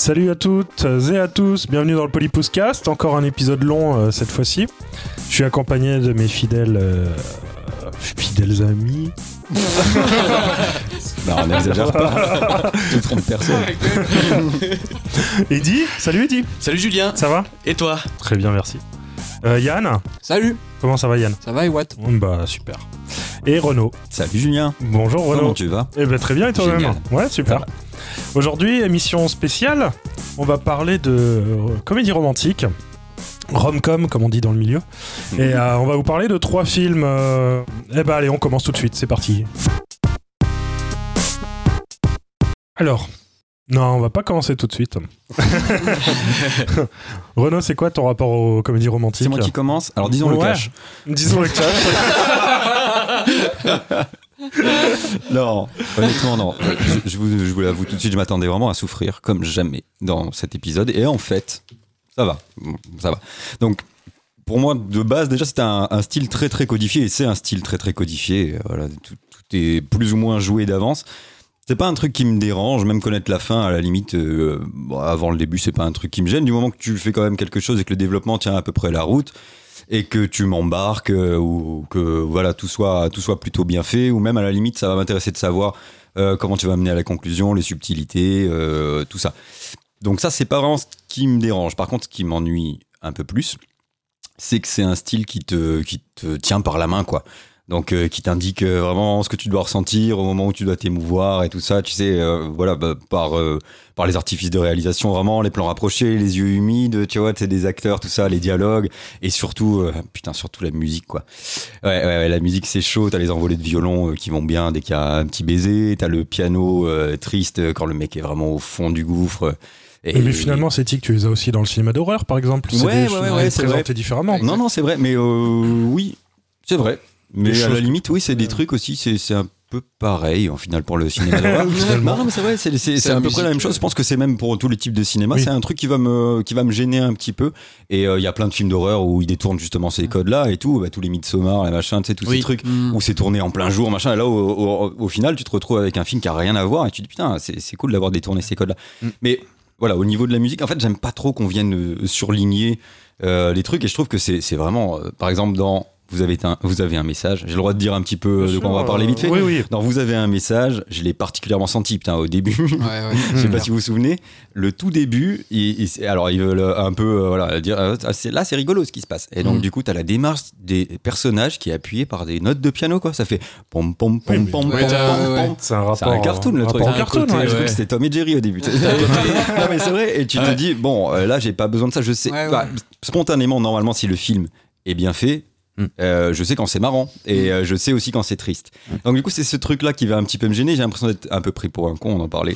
Salut à toutes et à tous, bienvenue dans le Polypouscast, encore un épisode long cette fois-ci. Je suis accompagné de mes fidèles amis. Non, on n'exagère pas. Tu trompe personne. Eddy, salut Eddy. Salut Julien. Ça va ? Et toi ? Très bien, merci. Yann. Salut. Comment ça va Yann ? Ça va et what ? Bah super. Et Renaud. Salut Julien. Bonjour Renaud. Comment tu vas ? Eh ben très bien et toi-même ? Génial. Ouais, super. Aujourd'hui, émission spéciale, on va parler de comédie romantique, rom-com comme on dit dans le milieu, et on va vous parler de 3 films. Eh ben allez, on commence tout de suite, c'est parti. Alors, non, on va pas commencer tout de suite. Renaud, c'est quoi ton rapport aux comédies romantiques ? C'est moi qui commence. Alors disons le cash. Disons le cash. Non, honnêtement non. Je vous l'avoue tout de suite, je m'attendais vraiment à souffrir comme jamais dans cet épisode. Et en fait, ça va. Donc, pour moi, de base, déjà, c'était un style très très codifié. Et c'est un style très très codifié. Voilà, tout est plus ou moins joué d'avance. C'est pas un truc qui me dérange, même connaître la fin à la limite, avant le début, c'est pas un truc qui me gêne. Du moment que tu fais quand même quelque chose et que le développement tient à peu près la route, et que tu m'embarques, ou que voilà, tout soit plutôt bien fait, ou même à la limite, ça va m'intéresser de savoir comment tu vas mener à la conclusion, les subtilités, tout ça. Donc ça, c'est pas vraiment ce qui me dérange. Par contre, ce qui m'ennuie un peu plus, c'est que c'est un style qui te tient par la main, quoi. Donc, qui t'indique vraiment ce que tu dois ressentir au moment où tu dois t'émouvoir et tout ça, tu sais, par les artifices de réalisation, vraiment, les plans rapprochés, les yeux humides, tu vois, c'est des acteurs, tout ça, les dialogues, et surtout, surtout la musique, quoi. Ouais, la musique, c'est chaud, t'as les envolées de violon qui vont bien dès qu'il y a un petit baiser, t'as le piano triste quand le mec est vraiment au fond du gouffre. Mais finalement, ces tics, tu les as aussi dans le cinéma d'horreur, par exemple. Ouais, c'est présenté différemment. Non, c'est vrai, mais oui, c'est vrai. Mais à la limite, oui, c'est des que... trucs aussi, c'est un peu pareil, en final, pour le cinéma d'horreur. Non, mais c'est vrai, c'est à peu près la même chose. Je pense que c'est même pour tous les types de cinéma. Oui. C'est un truc qui va me gêner un petit peu. Et il y a plein de films d'horreur où ils détournent justement ces codes-là et tout. Bah, tous les Midsommar, les machins, tu sais, tous ces trucs où c'est tourné en plein jour, machin. Et là, au final, tu te retrouves avec un film qui a rien à voir et tu te dis, putain, c'est cool d'avoir détourné ces codes-là. Mais voilà, au niveau de la musique, en fait, j'aime pas trop qu'on vienne surligner les trucs. Et je trouve que c'est vraiment, par exemple, dans... Vous avez un message. J'ai le droit de dire un petit peu de quoi on va parler vite fait. Oui. Non, vous avez un message. Je l'ai particulièrement senti, au début. Ouais. Je sais pas si vous vous souvenez. Le tout début, alors ils veulent un peu dire là, c'est rigolo ce qui se passe. Et donc du coup, t'as la démarche des personnages qui est appuyée par des notes de piano, quoi. Ça fait pom pom pom pom pom pom. C'est un cartoon, le truc. Je crois que c'était Tom et Jerry au début. Non mais c'est vrai. Et tu te dis bon, là j'ai pas besoin de ça. Je sais spontanément, normalement, si le film est bien fait. Je sais quand c'est marrant et je sais aussi quand c'est triste. Donc du coup c'est ce truc là qui va un petit peu me gêner. J'ai l'impression d'être un peu pris pour un con, on en parlait.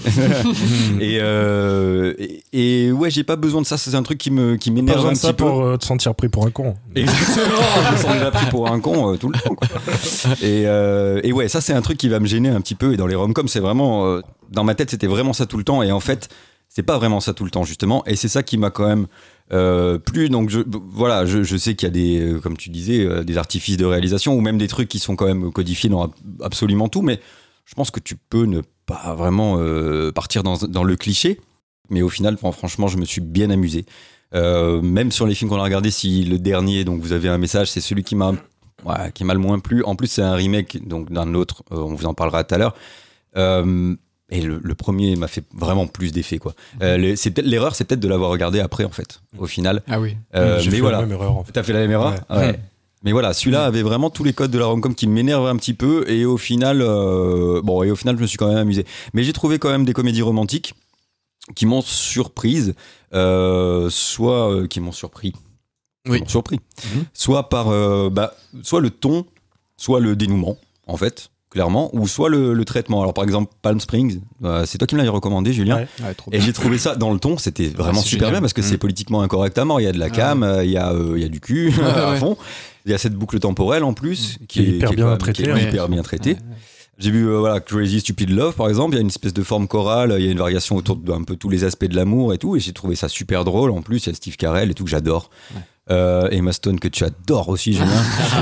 et ouais, j'ai pas besoin de ça. C'est un truc qui m'énerve un petit peu. Pour te sentir pris pour un con. Exactement. Je me sens déjà pris pour un con tout le temps, quoi. Et ouais, ça c'est un truc qui va me gêner un petit peu. Et dans les rom-coms, c'est vraiment dans ma tête, c'était vraiment ça tout le temps. Et en fait, c'est pas vraiment ça tout le temps justement. Et c'est ça qui m'a quand même plus. Donc je sais qu'il y a des, comme tu disais, des artifices de réalisation ou même des trucs qui sont quand même codifiés dans absolument tout, mais je pense que tu peux ne pas vraiment partir dans le cliché, mais au final franchement je me suis bien amusé, même sur les films qu'on a regardés. Si le dernier, donc vous avez un message, c'est celui qui m'a le moins plu. En plus c'est un remake donc d'un autre, on vous en parlera tout à l'heure. Et le premier m'a fait vraiment plus d'effet, quoi. L'erreur, c'est peut-être de l'avoir regardé après, en fait, au final. Ah oui. J'ai fait la même erreur, en fait. T'as fait la même erreur ? Ouais. Mais voilà, celui-là avait vraiment tous les codes de la rom-com qui m'énervent un petit peu. Et au final, je me suis quand même amusé. Mais j'ai trouvé quand même des comédies romantiques qui m'ont surprise, soit qui m'ont surpris. Oui. Surpris. Soit par, soit le ton, soit le dénouement, en fait. Clairement, ou soit le traitement. Alors par exemple Palm Springs, c'est toi qui me l'avais recommandé, Julien. Ouais, trop et bien. j'ai trouvé ça dans le ton, c'était vraiment super bien parce que c'est politiquement incorrect à mort. Il y a de la cam, il y a du cul à fond. Il y a cette boucle temporelle en plus qui est hyper bien traitée. J'ai vu Crazy Stupid Love par exemple, il y a une espèce de forme chorale, il y a une variation autour d'un peu tous les aspects de l'amour et tout, et j'ai trouvé ça super drôle. En plus il y a Steve Carell et tout que j'adore. Emma Stone que tu adores aussi, Julien.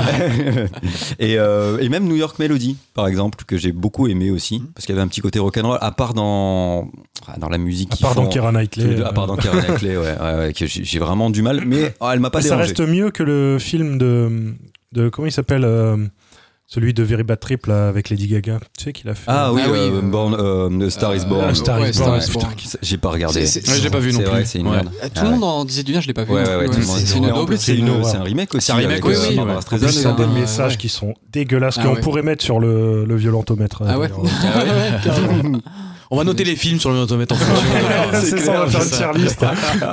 et même New York Melody, par exemple, que j'ai beaucoup aimé aussi, parce qu'il y avait un petit côté rock'n'roll, à part dans la musique. À part dans Keira Knightley. À part dans Keira Knightley, ouais, que j'ai vraiment du mal, mais elle m'a pas dérangé. Ça reste mieux que le film de comment il s'appelle celui de Very Bad Trip là, avec Lady Gaga, tu sais qu'il a fait. Star is Born. Star is Born. J'ai pas regardé. Je l'ai pas vu non plus. Vrai, c'est une merde. Tout le monde en disait du bien, je l'ai pas vu. C'est une daube. C'est un remake aussi. C'est un remake aussi. Ça a des messages qui sont dégueulasses qu'on pourrait mettre sur le violentomètre. Ah ouais. On va noter les films sur le violentomètre en fonction. C'est ça, on va faire une tier list.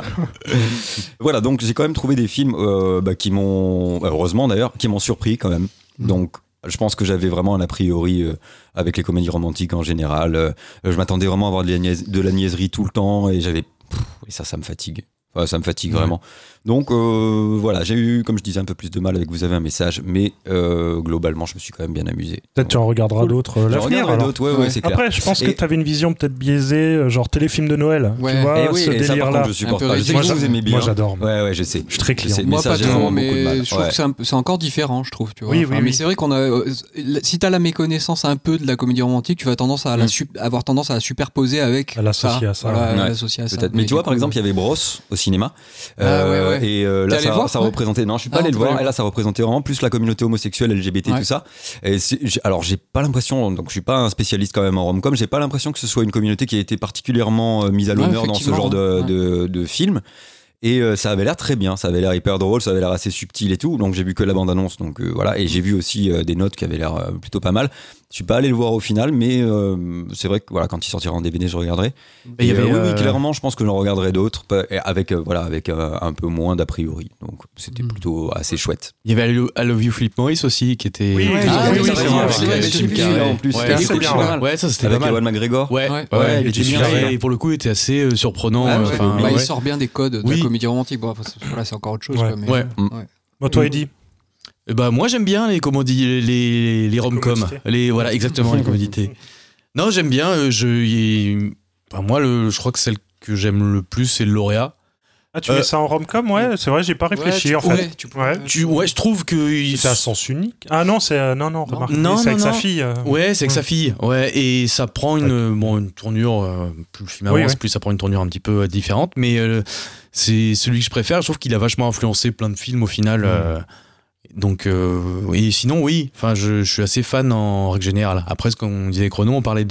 Voilà, donc j'ai quand même trouvé des films qui m'ont, heureusement d'ailleurs, qui m'ont surpris quand même. Donc je pense que j'avais vraiment un a priori avec les comédies romantiques en général. Je m'attendais vraiment à avoir de la niaiserie tout le temps et ça me fatigue. Enfin, ça me fatigue vraiment. Donc voilà, j'ai eu, comme je disais, un peu plus de mal avec Vous avez un message, mais globalement, je me suis quand même bien amusé. Peut-être tu en regarderas d'autres l'avenir. Ouais, c'est clair. Après, je pense que tu avais une vision peut-être biaisée, genre téléfilm de Noël. Ouais. Tu vois, ce et ça, par délire-là. contre, je supporte pas. Je sais que vous aimez bien. Moi, j'adore. Ouais, je sais. Je suis très client. Moi, pas trop, mais je trouve Ouais. que c'est encore différent, je trouve. Tu vois. Oui, Mais c'est vrai qu'on a. Si t'as la méconnaissance un peu de la comédie romantique, tu vas avoir tendance à la superposer avec. À l'associer à ça. Voilà, l'associer à ça. Peut-être. Mais tu vois, par exemple, il y avait Bros au cinéma. Et là, ça représentait. Non, je suis pas allé le voir. Et là, ça représentait vraiment plus la communauté homosexuelle, LGBT, tout ça. Et alors, j'ai pas l'impression. Donc, je suis pas un spécialiste quand même en rom-com. J'ai pas l'impression que ce soit une communauté qui a été particulièrement mise à l'honneur dans ce genre de film. Et ça avait l'air très bien, ça avait l'air hyper drôle, ça avait l'air assez subtil et tout. Donc j'ai vu que la bande-annonce, donc voilà. Et j'ai vu aussi des notes qui avaient l'air plutôt pas mal. Je suis pas allé le voir au final, mais c'est vrai que voilà, quand il sortira en DVD, je regarderai. Il y avait oui, clairement, je pense que j'en regarderai d'autres avec un peu moins d'a priori. Donc c'était plutôt assez chouette. Il y avait I Love You Philip Morris aussi qui était. Oui, en plus. C'est bien. Ouais, ça c'était pas Avec mal. Ewan McGregor. Ouais, il était Jim Carrey, super. et pour le coup, il était assez surprenant. Il sort bien des codes de la comédie romantique. Bon, voilà, c'est encore autre chose. Ouais. Mais... Bon, toi, Eddy. Moi j'aime bien les comédies, les rom-com, voilà exactement les comédies. Non, j'aime bien. Moi, je crois que celle que j'aime le plus, c'est le lauréat. Ah, tu mets ça en rom-com, ouais, c'est vrai, j'ai pas réfléchi en fait. Je trouve que c'est à sens unique. Ah non, c'est remarque. C'est avec sa fille. Ouais, c'est avec sa fille. Ouais, et ça prend une tournure. Plus le film avance, plus ça prend une tournure un petit peu différente. Mais c'est celui que je préfère. Je trouve qu'il a vachement influencé plein de films au final. Donc, et sinon, oui. Enfin, je suis assez fan en règle générale. Après, ce qu'on disait Chrono, on parlait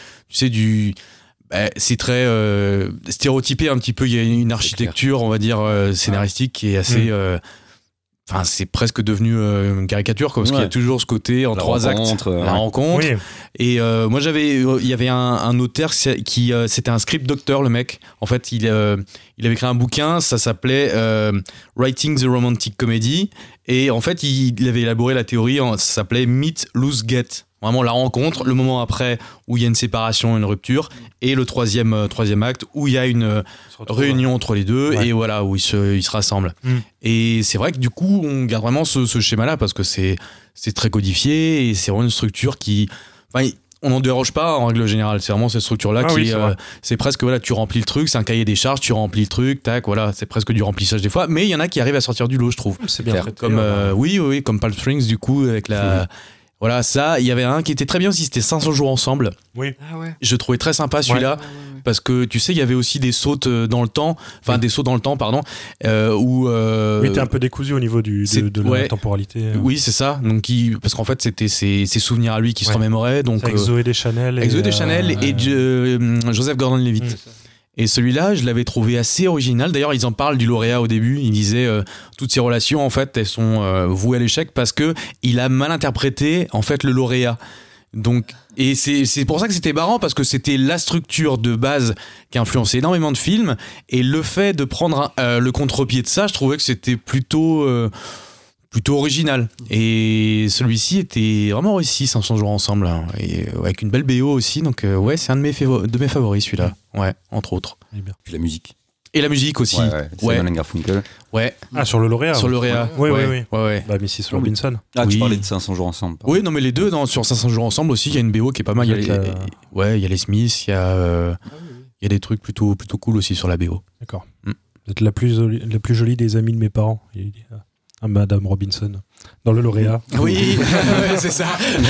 c'est très stéréotypé un petit peu. Il y a une architecture, on va dire, scénaristique qui est assez. Enfin, c'est presque devenu une caricature, parce qu'il y a toujours ce côté en trois actes, la rencontre. Oui. Et moi, il y avait un auteur qui c'était un script doctor, le mec. En fait, il avait écrit un bouquin, ça s'appelait Writing the Romantic Comedy. Et en fait, il avait élaboré la théorie, ça s'appelait Meet, Lose, Get. Vraiment la rencontre, le moment après où il y a une séparation, une rupture, et le troisième acte où il y a une réunion entre les deux, et voilà, où ils se rassemblent. Et c'est vrai que du coup, on garde vraiment ce schéma-là, parce que c'est très codifié, et c'est vraiment une structure qui... Enfin, on n'en déroge pas en règle générale, c'est vraiment cette structure-là c'est presque, voilà, tu remplis le truc, c'est un cahier des charges, tu remplis le truc, tac, voilà, c'est presque du remplissage des fois, mais il y en a qui arrivent à sortir du lot, je trouve. C'est bien traité, comme, comme Palm Springs, du coup, avec la... Voilà, ça, il y avait un qui était très bien aussi, c'était 500 jours ensemble. Oui. Ah ouais. Je trouvais très sympa celui-là, parce que tu sais, il y avait aussi des sautes dans le temps, des sauts dans le temps, pardon, où... Oui, t'es un peu décousu au niveau de la temporalité. Oui, c'est ça, donc parce qu'en fait, c'était ses souvenirs à lui qui se remémoraient. Donc, avec Zoé Deschanel. Avec Zoé Deschanel et Joseph Gordon-Levitt. Et celui-là, je l'avais trouvé assez original. D'ailleurs, ils en parlent du lauréat au début. Ils disaient toutes ces relations, en fait, elles sont vouées à l'échec parce que il a mal interprété, en fait, le lauréat. Donc, et c'est pour ça que c'était marrant, parce que c'était la structure de base qui a influencé énormément de films. Et le fait de prendre le contre-pied de ça, je trouvais que c'était plutôt original. Et celui-ci était vraiment réussi, 500 jours ensemble, hein, et avec une belle BO aussi. Donc c'est un de mes favoris, celui-là. Ouais, entre autres. Puis la musique. Et la musique aussi. Simon & Garfunkel. Ouais. Ah, sur le lauréat. Sur le lauréat. Oui. Ouais. Bah, Mrs. Robinson. Ah, tu parlais de 500 jours ensemble. Oui, non, mais les deux, sur 500 jours ensemble aussi, il y a une BO qui est pas mal. Il y a les Smiths, il y a des trucs plutôt cool aussi sur la BO. D'accord. Vous êtes la plus jolie des amies de mes parents. Il dit à Madame Robinson dans le lauréat. Oui, c'est ça.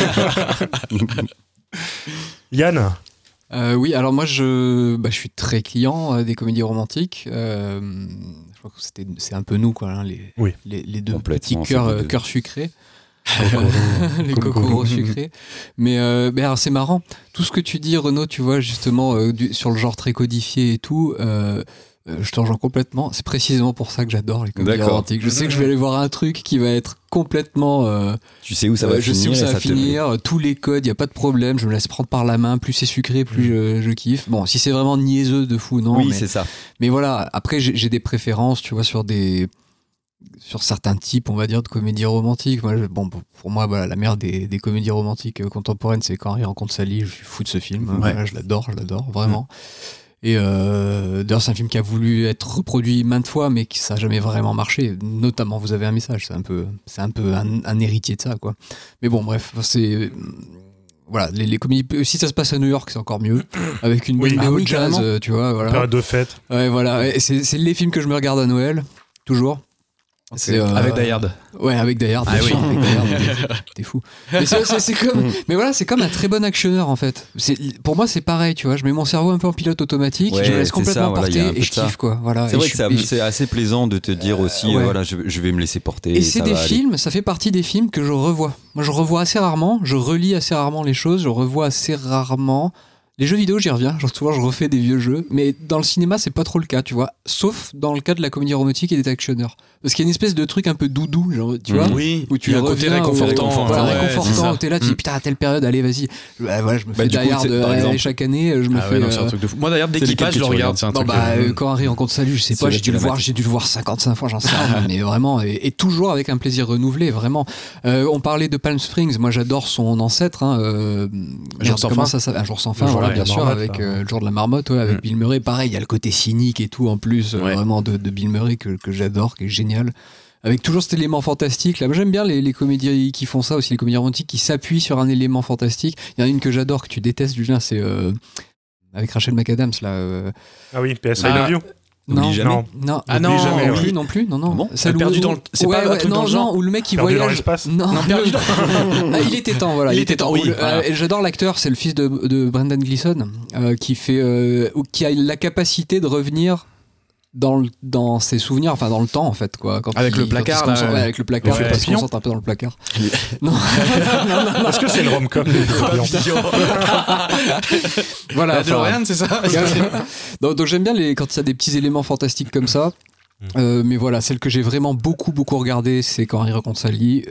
Yann. Oui, alors moi je suis très client des comédies romantiques. Je crois que c'est un peu nous quoi, hein, les deux petits cœurs sucrés. Les cocoros sucrés. Mais alors c'est marrant. Tout ce que tu dis, Renaud, tu vois, justement, sur le genre très codifié et tout, je te rejoins complètement. C'est précisément pour ça que j'adore les comédies romantiques. Je sais que je vais aller voir un truc qui va être complètement. Tu sais où ça va finir. Je sais où ça va finir. Tous les codes, il n'y a pas de problème. Je me laisse prendre par la main. Plus c'est sucré, plus je kiffe. Bon, si c'est vraiment niaiseux de fou, non. Oui, c'est ça. Mais voilà, après, j'ai des préférences, tu vois, sur certains types, on va dire, de comédies romantiques. Pour moi, voilà, la mère des comédies romantiques contemporaines, c'est Quand Harry rencontre Sally. Je suis fou de ce film. Ouais. Voilà, je l'adore, vraiment. Et d'ailleurs, c'est un film qui a voulu être reproduit maintes fois, mais ça n'a jamais vraiment marché. Notamment, Vous avez un message. C'est un peu un héritier de ça, quoi. Mais bon, bref, c'est... Voilà, les comédies, si ça se passe à New York, c'est encore mieux, avec une belle vidéo jazz, tu vois, voilà. Période de fête. Ouais, voilà, et c'est les films que je me regarde à Noël, toujours. Okay. C'est avec Die Hard. Ouais, avec Die Hard, bien sûr, avec Die Hard, t'es fou. Mais c'est comme, mais voilà, c'est comme un très bon actionneur en fait. Pour moi, c'est pareil, tu vois. Je mets mon cerveau un peu en pilote automatique, je me laisse complètement porter et je kiffe quoi. Voilà. C'est vrai que c'est assez plaisant de te dire aussi, voilà, je vais me laisser porter. Et c'est des films, ça fait partie des films que je revois. Moi, je revois assez rarement, je relis assez rarement les choses, je revois assez rarement. Les jeux vidéo, j'y reviens. Souvent, je refais des vieux jeux. Mais dans le cinéma, c'est pas trop le cas, tu vois. Sauf dans le cas de la comédie romantique et des actionneurs. Parce qu'il y a une espèce de truc un peu doudou, genre, tu vois. Oui, où tu as un côté réconfortant. Réconfortant, où t'es là, tu dis putain, à telle période, allez, vas-y. Voilà, je me fais Die Hard chaque année. Je me fais. Non, c'est un truc de fou. Moi, d'ailleurs, dès qu'il passe, je le regarde. C'est un truc. Quand Harry rencontre Sally, je sais pas, j'ai dû le voir 55 fois, j'en sais rien. Mais vraiment, et toujours avec un plaisir renouvelé, vraiment. On parlait de Palm Springs. Moi, j'adore son ancêtre. Un jour sans fin, voilà, bien sûr, avec le jour de la marmotte, avec Bill Murray. Pareil, il y a le côté cynique et tout en plus, vraiment de Bill Murray que j'adore, qui est génial. Avec toujours cet élément fantastique. Là, moi, j'aime bien les comédies qui font ça aussi, les comédies romantiques qui s'appuient sur un élément fantastique. Il y en a une que j'adore, que tu détestes, Julien, c'est avec Rachel McAdams là. Ah oui, PS I Love You. Non, jamais. Non. Ah non, jamais, non plus. Bon, ça perdu dans le. C'est pas un truc dans le genre où le mec il perdu voyage. Dans l'espace. Non, perdu dans. Il était temps, voilà. Il était temps, oui. J'adore l'acteur, c'est le fils de Brendan Gleeson, qui a la capacité de revenir dans ses souvenirs, enfin dans le temps en fait quoi. Avec le placard, avec le placard, il se concentre un peu dans le placard. Non. Est-ce que c'est le rom-com Voilà. DeLorean, c'est ça. Donc j'aime bien quand il y a des petits éléments fantastiques comme ça. Mais voilà, celle que j'ai vraiment beaucoup regardée, c'est Quand Harry rencontre Sally.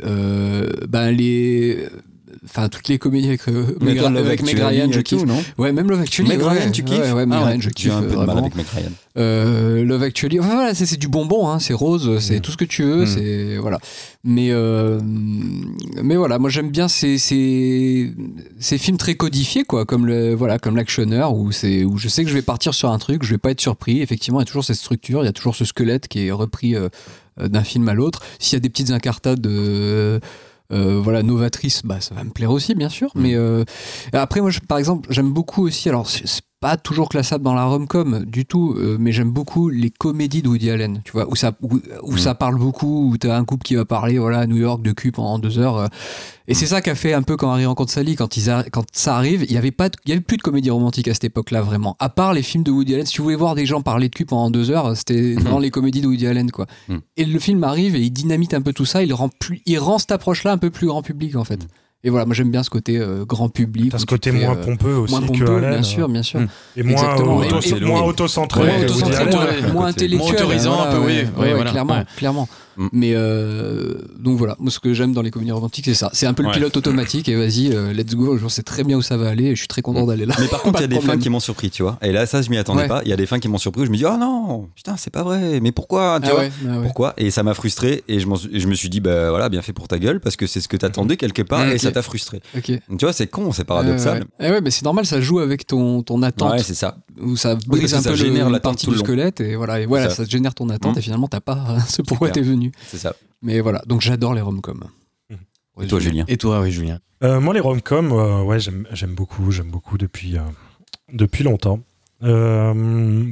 Toutes les comédies avec Meg Ryan, je kiffe. Ouais, même Love Actually. Meg Ryan, tu kiffes? Ouais, Meg Ryan, je kiffe. J'ai un peu de mal avec Meg Ryan. Love Actually, enfin, voilà, c'est du bonbon, hein, c'est rose, c'est tout ce que tu veux, c'est voilà. Mais voilà, moi j'aime bien ces films très codifiés, quoi, comme l'Actionneur, où je sais que je vais partir sur un truc, je vais pas être surpris. Effectivement, il y a toujours cette structure, il y a toujours ce squelette qui est repris d'un film à l'autre. S'il y a des petites incartades novatrice, ça va me plaire aussi bien sûr, mais après moi par exemple j'aime beaucoup aussi, alors c'est pas toujours classable dans la rom-com du tout, mais j'aime beaucoup les comédies de Woody Allen, tu vois, où ça parle beaucoup, où t'as un couple qui va parler à New York de cul pendant 2 heures, et c'est ça qu'a fait un peu Quand Harry rencontre Sally, quand ça arrive, il y avait plus de comédie romantique à cette époque-là vraiment, à part les films de Woody Allen. Si tu voulais voir des gens parler de cul pendant 2 heures, c'était dans les comédies de Woody Allen quoi. Et le film arrive et il dynamite un peu tout ça, il rend cette approche-là un peu plus grand public en fait. Et voilà, moi j'aime bien ce côté grand public. T'as ce côté moins pompeux aussi moins que pompeux, Allen. Bien sûr. Et moins autocentré. Moins intellectuel. Moins autorisant un peu, oui. Clairement. Mais donc voilà, moi ce que j'aime dans les comédies romantiques, c'est ça. C'est un peu le pilote automatique et vas-y, let's go. Je sais très bien où ça va aller et je suis très content d'aller là. Mais par contre, il y a des fins qui m'ont surpris, tu vois. Et là, ça, je m'y attendais pas. Il y a des fins qui m'ont surpris où je me dis, oh non, putain, c'est pas vrai. Mais pourquoi, tu vois pourquoi? Et ça m'a frustré et je me suis dit, voilà, bien fait pour ta gueule parce que c'est ce que t'attendais quelque part et ça t'a frustré. Donc, tu vois, c'est con, c'est paradoxal. Mais c'est normal, ça joue avec ton attente. Ouais, c'est ça. Où ça brise un peu la partie du squelette et voilà, ça te génère ton attente et finalement t'as pas ce pourquoi t'es venu. C'est ça. Mais voilà, donc j'adore les rom-coms. Et toi, Julien? Et toi, oui, Julien. Moi, les rom-coms, j'aime beaucoup depuis longtemps.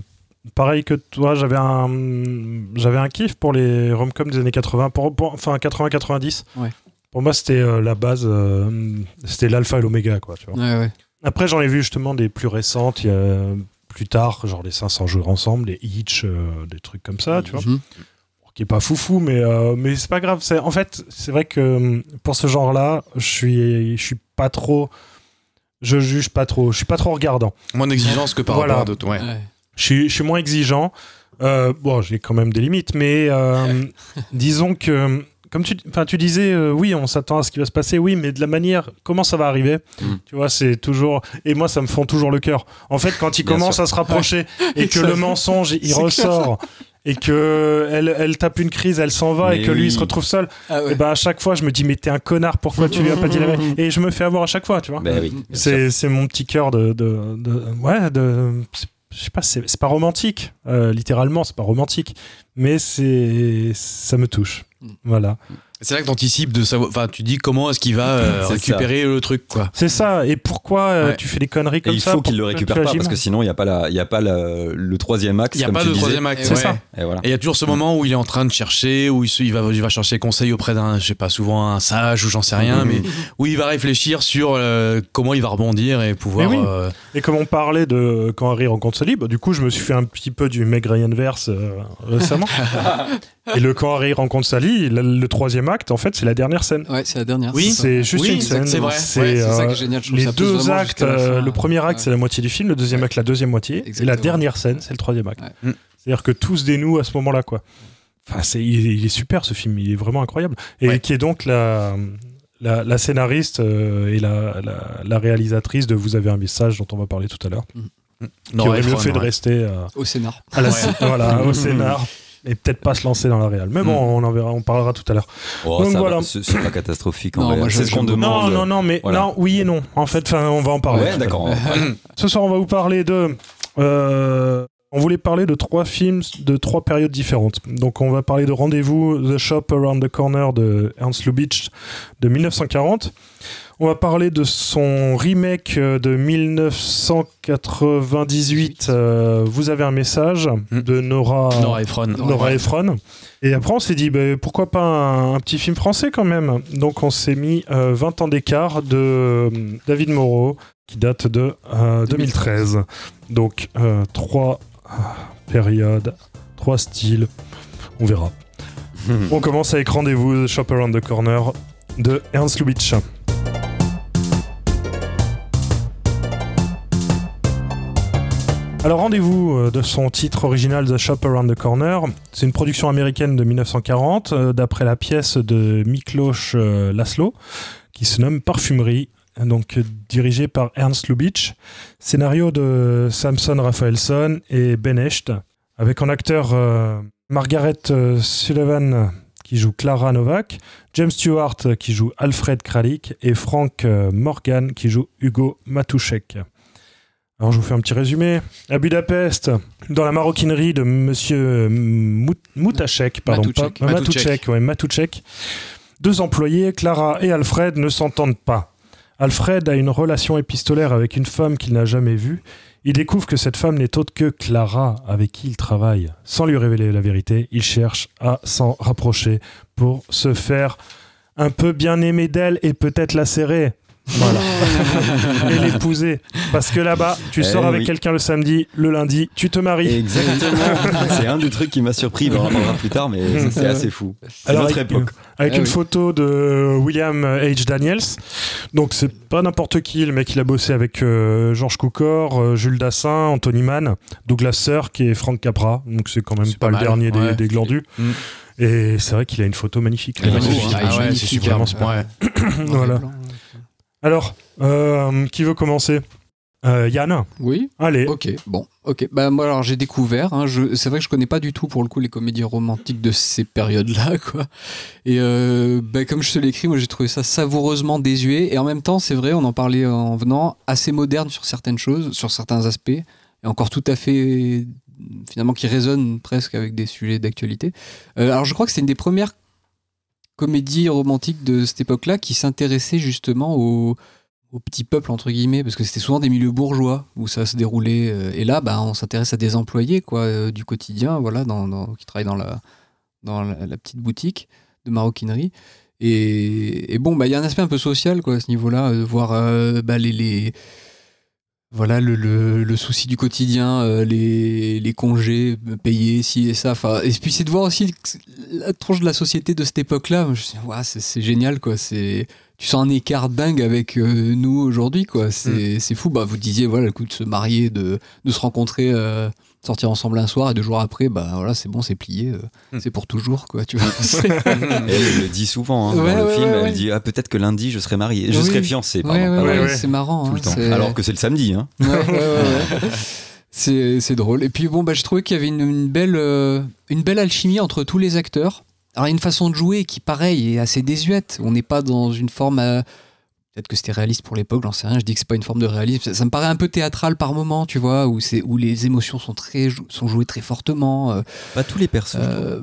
pareil que toi, j'avais un kiff pour les rom-coms des années 80, enfin 80-90. Ouais. Pour moi, c'était la base, c'était l'alpha et l'oméga, quoi. Tu vois. Ouais. Après, j'en ai vu justement des plus récentes, plus tard, genre les 500 jours ensemble, les Hitch, des trucs comme ça, tu vois. Qui est pas foufou, mais c'est pas grave. En fait, c'est vrai que pour ce genre-là, je suis pas trop. Je juge pas trop. Je suis pas trop regardant. Moins d'exigence que par rapport à d'autres. Ouais. Je suis moins exigeant. Bon, j'ai quand même des limites, mais disons que. Comme tu disais, oui, on s'attend à ce qui va se passer, oui, mais de la manière, comment ça va arriver, tu vois, c'est toujours... Et moi, ça me fend toujours le cœur. En fait, quand il commence à se rapprocher et que le mensonge, il ressort, et que elle tape une crise, elle s'en va, et que lui, il se retrouve seul, et ben à chaque fois, je me dis, mais t'es un connard, pourquoi tu lui as pas dit la vérité ? Et je me fais avoir à chaque fois, tu vois. C'est mon petit cœur je sais pas, c'est pas romantique, littéralement, c'est pas romantique, mais ça me touche. Voilà. C'est là que t'anticipes de savoir. Enfin, tu dis comment est-ce qu'il va récupérer le truc, quoi. C'est ça. Et pourquoi tu fais des conneries comme ça ? Il faut qu'il le récupère pas parce que sinon il y a pas le troisième axe. Il y a pas de troisième axe. C'est ça. Et il y a toujours ce moment où il est en train de chercher, où il va chercher conseil auprès d'un, je sais pas, souvent un sage ou j'en sais rien, mais où il va réfléchir sur comment il va rebondir et pouvoir. Et comme on parlait de quand Harry rencontre Sally, du coup je me suis fait un petit peu du Meg Ryan-verse récemment. Et le quand Harry rencontre Sally, le troisième acte, en fait, c'est la dernière scène. Ouais, c'est la dernière. Oui, c'est juste une scène. C'est vrai. C'est ça qui est génial. Les deux actes, le premier acte, c'est la moitié du film, le deuxième acte, la deuxième moitié, exactement. et la dernière scène, c'est le troisième acte. Ouais. C'est-à-dire que tout se dénoue à ce moment-là, quoi. Enfin, il est super ce film, il est vraiment incroyable. Et qui est donc la scénariste et la réalisatrice de Vous avez un message dont on va parler tout à l'heure. Qui aurait mieux fait de rester au scénar. Voilà, au scénar. Et peut-être pas se lancer dans la réal. Mais bon, on en verra, on parlera tout à l'heure. Donc voilà. C'est pas catastrophique en vrai. C'est ce qu'on demande. Non, oui et non. En fait, on va en parler. Ouais, d'accord. Ce soir, on va vous parler de. On voulait parler de 3 films de 3 périodes différentes. Donc, on va parler de Rendez-vous, The Shop Around the Corner de Ernst Lubitsch de 1940. On va parler de son remake de 1998, Vous avez un message, de Nora Ephron. Et après, on s'est dit, pourquoi pas un petit film français quand même. Donc, on s'est mis 20 ans d'écart de David Moreau, qui date de 2013. Donc, 3 périodes, 3 styles, on verra. On commence avec Rendez-vous, The Shop Around the Corner de Ernst Lubitsch. Alors Rendez-vous, de son titre original The Shop Around the Corner, c'est une production américaine de 1940 d'après la pièce de Miklos Laszlo qui se nomme Parfumerie, donc dirigée par Ernst Lubitsch, scénario de Samson Raphaelson et Ben Hecht, avec en acteur Margaret Sullivan qui joue Clara Novak, James Stewart qui joue Alfred Kralik et Frank Morgan qui joue Hugo Matuszek. Alors je vous fais un petit résumé. À Budapest, dans la maroquinerie de monsieur Matuszek, Matuszek, 2 employés, Clara et Alfred, ne s'entendent pas. Alfred a une relation épistolaire avec une femme qu'il n'a jamais vue. Il découvre que cette femme n'est autre que Clara, avec qui il travaille. Sans lui révéler la vérité, il cherche à s'en rapprocher pour se faire un peu bien aimer d'elle et peut-être la serrer. Voilà. Et l'épouser. Parce que là-bas, tu sors avec quelqu'un le samedi, le lundi, tu te maries. Exactement. C'est un des trucs qui m'a surpris, on en parlera plus tard, mais c'est assez fou. C'est notre époque. Avec une photo de William H. Daniels. Donc c'est pas n'importe qui, le mec il a bossé avec Georges Cukor, Jules Dassin, Anthony Mann, Douglas Sirk et Frank Capra. Donc c'est quand même pas le dernier des glandus. Et c'est vrai qu'il a une photo magnifique. C'est super. Voilà. Alors, qui veut commencer ? Yann ? Oui. Allez. Ok. Moi, alors, j'ai découvert. C'est vrai que je connais pas du tout, pour le coup, les comédies romantiques de ces périodes-là, quoi. Et comme je te l'ai écrit, moi, j'ai trouvé ça savoureusement désuet. Et en même temps, c'est vrai, on en parlait en venant, assez moderne sur certaines choses, sur certains aspects, et encore tout à fait, finalement, qui résonnent presque avec des sujets d'actualité. Alors, je crois que c'est une des premières comédie romantique de cette époque-là qui s'intéressait justement aux au petit peuple entre guillemets, parce que c'était souvent des milieux bourgeois où ça se déroulait. Et là, on s'intéresse à des employés quoi, du quotidien, voilà, qui travaillent dans la petite boutique de maroquinerie. Et bon, il y a un aspect un peu social quoi, à ce niveau-là, voir voilà le souci du quotidien, les congés payés, ci et ça. Et puis c'est de voir aussi la tronche de la société de cette époque-là. Je me suis dit, c'est génial quoi. Tu sens un écart dingue avec nous aujourd'hui quoi. C'est fou. Vous disiez voilà, le coup de se marier, de se rencontrer, sortir ensemble un soir et 2 jours après, voilà, c'est bon, c'est plié, c'est pour toujours quoi. Tu vois. Elle le dit souvent dans le film. Elle dit peut-être que lundi je serai mariée, je serai fiancée. C'est marrant. Tout le temps. Alors que c'est le samedi. Hein. C'est drôle. Et puis j'ai trouvé qu'il y avait une belle alchimie entre tous les acteurs. Alors il y a une façon de jouer qui pareil est assez désuète. On n'est pas dans une forme peut-être que c'était réaliste pour l'époque, j'en sais rien, je dis que c'est pas une forme de réalisme. Ça me paraît un peu théâtral par moment, tu vois, où les émotions sont jouées très fortement. Pas tous les persos.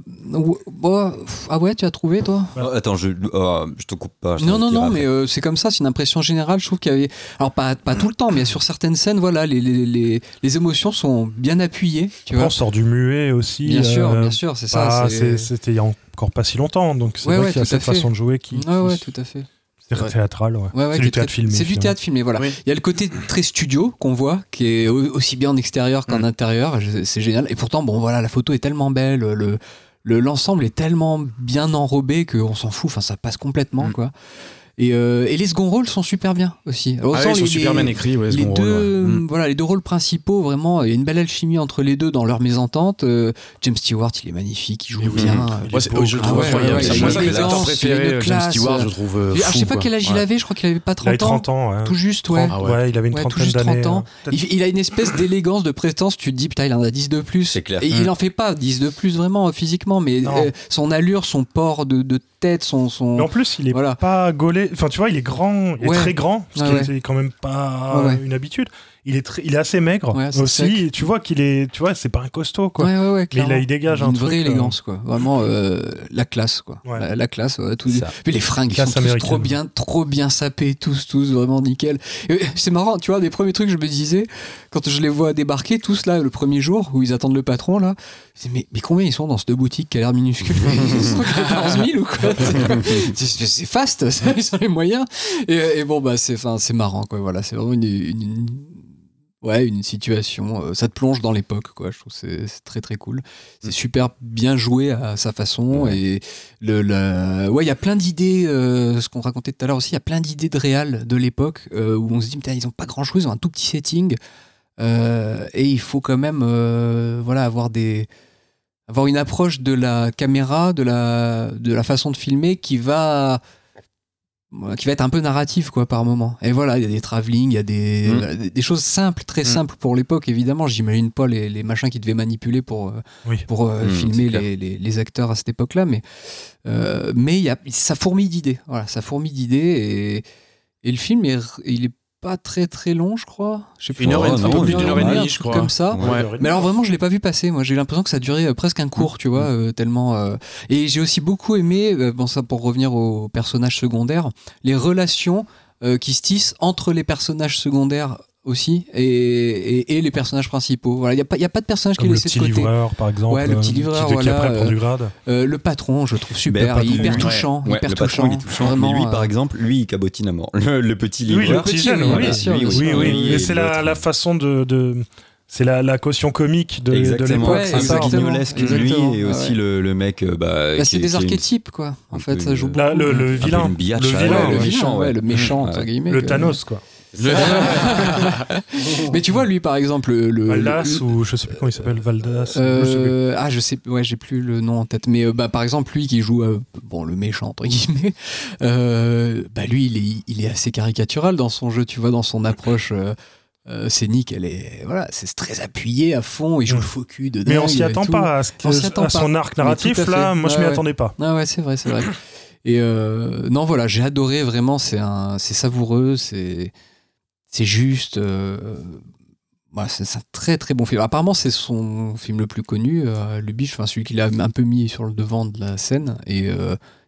Ah ouais, tu as trouvé, toi ? Attends, je te coupe pas. Non, mais c'est comme ça, c'est une impression générale. Je trouve qu'il y avait... Alors, pas tout le temps, mais sur certaines scènes, voilà, les émotions sont bien appuyées. Tu vois. On sort du muet aussi. Bien sûr, c'est ça. C'était il y a encore pas si longtemps, donc c'est vrai qu'il y a cette façon de jouer qui... Ouais, tout à fait. C'est théâtral, c'est du théâtre filmé. C'est du théâtre filmé, voilà. Oui. Il y a le côté très studio qu'on voit, qui est aussi bien en extérieur qu'en intérieur. C'est génial. Et pourtant, la photo est tellement belle, l'ensemble est tellement bien enrobé qu'on s'en fout. Enfin, ça passe complètement, quoi. Et les second rôles sont super bien aussi. Alors, ils sont super bien écrits, les deux rôles principaux, vraiment, il y a une belle alchimie entre les deux dans leur mésentente. James Stewart, il est magnifique, il joue bien. Je le trouve incroyable. C'est moi l'acteur préféré, James Stewart, je trouve. Je sais pas quel âge il avait, je crois qu'il avait pas 30 ans. Il avait 30 ans, tout juste, ouais, il avait une trentaine d'années. 30 ans. Il a une espèce d'élégance, de prestance, tu te dis, putain, il en a 10 de plus. C'est clair. Et il en fait pas 10 de plus vraiment physiquement, mais son allure, son port de tête, son. Mais en plus, il est pas gaulé. Enfin, tu vois, il est grand, il est très grand, parce que c'est quand même pas une habitude. Il est assez maigre aussi. Et tu vois qu'il est, c'est pas un costaud, quoi. Mais là, il dégage un truc. Une vraie élégance, quoi. Vraiment, la classe, quoi. La classe, tout. Puis les fringues, ils sont tous trop bien sapés, tous, vraiment nickel. Et c'est marrant, tu vois, des premiers trucs, je me disais, quand je les vois débarquer, tous là, le premier jour, où ils attendent le patron, là, je me dis, mais combien ils sont dans cette boutique qui a l'air minuscule? Ils sont 14 000 ou quoi? C'est fast, ils ont les moyens. Et bon, c'est marrant, quoi. Voilà, c'est vraiment une situation, ça te plonge dans l'époque, quoi. Je trouve que c'est très très cool. C'est super bien joué à sa façon et il y a plein d'idées, ce qu'on racontait tout à l'heure aussi, il y a plein d'idées de réal de l'époque où on se dit putain, ils ont pas grand chose, ils ont un tout petit setting et il faut quand même avoir une approche de la caméra, de la façon de filmer qui va être un peu narratif quoi par moment. Et voilà, il y a des travelling, il y a des choses simples, très simples pour l'époque évidemment. J'imagine pas les machins qui devaient manipuler pour filmer les acteurs à cette époque-là, mais ça fourmille d'idées. Voilà, ça fourmille d'idées et le film il est pas très très long, je crois. Je sais plus. Une heure et demie, je crois. Comme ça. Ouais. Mais alors vraiment, je l'ai pas vu passer. Moi, j'ai l'impression que ça durait presque un cours, tu vois, tellement. Et j'ai aussi beaucoup aimé, ça pour revenir aux personnages secondaires, les relations qui se tissent entre les personnages secondaires aussi et les personnages principaux. Voilà, il y a pas de personnage qui est laissé de côté. Le petit livreur, par exemple. Ouais, le petit livreur, qui après prend du grade. Le patron, je le trouve super, hyper touchant. Le patron, il est touchant. Vraiment, mais lui, par exemple, lui, il cabotine à mort. Le petit livreur. Le petit jeune, oui. Mais c'est la façon de c'est la caution comique de l'époque. C'est ça, guignolesque. Lui et aussi le mec. C'est des archétypes, quoi. En fait, ça joue. Le vilain. Le méchant, entre guillemets. Le Thanos, quoi. Mais tu vois lui par exemple Valdas ou je sais plus comment il s'appelle, Valdas je sais j'ai plus le nom en tête, mais par exemple lui qui joue le méchant entre guillemets, lui il est assez caricatural dans son jeu, tu vois, dans son approche scénique, c'est très appuyé à fond, il joue le faux cul de dingue. Mais on s'y attend pas à son arc narratif là, moi je m'y attendais pas. Ah ouais, c'est vrai. Et non voilà, j'ai adoré vraiment, c'est savoureux, c'est juste. C'est un très très bon film. Apparemment, c'est son film le plus connu, Lubitsch, celui qu'il a un peu mis sur le devant de la scène. Et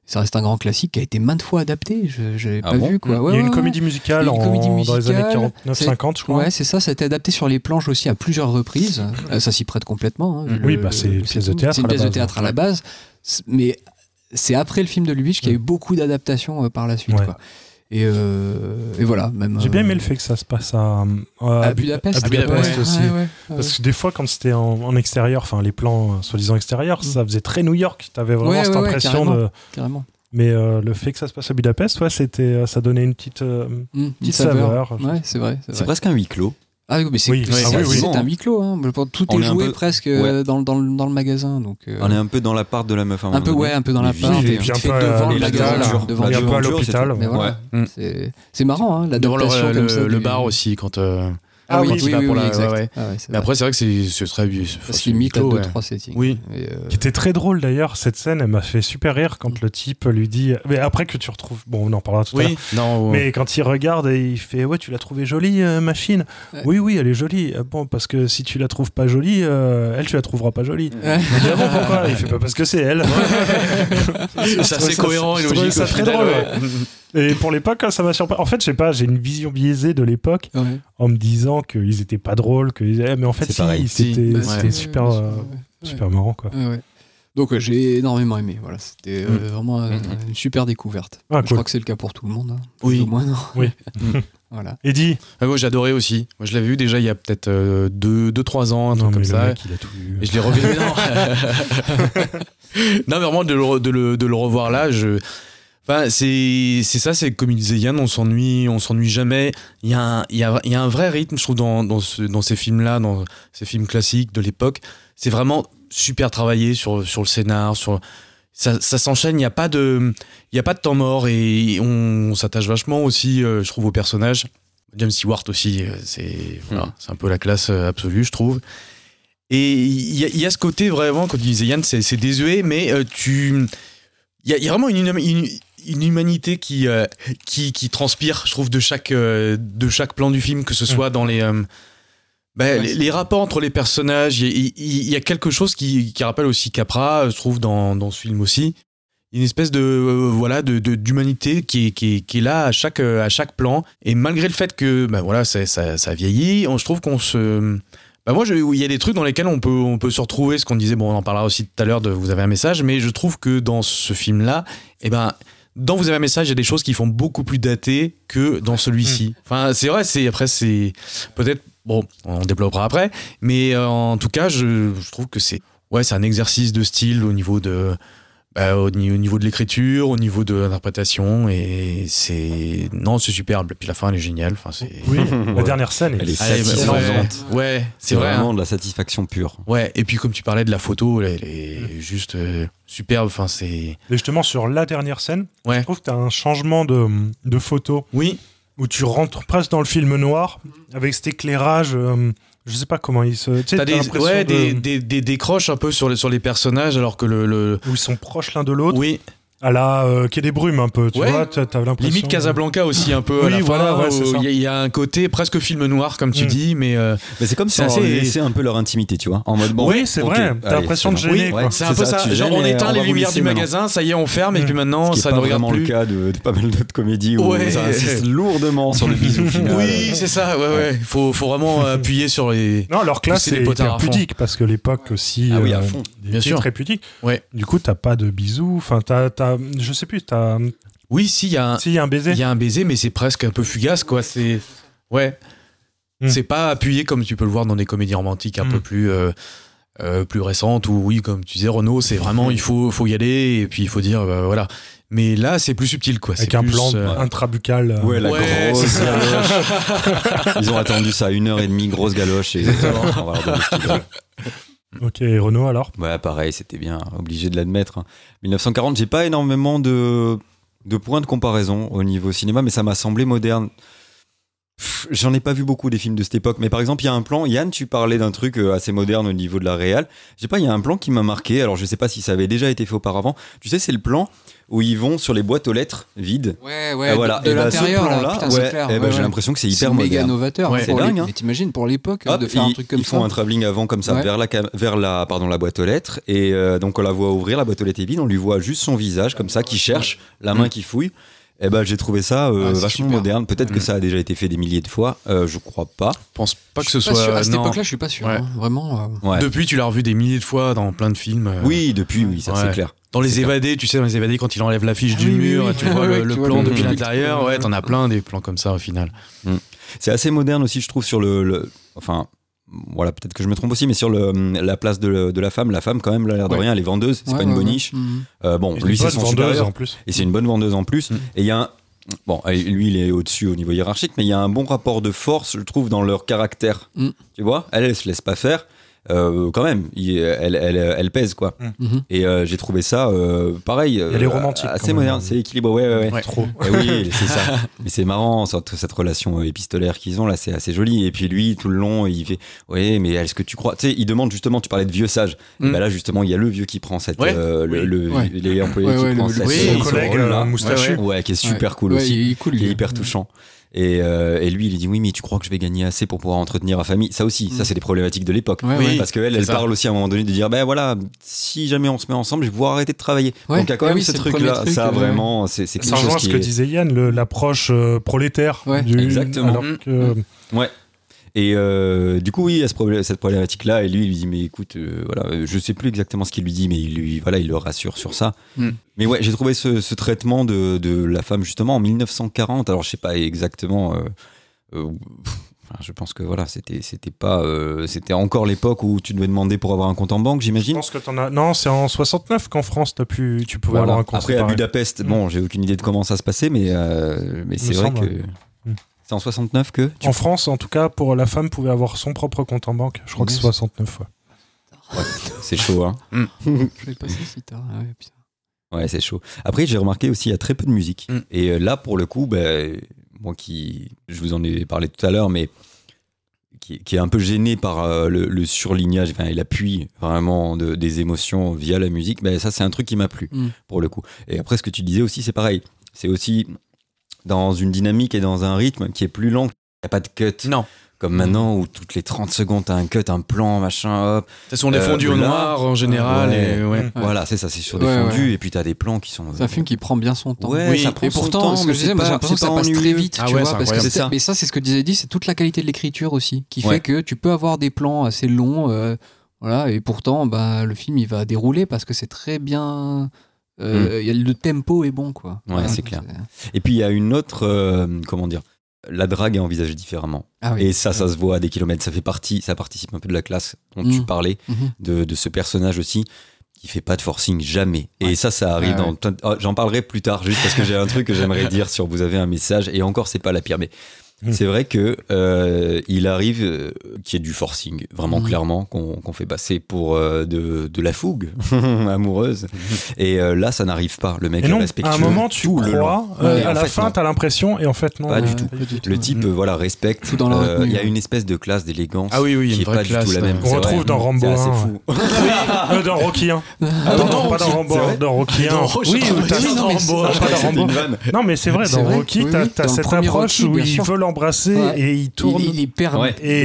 Ça reste un grand classique qui a été maintes fois adapté. Je n'avais pas vu, quoi. Il y a une comédie musicale dans les années 49-50, je crois. Ouais, c'est ça. Ça a été adapté sur les planches aussi à plusieurs reprises. Ça s'y prête complètement. Oui, c'est une pièce de théâtre. C'est une pièce de théâtre à la base. Mais c'est après le film de Lubitsch qu'il y a eu beaucoup d'adaptations par la suite, quoi. Et voilà, même. J'ai bien aimé le fait que ça se passe à Budapest. À Budapest aussi. Ouais. Parce que des fois, quand c'était en extérieur, enfin les plans soi-disant extérieurs, ça faisait très New York. T'avais vraiment cette impression carrément. Mais le fait que ça se passe à Budapest, ça donnait une petite saveur. Ouais, c'est vrai. C'est presque un huis clos. Ah oui, mais c'est un huis clos. Hein. Tout est joué presque dans le magasin. Donc, on est un peu dans l'appart de la meuf. Un peu dans l'appart. Et puis un peu devant le magasin, devant à l'hôpital. C'est marrant, l'adaptation comme ça. Le bar aussi, quand... oui, exact. Mais après, c'est vrai que ce serait... Parce qu'il imite 2-3 settings. Oui. Qui était très drôle d'ailleurs, cette scène, elle m'a fait super rire quand le type lui dit... Mais après que tu retrouves... Bon, on en parlera tout à l'heure. Mais quand il regarde et il fait « Ouais, tu la trouvais jolie, machine ?» Oui, elle est jolie. Bon, parce que si tu la trouves pas jolie, elle, tu la trouveras pas jolie. Il dit « Ah bon, pourquoi ?» Il fait pas « Parce que c'est elle. » C'est assez cohérent et logique. C'est très drôle, Et pour l'époque, ça m'a surpris. En fait, je sais pas, j'ai une vision biaisée de l'époque en me disant qu'ils étaient pas drôles, mais en fait, c'était super marrant, quoi. Donc, j'ai énormément aimé. Voilà, c'était vraiment une super découverte. Je crois que c'est le cas pour tout le monde. Plus ou moins, non ? Oui. Voilà. Eddie ? Moi, j'adorais aussi. Moi, je l'avais vu déjà il y a peut-être 2-3 ans, un truc comme ça. Mec, il a tout vu. Et je l'ai revu. Non, mais vraiment, de le revoir là, Enfin, c'est ça, c'est comme il disait Yann, on s'ennuie jamais. Il y a un vrai rythme, je trouve, dans ces films-là, dans ces films classiques de l'époque. C'est vraiment super travaillé sur le scénar, ça s'enchaîne. Il n'y a pas de temps mort et on s'attache vachement aussi, je trouve, aux personnages. James Stewart aussi, c'est un peu la classe absolue, je trouve. Et il y a ce côté vraiment, quand il disait Yann, c'est désuet, mais il y a vraiment une humanité qui transpire, je trouve, de chaque plan du film, que ce soit dans les rapports entre les personnages. Il y a quelque chose qui rappelle aussi Capra, je trouve, dans ce film aussi. Une espèce d'humanité qui est là à chaque plan. Et malgré le fait que ça vieillit, je trouve qu'on se... il y a des trucs dans lesquels on peut se retrouver, ce qu'on disait, on en parlera aussi tout à l'heure de Vous avez un message, mais je trouve que dans ce film-là, dans Vous avez un message, il y a des choses qui font beaucoup plus datées que dans celui-ci. Enfin, c'est vrai, après, c'est peut-être, on développera après, mais en tout cas, je trouve que c'est un exercice de style au niveau de l'écriture, au niveau de l'interprétation, et c'est superbe. Puis la fin, elle est géniale. Enfin, la dernière scène, elle est satisfaisante. C'est vrai. Vraiment de la satisfaction pure. Ouais, et puis comme tu parlais de la photo, elle est juste superbe. Enfin, Et justement, sur la dernière scène, je trouve que tu as un changement de photo. Oui. Où tu rentres presque dans le film noir, avec cet éclairage... je sais pas comment ils se... T'as des décroches un peu sur les personnages, alors que où ils sont proches l'un de l'autre. Oui. À la qu'il y ait des brumes un peu, tu vois, t'as l'impression... Limite Casablanca aussi un peu, à la fin, il y a un côté presque film noir, comme tu dis, mais c'est comme si on laissait un peu leur intimité, tu vois, en mode oui, c'est vrai, t'as l'impression de gêner, quoi. C'est un peu ça, genre on éteint les lumières du magasin, ça y est, on ferme, et puis maintenant, ça ne regarde plus. C'est pas vraiment le cas de pas mal d'autres comédies où ça insiste lourdement sur le bisou final. Oui, c'est ça, ouais. Il faut vraiment appuyer sur les... Non, leur classe, c'est hyper pudique, parce que l'époque aussi... Ah oui, à fond. Bien sûr. Très pudique. Du coup, t'as pas de bisous, enfin, je sais plus, t'as... Oui, il y a un baiser. Il y a un baiser, mais c'est presque un peu fugace, quoi. C'est... Ouais. C'est pas appuyé comme tu peux le voir dans des comédies romantiques un peu plus récentes, où, oui, comme tu disais, Renaud, c'est vraiment, il faut y aller, et puis il faut dire, voilà. Mais là, c'est plus subtil, quoi. Avec un plan intrabucal. Ouais, la grosse galoche. Ils ont attendu ça 1h30, grosse galoche, et on va leur donner ce qu'ils veulent. Ok, et Renaud alors ? Ouais, pareil, c'était bien, obligé de l'admettre. 1940, j'ai pas énormément de points de comparaison au niveau cinéma, mais ça m'a semblé moderne. J'en ai pas vu beaucoup des films de cette époque, mais par exemple, il y a un plan, Yann, tu parlais d'un truc assez moderne au niveau de la réal. Je sais pas, il y a un plan qui m'a marqué, alors je sais pas si ça avait déjà été fait auparavant. Tu sais, c'est le plan où ils vont sur les boîtes aux lettres vides. Ouais, voilà. de l'intérieur, ce plan-là, putain, c'est clair. j'ai l'impression que c'est hyper moderne. C'est méga novateur. C'est dingue, hein. Mais t'imagines, pour l'époque, de faire un truc comme ça. Ils font un travelling avant, comme ça, vers la boîte aux lettres, et donc on la voit ouvrir, la boîte aux lettres est vide, on lui voit juste son visage, comme ça, qui cherche, la main qui fouille. J'ai trouvé ça vachement moderne. Peut-être que ça a déjà été fait des milliers de fois. Je crois pas. Je pense pas que ce soit. À cette époque-là, je suis pas sûr. Hein. Vraiment. Depuis, tu l'as revu des milliers de fois dans plein de films. Oui, depuis, ça c'est clair. Dans Les Évadés, tu sais, dans Les Évadés, quand il enlève l'affiche du mur, et tu vois le plan depuis l'intérieur. Ouais, t'en as plein des plans comme ça au final. C'est assez moderne aussi, je trouve, sur enfin. Voilà, peut-être que je me trompe aussi, mais sur la place de la femme quand même, l'air de rien, elle est vendeuse, c'est pas une boniche. Lui, c'est son supérieur. En plus. Et c'est une bonne vendeuse en plus. Et il y a lui, il est au-dessus au niveau hiérarchique, mais il y a un bon rapport de force, je trouve, dans leur caractère. Tu vois, elle se laisse pas faire. Quand même, elle pèse, quoi. Et j'ai trouvé ça pareil. Elle est romantique. Assez moderne, c'est équilibré. Ouais. Trop. Et oui, c'est ça. Mais c'est marrant, cette relation épistolaire qu'ils ont là, c'est assez joli. Et puis lui, tout le long, il fait oui, mais est-ce que tu crois. Tu sais, il demande justement, tu parlais de vieux sage. Là, justement, il y a le vieux qui prend cette. Les employés qui prend cette. Son collègue moustachu. Ouais, qui est super cool aussi. Il est cool, il est hyper touchant. Et lui, il dit oui, mais tu crois que je vais gagner assez pour pouvoir entretenir ma famille? Ça aussi, ça c'est des problématiques de l'époque. Parce qu'elle parle aussi à un moment donné de dire voilà, si jamais on se met ensemble, je vais pouvoir arrêter de travailler. Donc il y a quand même ce truc-là. Ça vraiment, c'est quelque chose qui. Ça rejoint ce que disait Yann, l'approche prolétaire. Exactement. Ouais. Et du coup, oui, il y a cette problématique-là. Et lui, il lui dit mais écoute, voilà, je sais plus exactement ce qu'il lui dit, mais il le rassure sur ça. Mais ouais, j'ai trouvé ce traitement de la femme justement en 1940. Alors je sais pas exactement. Je pense que voilà, c'était encore l'époque où tu devais demander pour avoir un compte en banque, j'imagine. Je pense que non, c'est en 69 qu'en France tu pouvais avoir un compte. Après à Budapest, j'ai aucune idée de comment ça se passait, mais c'est vrai que. C'est en 69 que En France, en tout cas, pour la femme pouvait avoir son propre compte en banque. Je crois que c'est 69. Ouais, c'est chaud, hein. Je l'ai passé si tard. Ouais, c'est chaud. Après, j'ai remarqué aussi, il y a très peu de musique. Et là, pour le coup, moi je vous en ai parlé tout à l'heure, mais qui est un peu gêné par le surlignage, et l'appui vraiment des émotions via la musique, ça, c'est un truc qui m'a plu, pour le coup. Et après, ce que tu disais aussi, c'est pareil. C'est aussi dans une dynamique et dans un rythme qui est plus lent. Il n'y a pas de cut. Non. Comme maintenant, où toutes les 30 secondes, t'as un cut, un plan, machin, hop. Ce sont des fondus au noir, en général. Voilà, c'est ça, c'est sur des fondus, et puis t'as des plans qui sont... C'est un film qui prend bien son temps. Ça prend et pourtant, ce que je disais, j'ai l'impression que ça passe très vite, tu vois, parce que ça. Mais ça, c'est ce que disait Eddie, c'est toute la qualité de l'écriture aussi, qui fait que tu peux avoir des plans assez longs, voilà, et pourtant, le film, il va dérouler, parce que c'est très bien... le tempo est bon, quoi. Ouais, c'est clair. Et puis il y a une autre, comment dire, la drague est envisagée différemment. Et ça se voit à des kilomètres. Ça participe un peu de la classe dont tu parlais, de ce personnage aussi qui fait pas de forcing jamais. Et ça arrive dans. J'en parlerai plus tard, juste parce que j'ai un truc que j'aimerais dire sur vous avez un message. Et encore, c'est pas la pire, mais. C'est vrai que il arrive qu'il y ait du forcing, vraiment clairement, qu'on fait passer pour de la fougue amoureuse. Et là, ça n'arrive pas. Le mec est respectueux. À un moment, tu crois, à la fin, t'as l'impression, et en fait, non. Pas du tout. Le type, respecte. Il y a une espèce de classe d'élégance qui est pas du tout la même. On retrouve dans Rambo 1. C'est fou. Dans Rocky 1. Non, pas dans Rambo. Dans Rocky 1. Oui, t'as dans Rambo. Non, mais c'est vrai, dans Rocky, t'as cette approche où il veut l'embrasser et il tourne. Il est hyper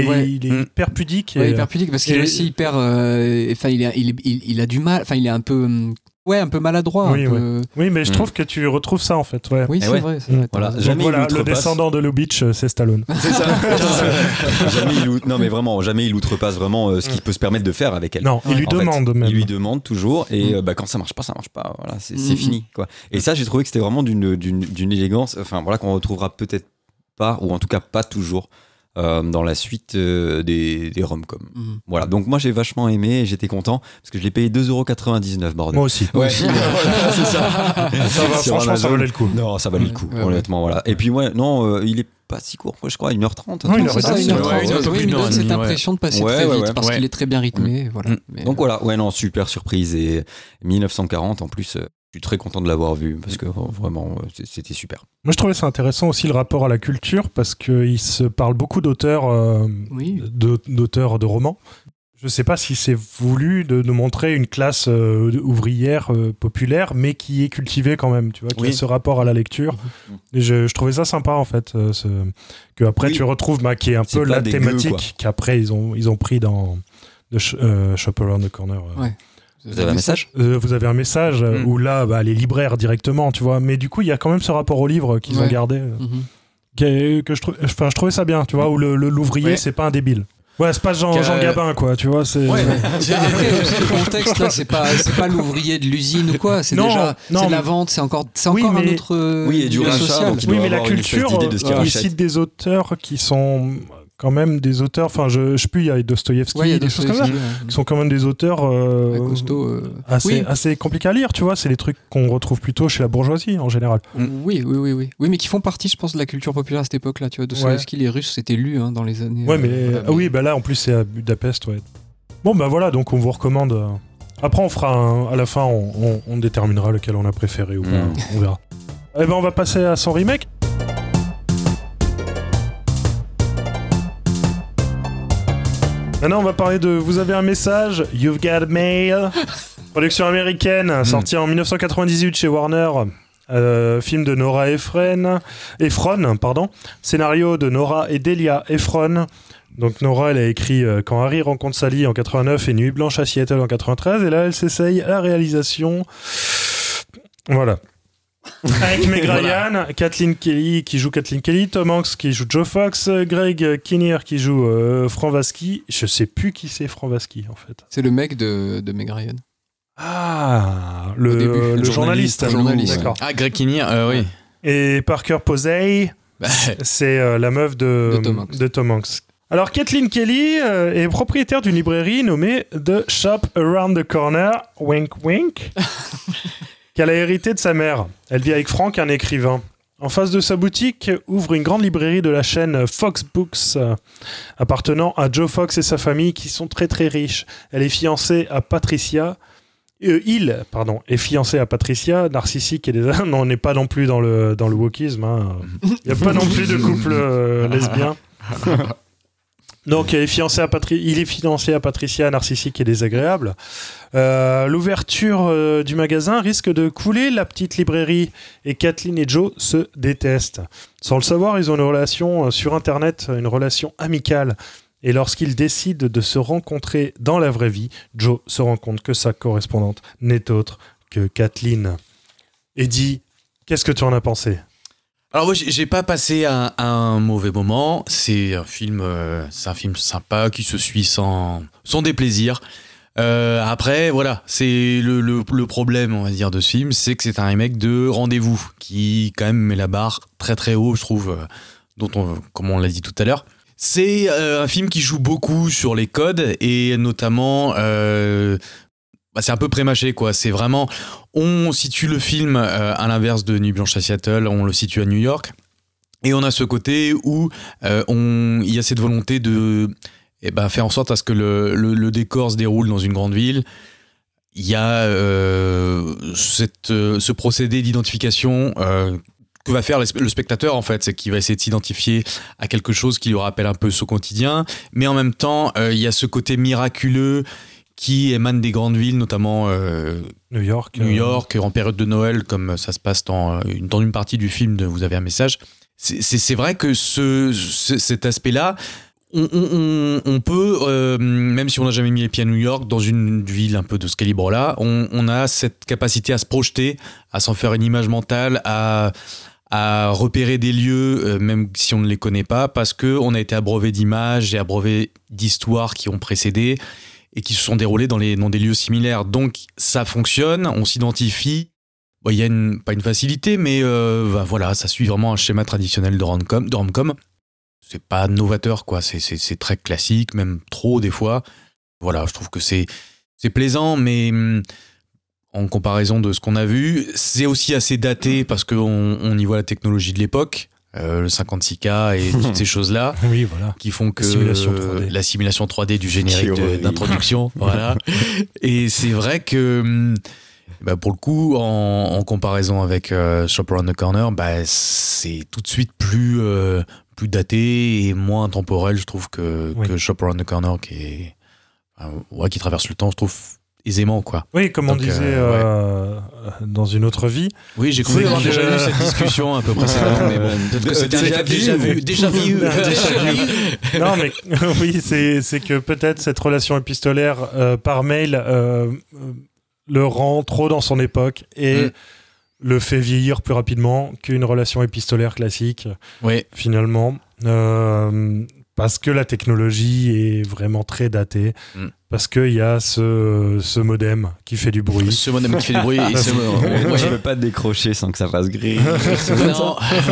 pudique. Il est hyper pudique parce qu'il est aussi hyper. Enfin, il a du mal. Enfin, il est un peu. Un peu maladroit. Oui, mais je trouve que tu retrouves ça en fait. Oui, c'est vrai. Voilà, le descendant de Lubitsch, c'est Stallone. C'est ça. Jamais il outrepasse vraiment ce qu'il peut se permettre de faire avec elle. Non, il lui demande même. Il lui demande toujours, et quand ça marche pas. Voilà, c'est fini, quoi. Et ça, j'ai trouvé que c'était vraiment d'une élégance, qu'on retrouvera peut-être pas, ou en tout cas pas toujours. Dans la suite des rom-com. Voilà, donc moi j'ai vachement aimé et j'étais content parce que je l'ai payé 2,99€, bordel. Moi aussi. Ouais, c'est ça. Franchement, ça valait le coup. Non, ça valait le coup, honnêtement, voilà. Et puis, il est pas si court, je crois, 1h30. Non, c'est ça, 1h30. Il donne cette impression de passer très vite parce qu'il est très bien rythmé. Voilà. Donc voilà, super surprise. Et 1940 en plus, Je suis très content de l'avoir vu parce que vraiment, c'était super. Moi, je trouvais ça intéressant aussi le rapport à la culture parce qu'il se parle beaucoup d'auteurs, d'auteurs de romans. Je ne sais pas si c'est voulu de nous montrer une classe ouvrière populaire, mais qui est cultivée quand même, tu vois, qui a ce rapport à la lecture. Et je trouvais ça sympa en fait, que après tu retrouves, qui est un peu la thématique qu'après ils ont pris dans Shop Around the Corner. Ouais. Vous avez un message Vous avez un message où là, les libraires directement, tu vois. Mais du coup, il y a quand même ce rapport au livre qu'ils ont gardé. Que je trouvais ça bien, tu vois, où l'ouvrier, c'est pas un débile. Ouais, c'est pas Jean Gabin, quoi, tu vois. C'est... Ouais, après, le contexte, là, c'est pas l'ouvrier de l'usine ou quoi. C'est la vente, c'est encore un autre. Oui, et du rachat. social. Oui, mais la culture, il cite des auteurs qui sont quand même des auteurs, enfin je sais plus, il y a Dostoïevski, des choses comme ça, qui sont quand même des auteurs assez compliqués à lire, tu vois, c'est des trucs qu'on retrouve plutôt chez la bourgeoisie en général. Oui, mais qui font partie, je pense, de la culture populaire à cette époque-là, tu vois, Dostoïevski, les Russes, c'était lu dans les années... Ouais, mais là, en plus, c'est à Budapest, ouais. Bon, voilà, donc on vous recommande... Après, on fera à la fin, on déterminera lequel on a préféré ou pas, on verra. Eh ben, on va passer à son remake. Maintenant, on va parler de Vous avez un message, You've Got Mail. Production américaine, sortie en 1998 chez Warner. Film de Nora Ephron. Scénario de Nora et Delia Ephron. Donc Nora, elle a écrit Quand Harry rencontre Sally en 89 et Nuit blanche à Seattle en 93. Et là, elle s'essaye à la réalisation. Voilà. Avec Meg Ryan, Kathleen Kelly qui joue Kathleen Kelly, Tom Hanks qui joue Joe Fox, Greg Kinnear qui joue Frank Vasky. Je sais plus qui c'est Frank Vasky en fait. C'est le mec de Meg Ryan. Ah, le journaliste. D'accord. Ah, Greg Kinnear, oui. Et Parker Posey, c'est la meuf de Tom Hanks. Alors, Kathleen Kelly est propriétaire d'une librairie nommée The Shop Around the Corner, wink wink, qu'elle a hérité de sa mère. Elle vit avec Frank, un écrivain. En face de sa boutique ouvre une grande librairie de la chaîne Fox Books, appartenant à Joe Fox et sa famille qui sont très très riches. Elle est fiancée à Patricia. Il est fiancé à Patricia, narcissique et non, on n'est pas non plus dans le wokisme. Il n'y a pas non plus de couple lesbien. Donc, il est fiancé à Patricia, narcissique et désagréable. L'ouverture du magasin risque de couler la petite librairie et Kathleen et Joe se détestent. Sans le savoir, ils ont une relation sur Internet, une relation amicale. Et lorsqu'ils décident de se rencontrer dans la vraie vie, Joe se rend compte que sa correspondante n'est autre que Kathleen. Eddie, qu'est-ce que tu en as pensé ? Alors moi, j'ai pas passé un mauvais moment. C'est un film sympa qui se suit sans déplaisir. Après, voilà, c'est le problème, on va dire, de ce film, c'est que c'est un remake de Rendez-vous qui quand même met la barre très très haut, je trouve, comme on l'a dit tout à l'heure. C'est un film qui joue beaucoup sur les codes et notamment. C'est un peu prémâché, quoi. C'est vraiment... On situe le film à l'inverse de Nuit blanche à Seattle, on le situe à New York. Et on a ce côté où il y a cette volonté de faire en sorte à ce que le décor se déroule dans une grande ville. Il y a ce procédé d'identification que va faire le spectateur, en fait. C'est qu'il va essayer de s'identifier à quelque chose qui lui rappelle un peu son quotidien. Mais en même temps, il y a ce côté miraculeux qui émane des grandes villes, notamment New York, en période de Noël, comme ça se passe dans une partie du film de Vous avez un message. C'est vrai que cet aspect-là, on peut, même si on n'a jamais mis les pieds à New York, dans une ville un peu de ce calibre-là, on a cette capacité à se projeter, à s'en faire une image mentale, à repérer des lieux, même si on ne les connaît pas, parce qu'on a été abreuvé d'images et abreuvé d'histoires qui ont précédé, et qui se sont déroulés dans des lieux similaires. Donc ça fonctionne, on s'identifie. Il y a pas une facilité, mais voilà, ça suit vraiment un schéma traditionnel de rom-com. C'est pas novateur, quoi. C'est très classique, même trop des fois. Voilà, je trouve que c'est plaisant, mais en comparaison de ce qu'on a vu, c'est aussi assez daté parce qu'on y voit la technologie de l'époque. Le 56K et toutes ces choses-là, oui, voilà, qui font que la simulation 3D du générique d'introduction, voilà. Et c'est vrai que Pour le coup, en comparaison avec Shop Around the Corner, c'est tout de suite plus daté et moins temporel, je trouve, que Shop Around the Corner, qui traverse le temps, je trouve, aisément, quoi. Oui, comme on disait dans une autre vie. Oui, j'ai cru avoir déjà eu cette discussion un peu précédemment, mais bon, peut-être que c'était déjà vu. Non, mais oui, c'est que peut-être cette relation épistolaire par mail le rend trop dans son époque et le fait vieillir plus rapidement qu'une relation épistolaire classique, finalement. Parce que la technologie est vraiment très datée. Parce qu'il y a ce modem qui fait du bruit. Ce modem qui fait du bruit. Moi, je ne peux pas décrocher sans que ça fasse gris. Non.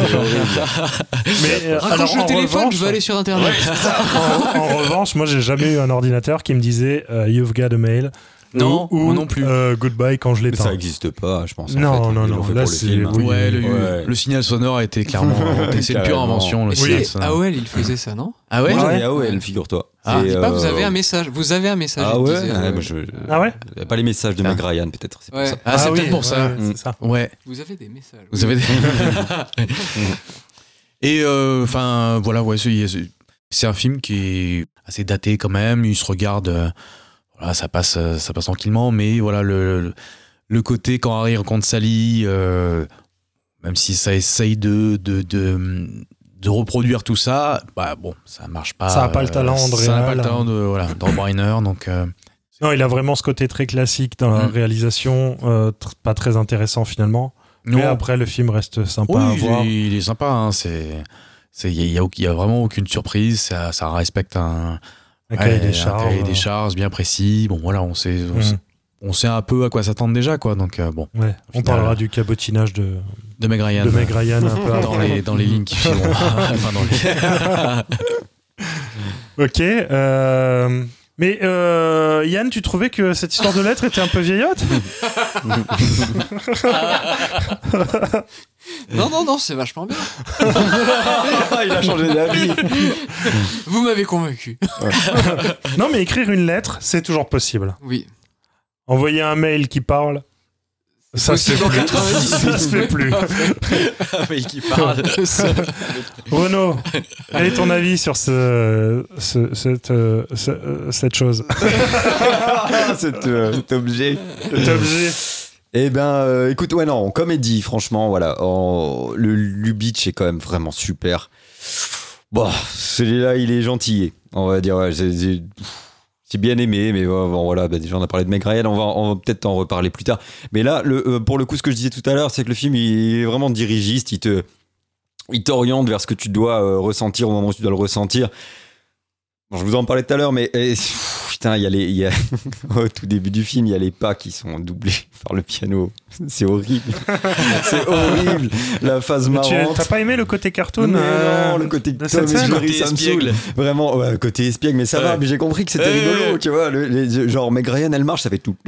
Mais raccroche le téléphone, je veux aller sur Internet. En revanche, moi, j'ai jamais eu un ordinateur qui me disait « You've got a mail ». Non, ou non plus. Goodbye quand je l'éteins. Ça n'existe pas, je pense. Non. Là, c'est le signal sonore a été clairement. C'est une pure invention. Le signal sonore. AOL, il faisait ça, non? Ah ouais. Moi, j'avais AOL, figure-toi. Vous avez un message. Vous avez un message. Ah ouais. Pas les messages de Meg Ryan, peut-être. C'est pour ça. C'est peut-être pour ça. C'est ça. Ouais. Vous avez des messages. Vous avez. Et voilà, c'est un film qui est assez daté quand même. Il se regarde. Voilà, ça passe tranquillement, mais voilà le côté quand Harry rencontre Sally, même si ça essaye de reproduire tout ça, ça marche pas. Ça n'a pas le talent de Ça n'a pas le talent de Reiner, donc. Non, il a vraiment ce côté très classique dans la réalisation, pas très intéressant finalement. Non. Mais après, le film reste sympa à voir. Il est sympa. Hein, il y a vraiment aucune surprise. Ça respecte un cahier des charges bien précis. Bon, voilà, on sait un peu à quoi s'attendre déjà, quoi. Donc, bon. Ouais, on parlera du cabotinage de Meg Ryan. De Meg Ryan un peu dans les lignes qui fileront. Ok. Mais Yann, tu trouvais que cette histoire de lettres était un peu vieillotte? Non, c'est vachement bien. Il a changé d'avis. Vous m'avez convaincu. Non, mais écrire une lettre, c'est toujours possible. Oui. Envoyer un mail qui parle, ça se fait plus. Un mail qui parle. Renaud, quel est ton avis sur cette chose? Cet objet. Cet objet. Eh ben, écoute, comédie, franchement, voilà. Le Lubitsch est quand même vraiment super. Bon, celui-là, il est gentil. On va dire, c'est bien aimé, mais voilà, déjà on a parlé de Meg Ryan, on va peut-être en reparler plus tard. Mais là, pour le coup, ce que je disais tout à l'heure, c'est que le film, il est vraiment dirigiste, il t'oriente vers ce que tu dois ressentir au moment où tu dois le ressentir. Bon, je vous en parlais tout à l'heure, mais putain, il y a au tout début du film, il y a les pas qui sont doublés par le piano. C'est horrible. C'est horrible. La phase marrante. T'as pas aimé le côté cartoon? Non, le côté Tom et Jerry, ça me saoule. Vraiment, côté espiègle, mais ça va. Mais j'ai compris que c'était rigolo, tu vois. Genre, Meg Ryan, elle marche, ça fait tout.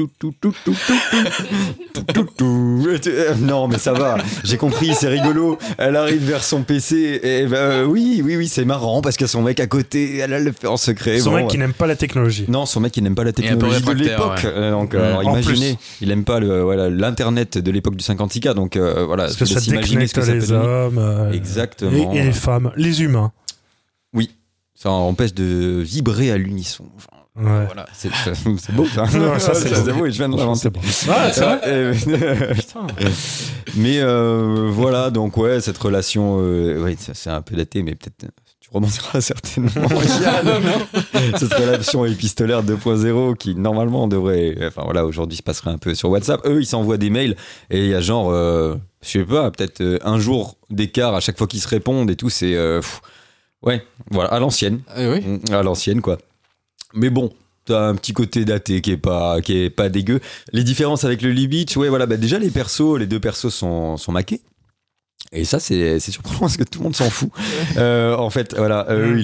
Non, mais ça va. J'ai compris, c'est rigolo. Elle arrive vers son PC et oui, c'est marrant parce qu'il y a son mec à côté. Elle le fait en secret. Son mec qui n'aime pas la technologie. Non, son mec qui n'aime pas la technologie de l'époque. Donc, alors, imaginez, il n'aime pas l'internet de l'époque du 56K. Donc, voilà. Parce que ça déconnecte les hommes. Exactement. Et les femmes, les humains. Oui. Ça empêche de vibrer à l'unisson. Ouais. Voilà, c'est beau ça. Non, ça c'est beau et je viens de l'inventer. Ah, c'est vrai. Putain. Mais voilà, donc cette relation, c'est un peu daté, mais peut-être tu remonteras certainement. Cette relation épistolaire 2.0 qui normalement devrait, aujourd'hui se passerait un peu sur WhatsApp. Eux, ils s'envoient des mails et il y a genre, je sais pas, peut-être un jour d'écart à chaque fois qu'ils se répondent et tout. C'est voilà, à l'ancienne, à l'ancienne quoi. Mais bon, t'as un petit côté daté qui est pas dégueu. Les différences avec le Lubitsch, déjà les deux persos sont maqués. Et ça, c'est surprenant parce que tout le monde s'en fout. En fait, voilà, eux,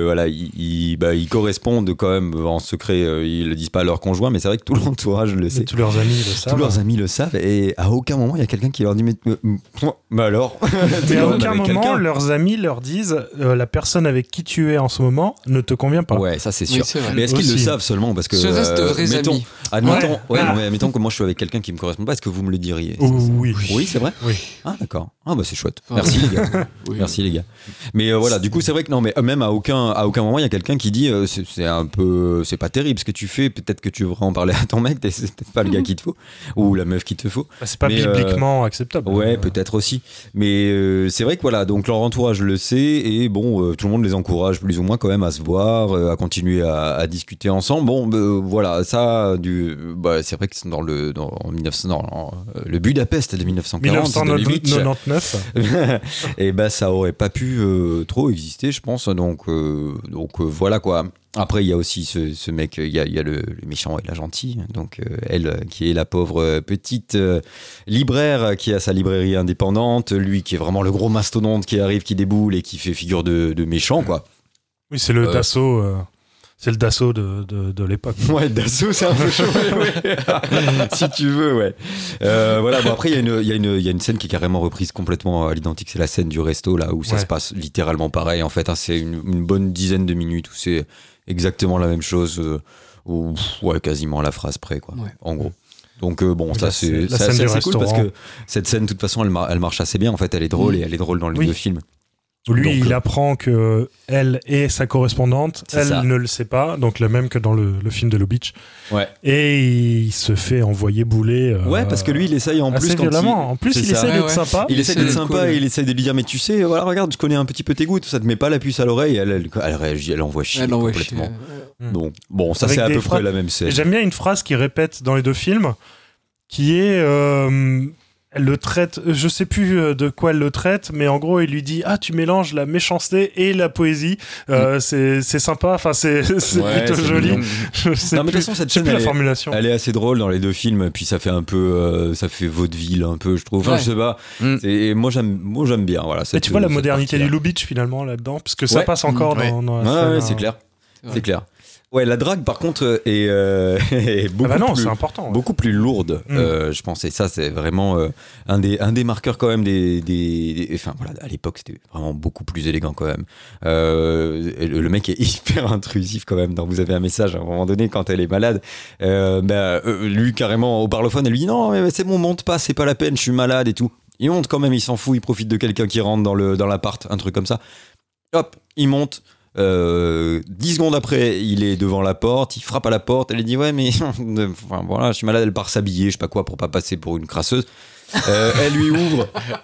ils correspondent quand même en secret. Ils le disent pas à leur conjoint, mais c'est vrai que tout l'entourage le sait. Tous leurs amis le savent. Tous leurs amis le savent. Et à aucun moment, il y a quelqu'un qui leur dit mais alors. Et à aucun moment, leurs amis leur disent la personne avec qui tu es en ce moment ne te convient pas. Ouais, ça c'est sûr. Oui, c'est mais est-ce qu'ils le savent seulement parce que ce reste vrais amis. Admettons que moi je suis avec quelqu'un qui me correspond pas. Est-ce que vous me le diriez? Oui, c'est vrai. Oui. Ah d'accord. Ah bah c'est chouette. Merci les gars. Merci les gars. Mais voilà, du coup c'est vrai que non, mais même à aucun moment il y a quelqu'un qui dit c'est pas terrible ce que tu fais. Peut-être que tu devrais en parler à ton mec. C'est peut-être pas le gars qu'il te faut ou la meuf qu'il te faut. C'est pas bibliquement acceptable. Ouais, peut-être aussi. Mais c'est vrai que voilà, donc leur entourage le sait et bon, tout le monde les encourage plus ou moins quand même à se voir, à continuer à discuter ensemble. Bon, voilà, ça, c'est vrai que c'est dans le Budapest de 1999. Et ça aurait pas pu trop exister, je pense. Donc voilà quoi. Après, il y a aussi ce mec, il y a le méchant et la gentille. Donc, elle, qui est la pauvre petite libraire qui a sa librairie indépendante. Lui, qui est vraiment le gros mastodonte qui arrive, qui déboule et qui fait figure de méchant, quoi. Oui, c'est le Dassault. C'est le Dassault de l'époque. Ouais, Dassault, c'est un peu chaud. Ouais. Si tu veux, ouais. Voilà, bon, après, il y a une scène qui est carrément reprise complètement à l'identique. C'est la scène du resto, là, où ça se passe littéralement pareil. En fait, c'est une bonne dizaine de minutes où c'est exactement la même chose, quasiment à la phrase près, quoi, en gros. Donc bon, ça c'est cool parce que cette scène, de toute façon, elle marche assez bien. En fait, elle est drôle et elle est drôle dans les deux films. Lui, il apprend que elle est sa correspondante, ne le sait pas, donc le même que dans le film de Lubitsch. Ouais. Et il se fait envoyer bouler. Ouais, parce que lui, il essaye en plus violemment. En plus, il essaye d'être sympa. Il essaye d'être sympa et il essaye de lui dire mais tu sais, voilà, regarde, je connais un petit peu tes goûts, ça te met pas la puce à l'oreille. Elle réagit, elle envoie chier complètement. Donc bon, ça c'est à peu près la même scène. J'aime bien une phrase qu'il répète dans les deux films, qui est elle le traite, je sais plus de quoi elle le traite, mais en gros il lui dit tu mélanges la méchanceté et la poésie, c'est sympa, enfin c'est plutôt joli. Non mais de toute façon cette scène, la formulation. Elle est assez drôle dans les deux films, puis ça fait un peu ça fait vaudeville un peu, je trouve. Enfin, je sais pas. Et moi j'aime bien, voilà. Mais tu vois la modernité du Lubitsch finalement là-dedans, parce que ça passe encore dans la scène. Ouais, c'est clair. C'est clair. Ouais, la drague par contre est beaucoup plus lourde, je pense. Et ça, c'est vraiment un des marqueurs quand même enfin voilà, à l'époque c'était vraiment beaucoup plus élégant quand même. Le mec est hyper intrusif quand même. Vous avez un message à un moment donné quand elle est malade. Lui carrément au parlophone, elle lui dit non mais c'est bon, monte pas, c'est pas la peine, je suis malade et tout. Il monte quand même, il s'en fout, il profite de quelqu'un qui rentre dans l'appart, un truc comme ça. Hop, il monte. 10 secondes après, il est devant la porte, il frappe à la porte, elle lui dit ouais mais enfin, voilà, je suis malade, elle part s'habiller, je sais pas quoi, pour pas passer pour une crasseuse. Elle lui ouvre.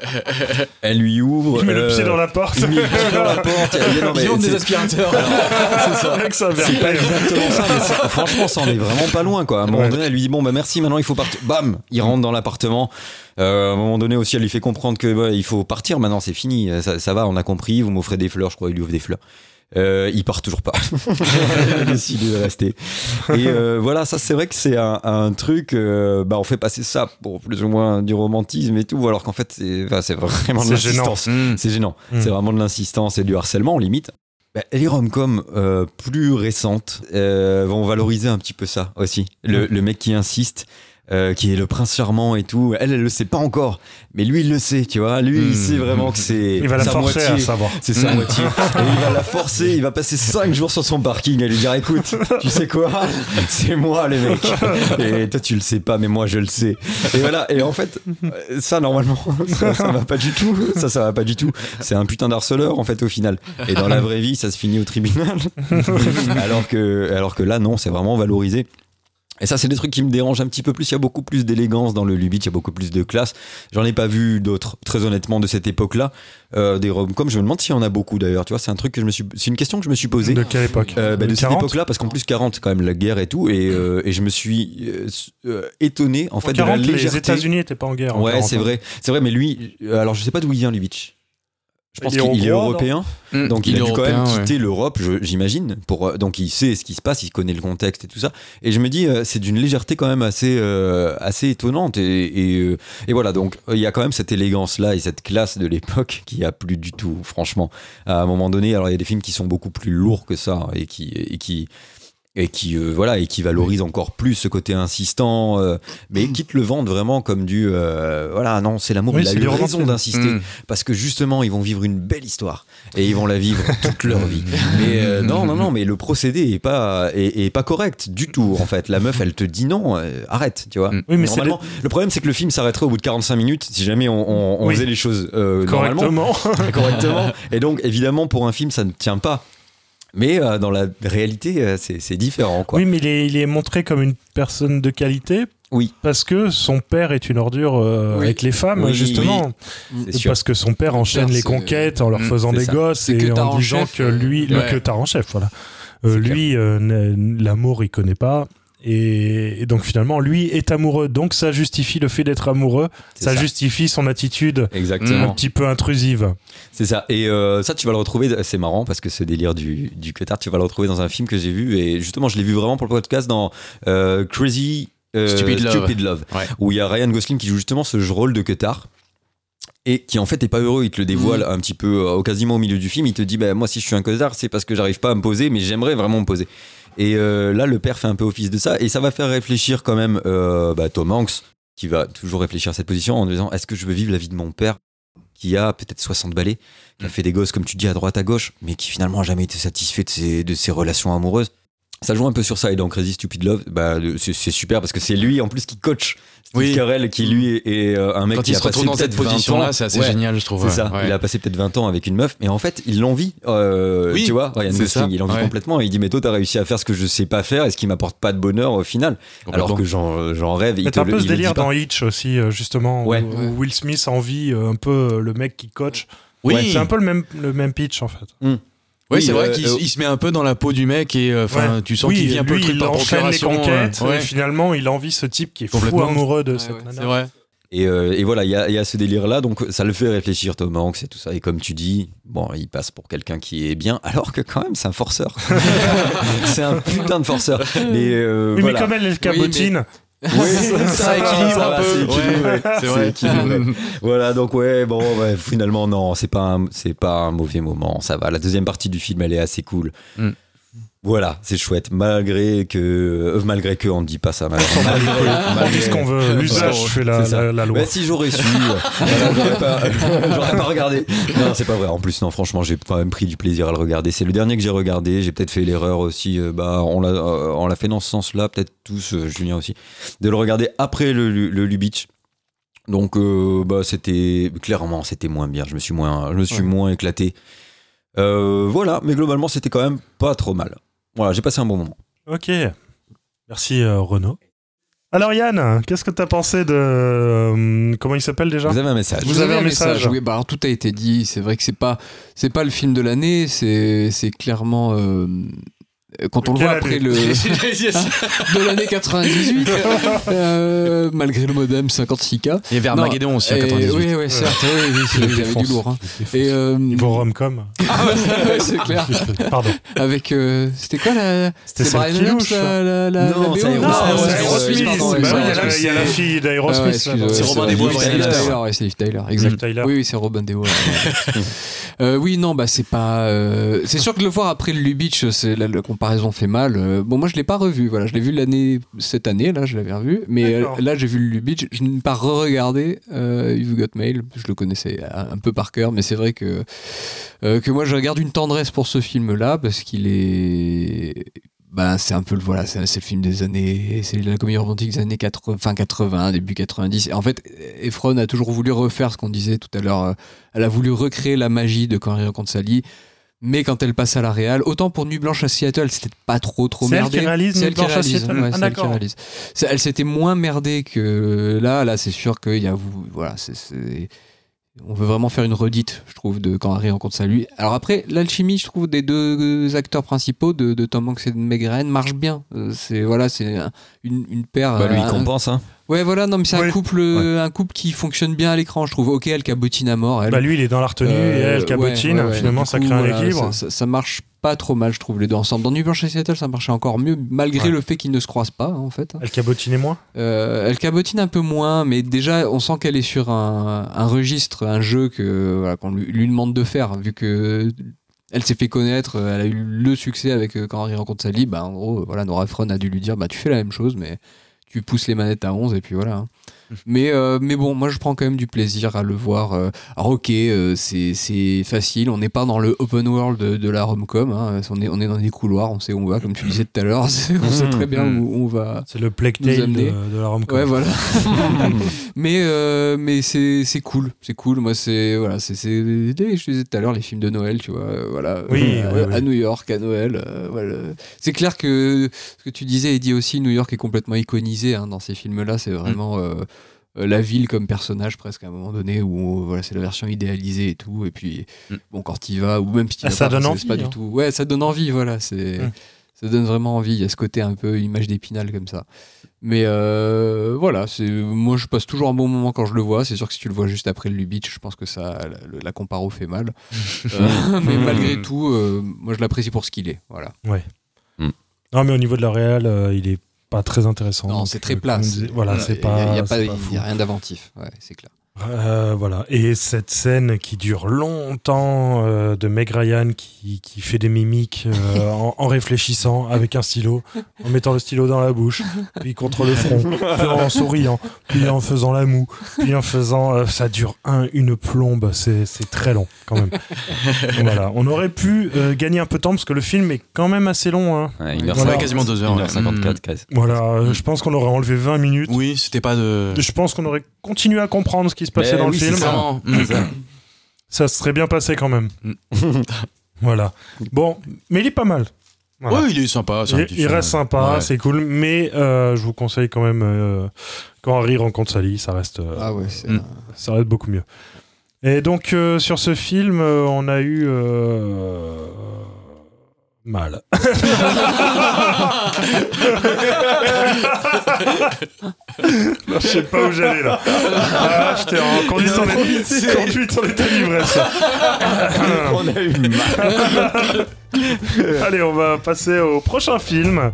Il met le pied dans la porte. Il met le pied dans la porte. Ils ont des aspirateurs. C'est pas exactement ça, mais franchement, ça en est vraiment pas loin, quoi. À un moment donné, elle lui dit bon, bah merci, maintenant il faut partir. Bam, il rentre dans l'appartement. À un moment donné aussi, elle lui fait comprendre que il faut partir. Maintenant, c'est fini. Ça va, on a compris. Vous m'offrez des fleurs, je crois. Il lui offre des fleurs. Il part toujours pas. Il a décidé de rester. Et voilà, ça c'est vrai que c'est un truc. On fait passer ça pour plus ou moins du romantisme et tout, alors qu'en fait c'est vraiment de l'insistance. C'est gênant. C'est vraiment de l'insistance et du harcèlement limite. Les rom-coms plus récentes vont valoriser un petit peu ça aussi. Le mec qui insiste. Qui est le prince charmant et tout, elle le sait pas encore, mais lui il le sait, tu vois, lui il sait vraiment que c'est il va la sa forcer moitié, à savoir. C'est sa moitié, et il va la forcer, il va passer 5 jours sur son parking et lui dire écoute, tu sais quoi, c'est moi le mec, et toi tu le sais pas mais moi je le sais, et voilà, et en fait ça normalement ça va pas du tout, ça va pas du tout, c'est un putain d'harceleur en fait au final, et dans la vraie vie ça se finit au tribunal, alors que là non, c'est vraiment valorisé. Et ça, c'est des trucs qui me dérangent un petit peu plus. Il y a beaucoup plus d'élégance dans le Lubitsch, il y a beaucoup plus de classe. J'en ai pas vu d'autres, très honnêtement, de cette époque-là. Des rom-coms, je me demande s'il y en a beaucoup d'ailleurs. Tu vois, c'est un truc c'est une question que je me suis posée. De quelle époque de cette époque-là, parce qu'en plus 40, quand même, la guerre et tout. Et je me suis étonné, en fait, 40, de la légèreté. Les États-Unis n'étaient pas en guerre. Ouais, c'est vrai, mais lui, alors je sais pas d'où il vient, Lubitsch. Je pense qu'il est européen, donc il a dû quand même quitter l'Europe, j'imagine. Donc il sait ce qui se passe, il connaît le contexte et tout ça. Et je me dis, c'est d'une légèreté quand même assez étonnante. Et voilà, donc il y a quand même cette élégance-là et cette classe de l'époque qui a plus du tout, franchement. À un moment donné, alors il y a des films qui sont beaucoup plus lourds que ça et qui valorise encore plus ce côté insistant, mais qui te le vendent vraiment comme du non, c'est l'amour, il a eu raison d'insister parce que justement ils vont vivre une belle histoire et ils vont la vivre toute leur vie. Mais non, mais le procédé est pas correct du tout en fait. La meuf elle te dit non, arrête, tu vois. Oui, mais normalement, le problème c'est que le film s'arrêterait au bout de 45 minutes si jamais on faisait les choses correctement. Et donc évidemment pour un film ça ne tient pas. Mais dans la réalité, c'est différent, quoi. Oui, mais il est montré comme une personne de qualité. Oui. Parce que son père est une ordure avec les femmes, justement. Oui. Parce que son père enchaîne les conquêtes en leur faisant des gosses et en disant que lui, le queutard en chef, voilà. Lui, l'amour, il connaît pas. Et donc finalement, lui est amoureux. Donc ça justifie le fait d'être amoureux. Ça justifie son attitude un petit peu intrusive. C'est ça. Et ça, tu vas le retrouver. C'est marrant parce que ce délire du queutard, tu vas le retrouver dans un film que j'ai vu. Et justement, je l'ai vu vraiment pour le podcast dans Crazy Stupid Love, où il y a Ryan Gosling qui joue justement ce rôle de queutard. Et qui en fait est pas heureux, il te le dévoile un petit peu quasiment au milieu du film. Il te dit moi si je suis un queutard, c'est parce que j'arrive pas à me poser, mais j'aimerais vraiment me poser. Et là, le père fait un peu office de ça, et ça va faire réfléchir quand même Tom Hanks, qui va toujours réfléchir à cette position en disant est-ce que je veux vivre la vie de mon père, qui a peut-être 60 balais, qui a fait des gosses, comme tu dis, à droite, à gauche, mais qui finalement a jamais été satisfait de ses relations amoureuses. Ça joue un peu sur ça, et dans Crazy Stupid Love, c'est super parce que c'est lui en plus qui coach Steve Carell, qui lui est un mec qui a passé peut-être 20 ans. C'est assez génial, je trouve. C'est ça, il a passé peut-être 20 ans avec une meuf, mais en fait, il l'envie. Tu vois, Ryan Gosling, il l'envie complètement. Et il dit mais toi, t'as réussi à faire ce que je sais pas faire et ce qui m'apporte pas de bonheur au final. Alors que j'en rêve. C'est un peu ce délire dans Hitch aussi, justement, où Will Smith envie un peu le mec qui coach. C'est un peu le même pitch en fait. Oui, c'est vrai qu'il se met un peu dans la peau du mec et tu sens qu'il vient un peu le truc par procuration. Les conquêtes, et finalement, il envie ce type qui est fou amoureux de cette nana. C'est vrai. Et voilà, il y a ce délire-là, donc ça le fait réfléchir, Tom Hanks et tout ça. Et comme tu dis, il passe pour quelqu'un qui est bien, alors que quand même, c'est un forceur. C'est un putain de forceur. Mais comme elle le cabotine. Oui, ça équilibre un peu. C'est vrai. Voilà, donc finalement non, c'est pas un mauvais moment, ça va. La deuxième partie du film, elle est assez cool. Voilà, c'est chouette, malgré que on ne dit pas ça. On dit ce qu'on veut, l'usage fait la loi. Si j'aurais su, j'aurais pas regardé. Non, c'est pas vrai. En plus, non, franchement, j'ai quand même pris du plaisir à le regarder. C'est le dernier que j'ai regardé. J'ai peut-être fait l'erreur aussi. On l'a fait dans ce sens-là, peut-être tous, Julien aussi, de le regarder après le Lubitsch. Donc, c'était moins bien. Je me suis moins éclaté. Voilà, mais globalement, c'était quand même pas trop mal. Voilà, j'ai passé un bon moment. Ok. Merci Renaud. Alors Yann, qu'est-ce que t'as pensé de... comment il s'appelle déjà ? Vous avez un message. Vous avez un message. Oui, alors tout a été dit. C'est vrai que c'est pas le film de l'année. C'est clairement... quand on le voit après de l'année 98, malgré le modem 56K. Il y avait Armageddon aussi en 98. Oui, certes, il y avait du lourd. Hein. Niveau rom-com. C'est clair. Pardon. Avec, c'était quoi la... C'était Brian Adams, Non, c'est Aerosmith. Il y a la fille d'Aerosmith. C'est Robin des Bois. C'est Liv Tyler, exact. Oui, c'est Robin des Bois. Oui, non, c'est pas... c'est sûr que le voir après le Lubitsch, c'est la comparaison fait mal. Moi, je l'ai pas revu. Voilà, je l'ai vu cette année. Là, je l'avais revu. Mais là, j'ai vu le Lubitsch. Je n'ai pas re-regardé You've Got Mail. Je le connaissais un peu par cœur, mais c'est vrai que moi, je regarde une tendresse pour ce film-là parce qu'il est... c'est un peu c'est le film des années, c'est la comédie romantique des années 80, début 90. Et en fait, Efron a toujours voulu refaire ce qu'on disait tout à l'heure. Elle a voulu recréer la magie de Quand Harry rencontre Sally. Mais quand elle passe à la réal, autant pour Nuit Blanche à Seattle, c'était pas trop merdé. C'est elle qui réalise Nuit Blanche à Seattle. Ouais, d'accord. Elle s'était moins merdée que là, c'est sûr qu'il y a on veut vraiment faire une redite, je trouve, de Quand Harry rencontre Sally. Alors après, l'alchimie, je trouve, des deux acteurs principaux de Tom Hanks et de Meg Ryan marche bien. C'est une paire. Lui, il compense, hein. Ouais, voilà, non, mais c'est un couple qui fonctionne bien à l'écran, je trouve. Ok, elle cabotine à mort. Lui, il est dans la retenue et elle cabotine. Finalement, ça crée un équilibre. Ça marche pas trop mal, je trouve, les deux ensemble. Dans Nuit Blanche et Seattle, ça marchait encore mieux, malgré le fait qu'ils ne se croisent pas, en fait. Elle cabotinait moins Elle cabotine un peu moins, mais déjà, on sent qu'elle est sur un registre, un jeu qu'on lui demande de faire, vu que elle s'est fait connaître, elle a eu le succès avec Quand Harry rencontre Sally. En gros, Nora Ephron a dû lui dire tu fais la même chose, mais tu pousses les manettes à 11 et puis voilà. Mais bon, moi je prends quand même du plaisir à le voir. Alors ok, c'est facile, on n'est pas dans le open world de la rom-com, hein. On est dans des couloirs, on sait où on va, comme tu disais tout à l'heure, on sait très bien où on va. C'est le Plague Tale de la rom-com. Ouais, voilà. mais c'est cool, moi je disais tout à l'heure, les films de Noël, tu vois, à New York, à Noël, C'est clair que ce que tu disais, Eddie aussi, New York est complètement iconisé dans ces films-là, c'est vraiment la ville comme personnage presque à un moment donné où c'est la version idéalisée et tout, et puis quand t'y vas, ou même si t'y vas ça pas, donne envie, c'est pas du tout. Ouais, ça donne envie, ça donne vraiment envie. Il y a ce côté un peu image d'Épinal comme ça. Mais moi je passe toujours un bon moment quand je le vois. C'est sûr que si tu le vois juste après le Lubitsch, je pense que la comparo fait mal. Mais malgré tout, moi je l'apprécie pour ce qu'il est. Voilà. Ouais. Non, mais au niveau de la réal, il est pas très intéressant. Non, c'est très plat. Il n'y a rien d'inventif. Ouais, c'est clair. Et cette scène qui dure longtemps de Meg Ryan qui fait des mimiques en réfléchissant avec un stylo, en mettant le stylo dans la bouche, puis contre le front, puis en souriant, puis en faisant la moue, puis en faisant... ça dure une plombe, c'est très long quand même. Voilà. On aurait pu gagner un peu de temps parce que le film est quand même assez long. Hein. Ouais, il y a quasiment 2 heures. 1h54 quasi. Voilà, je pense qu'on aurait enlevé 20 minutes. Oui, c'était pas de... Je pense qu'on aurait continué à comprendre ce qui se passait dans le film. Ça se serait bien passé quand même. Voilà. Bon, mais il est pas mal. Voilà. Oui, il est sympa. Il reste sympa, c'est cool. Mais je vous conseille quand même Quand Harry rencontre Sally, ça reste, ça reste beaucoup mieux. Et donc sur ce film, on a eu mal. Non, je sais pas où j'allais là. J'étais en conduite en état d'ivresse. On a eu mal. Allez, on va passer au prochain film.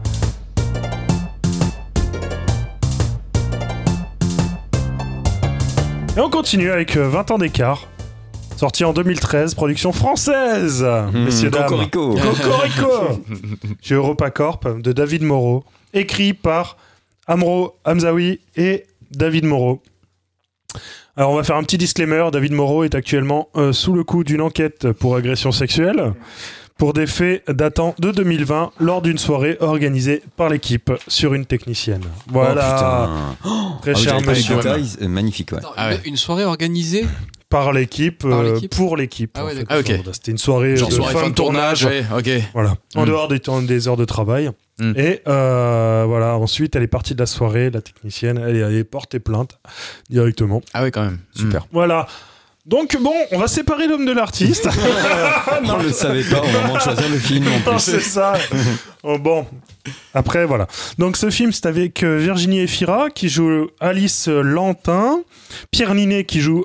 Et on continue avec 20 ans d'écart. Sorti en 2013, production française. Messieurs, dames. Cocorico. Chez EuropaCorp, de David Moreau. Écrit par Amro Hamzaoui et David Moreau. Alors, on va faire un petit disclaimer. David Moreau est actuellement sous le coup d'une enquête pour agression sexuelle pour des faits datant de 2020 lors d'une soirée organisée par l'équipe sur une technicienne. Voilà. Très cher monsieur. Magnifique, ouais. Attends, une soirée organisée par l'équipe, pour l'équipe. Ah ouais, en fait. C'était une soirée genre soirée fin de tournage. Ouais, ok. Voilà. En dehors des heures de travail. Et voilà. Ensuite, elle est partie de la soirée, la technicienne, elle est portée plainte directement. Ah ouais, quand même. Super. Voilà. Donc bon, on va séparer l'homme de l'artiste. On ne le savait pas au moment de choisir le film. En plus. Non, c'est ça. Bon, après voilà. Donc ce film, c'est avec Virginie Efira qui joue Alice Lantin, Pierre Ninet qui joue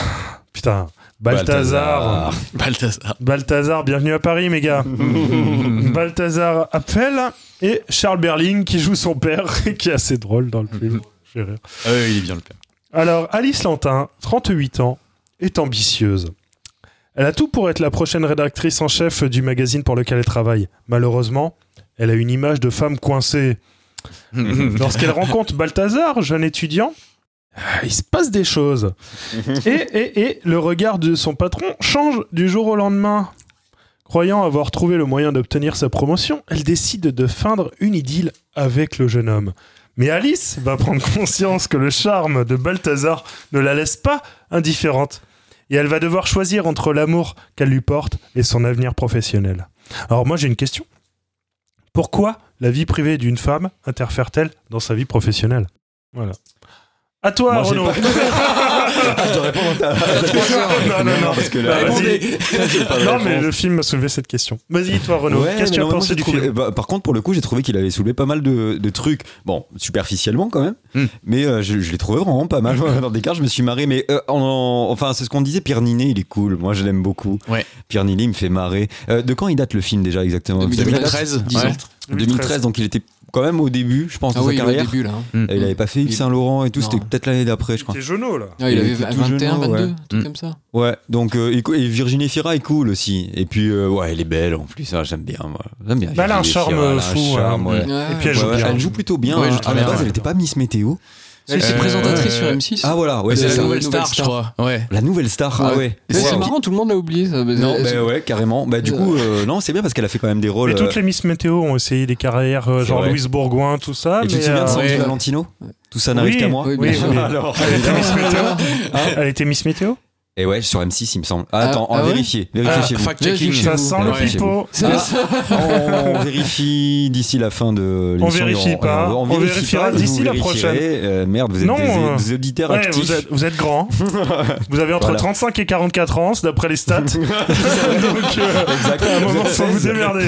Balthazar, bienvenue à Paris, mes gars. Balthazar Appel et Charles Berling qui joue son père, qui est assez drôle dans le film. Je vais rire. Ah oui, il est bien le père. Alors, Alice Lantin, 38 ans, est ambitieuse. Elle a tout pour être la prochaine rédactrice en chef du magazine pour lequel elle travaille. Malheureusement, elle a une image de femme coincée. Lorsqu'elle rencontre Balthazar, jeune étudiant, il se passe des choses. Et le regard de son patron change du jour au lendemain. Croyant avoir trouvé le moyen d'obtenir sa promotion, elle décide de feindre une idylle avec le jeune homme. Mais Alice va prendre conscience que le charme de Balthazar ne la laisse pas indifférente. Et elle va devoir choisir entre l'amour qu'elle lui porte et son avenir professionnel. Alors moi j'ai une question. Pourquoi la vie privée d'une femme interfère-t-elle dans sa vie professionnelle ? Voilà. À toi, Moi, j'ai Renaud. je dois répondre à ta question. Non, parce que là, Vas-y. j'ai pas de Non, réponse. mais le film a soulevé cette question. Vas-y, toi, Renaud. Ouais, Qu'est-ce que tu mais as non, pensé moi, du j'ai trouvé- film Par contre, pour le coup, j'ai trouvé qu'il avait soulevé pas mal de trucs. Bon, superficiellement quand même. Mais je l'ai trouvé vraiment pas mal. Dans des cas, je me suis marré. Mais enfin, c'est ce qu'on disait. Pierre Ninet, il est cool. Moi, je l'aime beaucoup. Ouais. Pierre Ninet, il me fait marrer. De quand il date le film déjà exactement? 2013. 10 ans. 2013, donc il était quand même au début, je pense, de Ah sa oui, au carrière. début là. Et il avait pas fait Yves Saint-Laurent et tout. Non. C'était peut-être l'année d'après, je crois. T'es genou, là. Ah, il avait était tout 21, jeune, 22, ouais. un truc comme ça. Ouais, donc et Virginie Fira est cool aussi. Et puis ouais, elle est belle en plus, ça, j'aime bien moi. J'aime bien. Bah, elle a un Virginie charme Fira, elle a un fou, charme, ouais. Et puis elle joue Ouais, bien. elle joue plutôt bien. Ouais, elle hein. joue très À la bien, base, ouais. elle était pas Miss Météo. Elle est présentatrice sur M6. Ah voilà, ouais, C'est c'est la ça. nouvelle Nouvelle star, je star. crois. Ouais. La nouvelle star. Ah ouais. Mais c'est Ouais. marrant, tout le monde l'a oublié. Ça. Non, bah ouais, carrément. Bah du coup, non, c'est bien parce qu'elle a fait quand même des rôles. Et toutes les Miss Météo ont essayé des carrières genre vrai. Louise Bourgoin, tout ça. Et tu te mais, souviens de Sandy ouais. Valentino? Tout ça n'arrive qu'à moi. Oui, Oui, bien sûr. oui. Alors, Elle était Miss Météo. Elle était Miss Météo. et ouais, sur M6, il me semble. Attends, on ah va ouais vérifier. Ah, Vérifiez chez vous. fact-checking. Ça sent le Ouais. pipeau. On vérifie d'ici la fin de l'émission. On vérifie pas. On vérifiera pas, d'ici vous la vérifierez. prochaine. Merde, vous êtes Non, des auditeurs Ouais, actifs. vous êtes grand. Vous avez entre Voilà. 35 et 44 ans, c'est d'après les stats. Donc, Exact. à un Vous moment, êtes faut vous 16. démerder.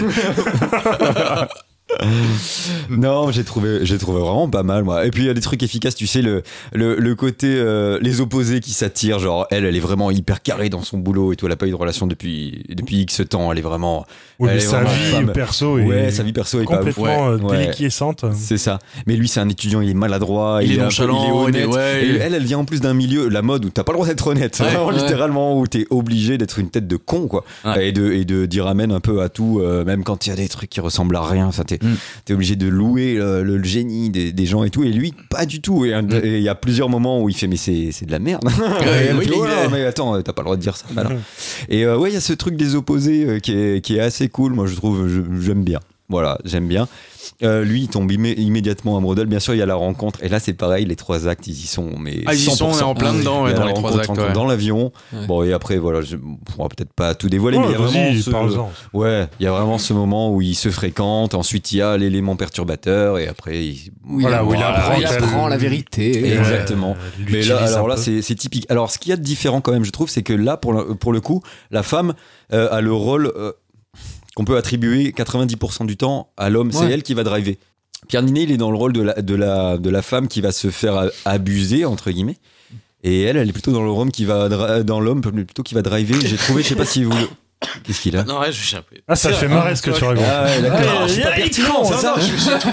Non, j'ai trouvé vraiment pas mal moi. Et puis il y a des trucs efficaces, tu sais le côté les opposés qui s'attirent, genre elle est vraiment hyper carrée dans son boulot et tout, elle a pas eu de relation depuis X temps, elle est vraiment Oui, elle mais est sa vraiment vie femme. perso Ouais, est sa vie perso est pas ouf. complètement Ouais. déliquescente. C'est ça. Mais lui, c'est un étudiant, il est maladroit, Il est un peu- nonchalant, il est honnête. ouais, Et il- elle vient en plus d'un milieu, la mode, où t'as pas le droit d'être honnête. Ouais. Vraiment, Ouais. littéralement, où t'es obligé d'être une tête de con, quoi. Ouais. Et de dire amen un peu à tout, même quand il y a des trucs qui ressemblent à rien. Ça, t'es obligé de louer le génie des gens et tout. Et lui, pas du tout. Et il y a plusieurs moments où il fait, mais c'est de la merde. Et elle oui, fait, il oh là, est- mais attends, t'as pas le droit de dire ça. Voilà. Et ouais, il y a ce truc des opposés qui est assez cool. Moi, je trouve, j'aime bien. Voilà, j'aime bien. Lui, il tombe immédiatement amoureux d'elle. Bien sûr, il y a la rencontre. Et là, c'est pareil, les trois actes, ils y sont. Mais Ah, ils y sont, on est en plein dedans, ouais, Il y a dans la les trois rencontre actes. Ouais. dans l'avion. Ouais. Bon, et après, voilà, on va peut-être pas tout dévoiler, mais il y a vraiment Vas-y, ce... parle-en. Ouais, il y a vraiment ce moment où ils se fréquentent. Ensuite, il y a l'élément perturbateur. Et après, Voilà, où il apprend il apprend la vérité. Exactement. Il Mais l'utilise là, alors un là, peu. c'est typique. Alors, ce qu'il y a de différent quand même, je trouve, c'est que là, pour le coup, la femme a le rôle qu'on peut attribuer 90% du temps à l'homme. C'est Ouais. elle qui va driver. Pierre Ninet, il est dans le rôle de la femme qui va se faire abuser, entre guillemets. Et elle est plutôt dans le rôle dans l'homme plutôt qui va driver. J'ai trouvé, je sais pas si vous. Qu'est-ce qu'il a? Non, ouais, je suis un peu. Ah, ça fait marrer ce que tu racontes. Ah ouais, d'accord. Ah, Je suis pas il est pertinent, con, c'est ça.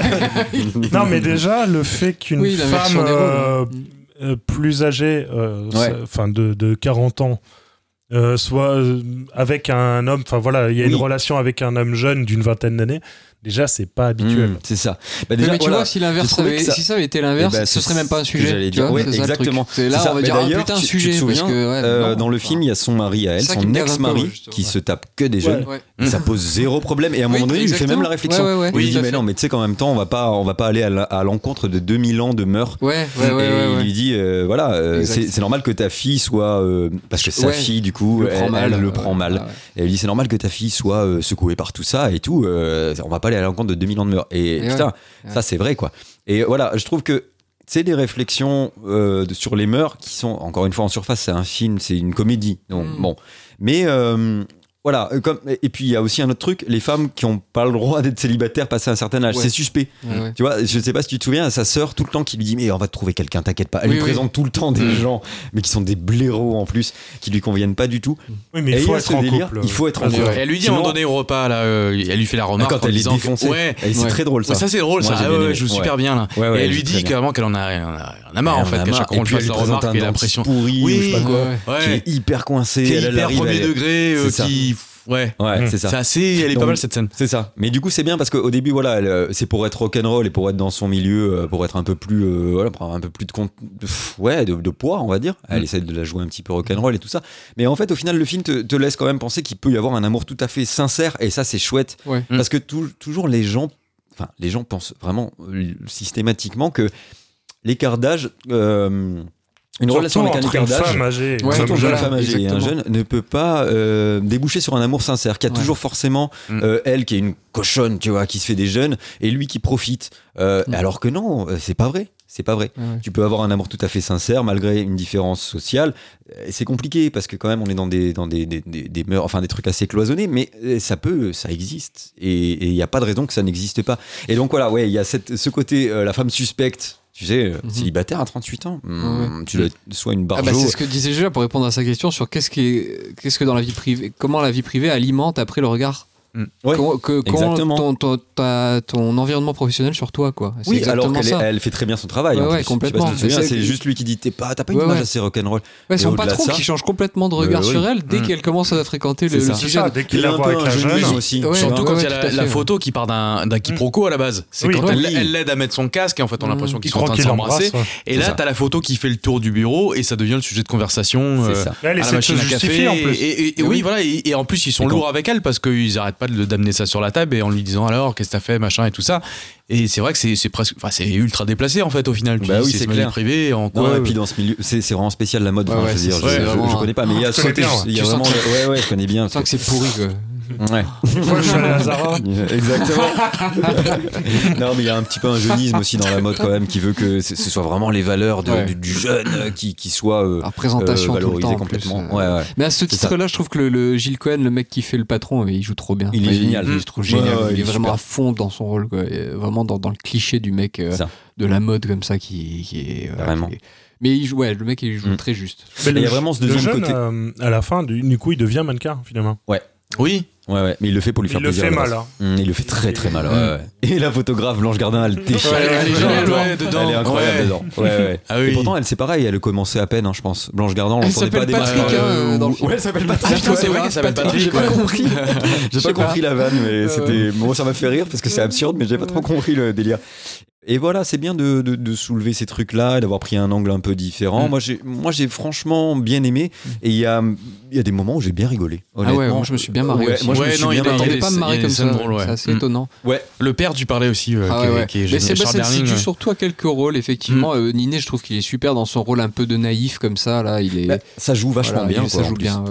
Non, mais déjà, le fait qu'une Oui, la femme version des rôles. plus âgée, Ouais. enfin de 40 ans, soit avec un homme, enfin voilà, il y a une Oui. relation avec un homme jeune d'une vingtaine d'années, déjà, c'est pas habituel. C'est ça. Bah, Mais tu voilà, vois, si l'inverse j'ai trouvé avait, que ça- si ça avait été l'inverse, Eh ben, ce c'est serait même pas un ce que sujet. j'allais tu dire. vois, Ouais, c'est ça, le truc. exactement. C'est là, C'est ça. on va Mais dire, ah d'ailleurs, putain, un tu te sujet. Parce souviens, que, ouais, non, dans le enfin, film, il y a son mari à elle, c'est ça qui son me gave un peu, ex-mari, justement. qui se tape que des jeunes. Ouais. Et ça pose zéro problème. Et à un Oui, moment donné, il lui fait même la réflexion. Ouais, ouais, ouais. Il lui Oui, dit, tout à mais fait. non, mais tu sais qu'en même temps, on va pas aller à l'encontre de 2000 ans de mœurs. Ouais, ouais, Et ouais. il ouais. lui dit, voilà, Exact. c'est normal que ta fille soit. Parce que sa Ouais. fille, du coup, Le prend mal, elle le ouais, prend mal. ouais, ouais. Et elle dit, c'est normal que ta fille soit secouée par tout ça et tout. On va pas aller à l'encontre de 2000 ans de mœurs. Et putain, ouais. ça, c'est vrai, quoi. Et voilà, je trouve que c'est des réflexions sur les mœurs qui sont, encore une fois, en surface, c'est un film, c'est une comédie. Donc, bon. Mais. Voilà, et puis il y a aussi un autre truc, les femmes qui n'ont pas le droit d'être célibataires passé un certain âge, Ouais. c'est suspect. Ouais, ouais. Tu vois, je sais pas si tu te souviens, à sa sœur tout le temps qui lui dit mais on va te trouver quelqu'un, t'inquiète pas. Elle Oui, lui oui. présente tout le temps des gens, mais qui sont des blaireaux en plus, qui lui conviennent pas du tout. Oui, mais Et il faut y a être ce en délire, couple. il faut être en Vas-y, couple. ouais. Et elle lui dit à un moment Sinon- donné au repas, là, elle lui fait la remarque. Quand en elle est disant que- défoncée, Ouais. et c'est Ouais. très drôle ça. Ouais, ça c'est drôle, Moi, ça. j'ai Ah bien ouais, aimé. je joue Ouais. super bien là. Ouais, ouais, et elle elle lui joue dit très bien. carrément qu'elle en a marre en fait, qu'à chaque fois Et qu'on lui puis elle fasse lui la présente remarque, un elle a dentiste l'impression. pourri ou je sais pas quoi, Ouais. qui Ouais. est hyper coincé. Qui est elle hyper arrive, premier elle est- degré, c'est ça. qui. Ouais. Ouais, c'est ça. C'est assez. Elle est pas Donc- mal cette scène. C'est ça. Mais du coup, c'est bien parce qu'au début, voilà, c'est pour être rock'n'roll et pour être dans son milieu, pour être un peu plus, voilà, pour avoir un peu plus de poids, on va dire. Elle essaie de la jouer un petit peu rock'n'roll et tout ça. Mais en fait, au final, le film te laisse quand même penser qu'il peut y avoir un amour tout à fait sincère et ça, c'est chouette. Ouais. Parce que toujours les gens pensent vraiment systématiquement que l'écart d'âge Une relation avec un écart d'âge, femme âgée, surtout une femme âgée et un jeune, ne peut pas déboucher sur un amour sincère, qui a toujours forcément elle qui est une cochonne, tu vois, qui se fait des jeunes, et lui qui profite. Alors que non, c'est pas vrai. C'est pas vrai. Tu peux avoir un amour tout à fait sincère malgré une différence sociale. C'est compliqué parce que quand même on est dans des mœurs, enfin des trucs assez cloisonnés, mais ça existe et il n'y a pas de raison que ça n'existe pas. Et donc voilà, il y a ce côté la femme suspecte. Tu sais, célibataire à 38 ans, tu dois être soit une barjo. C'est ce que disait Julia pour répondre à sa question sur qu'est-ce que dans la vie privée, comment la vie privée alimente après le regard. Exactement. Ton environnement professionnel sur toi, quoi. C'est alors qu'elle fait très bien son travail. Complètement. C'est juste lui qui dit t'as pas une image assez rock'n'roll. Son patron qui change complètement de regard sur elle dès qu'elle commence à fréquenter le sujet. Dès qu'il la voit avec la jeune aussi. Surtout quand il y a la photo qui part d'un quiproquo à la base. C'est quand elle l'aide à mettre son casque et en fait on a l'impression qu'ils sont en train de s'embrasser. Et là t'as la photo qui fait le tour du bureau et ça devient le sujet de conversation à la machine à café. Et oui, voilà. Et en plus ils sont lourds avec elle parce qu'ils arrêtent pas d'amener ça sur la table et en lui disant alors qu'est-ce que t'as fait machin et tout ça, et c'est vrai que c'est presque, c'est ultra déplacé en fait au final. C'est clair. Privé en quoi. Et puis dans ce milieu c'est vraiment spécial la mode. Je connais pas, mais il y a vraiment je connais bien. C'est que c'est pourri quoi. Ouais. Moi, je suis allé à Zara. Exactement. Non, mais il y a un petit peu un jeunisme aussi dans la mode quand même qui veut que ce soit vraiment les valeurs du jeune qui soient valorisées complètement. Mais à ce titre-là, je trouve que le Gilles Cohen, le mec qui fait le patron, il joue trop bien. Il est génial. Je trouve génial. Il est vraiment à fond dans son rôle, quoi. Vraiment dans le cliché du mec de la mode comme ça qui est vraiment. Mais il joue, le mec il joue très juste. Il y a vraiment ce deuxième côté. À la fin, du coup, il devient mannequin finalement. Oui. Ouais, mais il le fait pour lui faire plaisir. Il le fait mal. Il le fait très très mal. Et la photographe Blanche Gardin, elle déchire. Elle est incroyable dedans. Et pourtant, elle c'est pareil, elle a commencé à peine, je pense. Blanche Gardin, on l'entendait pas démarrer. Elle s'appelle Patrick. C'est vrai qu'elle s'appelle Patrick. J'ai pas compris. J'ai pas compris la vanne, mais c'était. Bon, ça m'a fait rire parce que c'est absurde, mais j'ai pas trop compris le délire. Et voilà, c'est bien de soulever ces trucs-là, d'avoir pris un angle un peu différent. Moi, j'ai franchement bien aimé. Et il y a des moments où j'ai bien rigolé. Moi, je me suis bien marré aussi. Moi, je m'attendais pas à me marrer comme ça. C'est assez étonnant. Le père, tu parlais aussi, qui est génial. C'est dû surtout à quelques rôles, effectivement. Ninet, je trouve qu'il est super dans son rôle un peu de naïf comme ça. Là, ça joue vachement bien. Ça joue bien.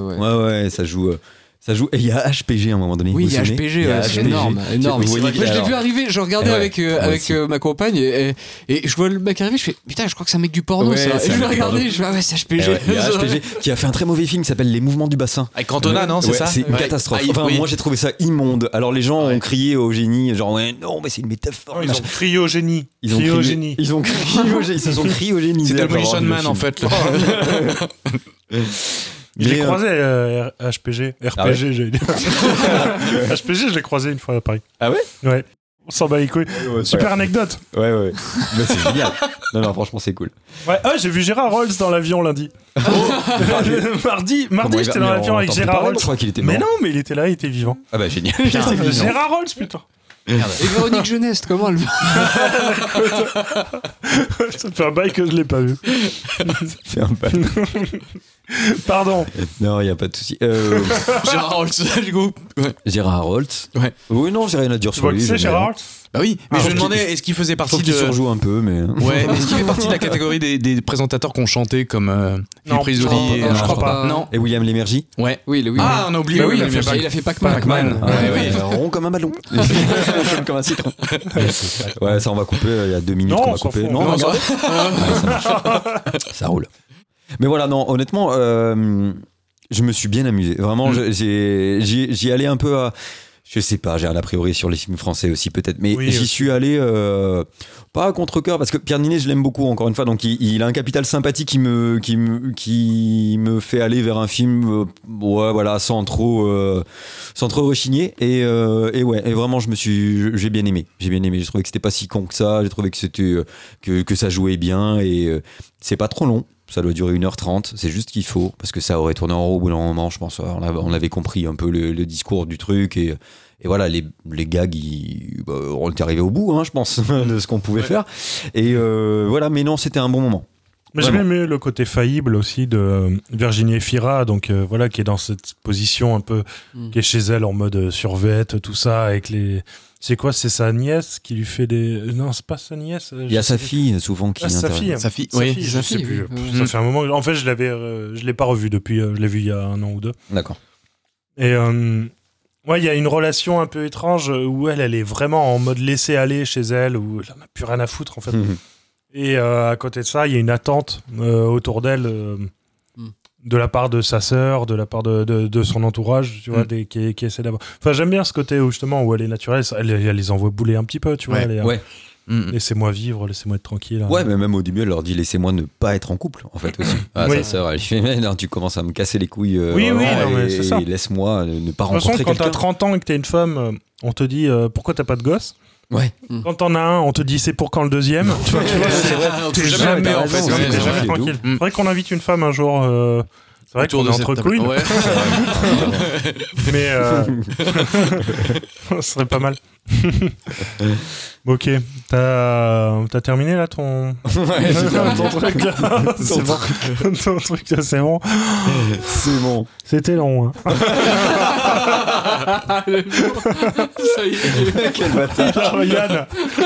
Ça joue. Et il y a HPG à un moment donné. Oui, il y a HPG, c'est énorme. Moi, je l'ai vu arriver, je regardais avec ma compagne et je vois le mec arriver, je fais putain, je crois que c'est un mec du porno ça. Et je l'ai regardé, je fais c'est HPG. Il y a HPG qui a fait un très mauvais film qui s'appelle Les Mouvements du Bassin. Avec Cantona, non, c'est ça. C'est une catastrophe. Moi j'ai trouvé ça immonde. Alors les gens ont crié au génie, genre non, mais c'est une métaphore. Ils ont crié au génie. Ils se sont criés au génie. C'était Demolition Man en fait. J'ai croisé HPG, j'ai dit. HPG, je l'ai croisé une fois à Paris. Ah ouais? Ouais. On s'en bat les couilles. Super anecdote. Ouais. Mais c'est génial. Non, franchement, c'est cool. Ouais, j'ai vu Gérard Rolls dans l'avion lundi. Mardi, j'étais dans l'avion avec Gérard Rolls. Je crois qu'il était mort. Mais non, mais il était là, il était vivant. Ah bah génial. Gérard Rolls, putain. Et Véronique Jeunesse, comment elle Ça fait un bail que je l'ai pas vu. Ça fait un bail. Pardon. Non, il n'y a pas de souci. Gérard Rolls, du coup. Gérard Rolls. Ouais. Oui, non, j'ai rien à dire sur lui. C'est Gérard Rolls. Bah oui, mais je me demandais, est-ce qu'il faisait partie de... Il surjoue un peu, mais... Ouais, est-ce qu'il fait partie de la catégorie des présentateurs qui ont chanté comme Philippe Risoli je crois pas. Non. Et William Lémergie? Ouais. Oui, Ah, on a oublié. Il a fait Pac-Man. Rond comme un ballon. Comme un citron. Ouais, ça on va couper, il y a 2 minutes qu'on va couper. Non, on va ça roule. Mais voilà, non, honnêtement, je me suis bien amusé. Vraiment, j'y allais un peu à... Je sais pas, j'ai un a priori sur les films français aussi peut-être, mais j'y suis allé pas à contre-cœur parce que Pierre Ninet je l'aime beaucoup encore une fois, donc il a un capital sympathie qui me fait aller vers un film sans trop rechigner et vraiment j'ai bien aimé, j'ai trouvé que c'était pas si con que ça, j'ai trouvé que c'était que ça jouait bien et c'est pas trop long. Ça doit durer 1h30, c'est juste qu'il faut, parce que ça aurait tourné en rond au bout d'un moment, je pense. On avait compris un peu le discours du truc, et voilà, les gags, on était arrivé au bout, je pense, de ce qu'on pouvait faire. Et voilà, mais non, c'était un bon moment. Mais j'ai même aimé le côté faillible aussi de Virginie Efira, donc voilà, qui est dans cette position un peu, qui est chez elle en mode survêt, tout ça, avec les... C'est quoi, c'est sa nièce qui lui fait des... Non, c'est pas sa nièce. Il y a sa fille souvent qui intervient. Sa fille, oui. Je sais plus. Ça fait un moment. En fait, je l'ai pas revu depuis. Je l'ai vu il y a 1 an ou 2. D'accord. Et ouais, il y a une relation un peu étrange où elle est vraiment en mode laisser aller chez elle, où elle en a plus rien à foutre en fait. Et à côté de ça, il y a une attente autour d'elle de la part de sa sœur, de la part de son entourage, tu vois, qui essaie d'avoir. Enfin, j'aime bien ce côté où justement où elle est naturelle, elle les envoie bouler un petit peu, tu vois. Laissez-moi vivre, laissez-moi être tranquille. Ouais, mais même au début, elle leur dit laissez-moi ne pas être en couple, en fait aussi. Sa sœur, elle fait mais non, tu commences à me casser les couilles. Mais c'est ça. Et laisse-moi ne pas rencontrer quelqu'un. De toute façon, quand t'as 30 ans et que t'es une femme, on te dit pourquoi t'as pas de gosse. Ouais. Quand t'en as un, on te dit c'est pour quand le deuxième. Tu vois, c'est vrai. T'es jamais en fait. T'es jamais tranquille. C'est vrai qu'on invite une femme un jour. C'est vrai qu'on est entre couilles. Ouais. Mais ce serait pas mal. Ok, t'as terminé là ton truc là. C'est bon. Ton truc là, c'est bon. C'est bon. C'était long. Hein. Ça y est. Quel bâtard. Yann.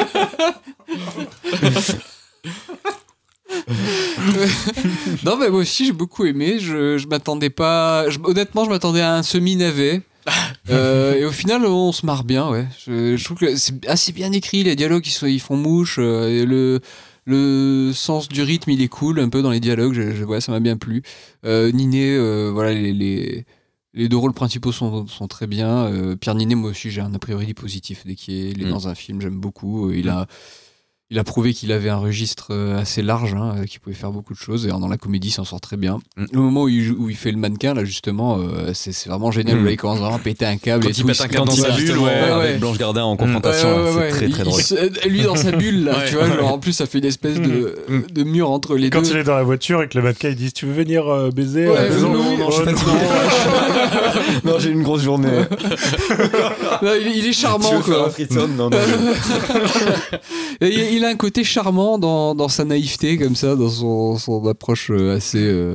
Non, mais moi aussi j'ai beaucoup aimé. Je m'attendais pas. Honnêtement, je m'attendais à un semi-navet. Et au final, on se marre bien, ouais. Je trouve que c'est assez bien écrit. Les dialogues, ils font mouche. Le sens du rythme, il est cool un peu dans les dialogues. Ouais, ça m'a bien plu. Ninet, voilà, les 2 rôles principaux sont très bien. Pierre Ninet, moi aussi, j'ai un a priori positif dès qu'il est dans un film. J'aime beaucoup. Il a prouvé qu'il avait un registre assez large, qu'il pouvait faire beaucoup de choses, et dans la comédie, il s'en sort très bien. Le moment où il fait le mannequin, là, justement, c'est vraiment génial. Là, il commence vraiment à péter un câble. Quand il pète un câble dans sa bulle, avec Blanche Gardin en confrontation, c'est très très drôle. Lui, dans sa bulle, là, tu vois, genre, en plus, ça fait une espèce de mur entre les deux. Quand il est dans la voiture et que le mannequin, il dit tu veux venir baiser non, je suis fatigué. Non, j'ai une grosse journée. Non, il est charmant, quoi. Il a un côté charmant dans sa naïveté, comme ça, dans son approche assez...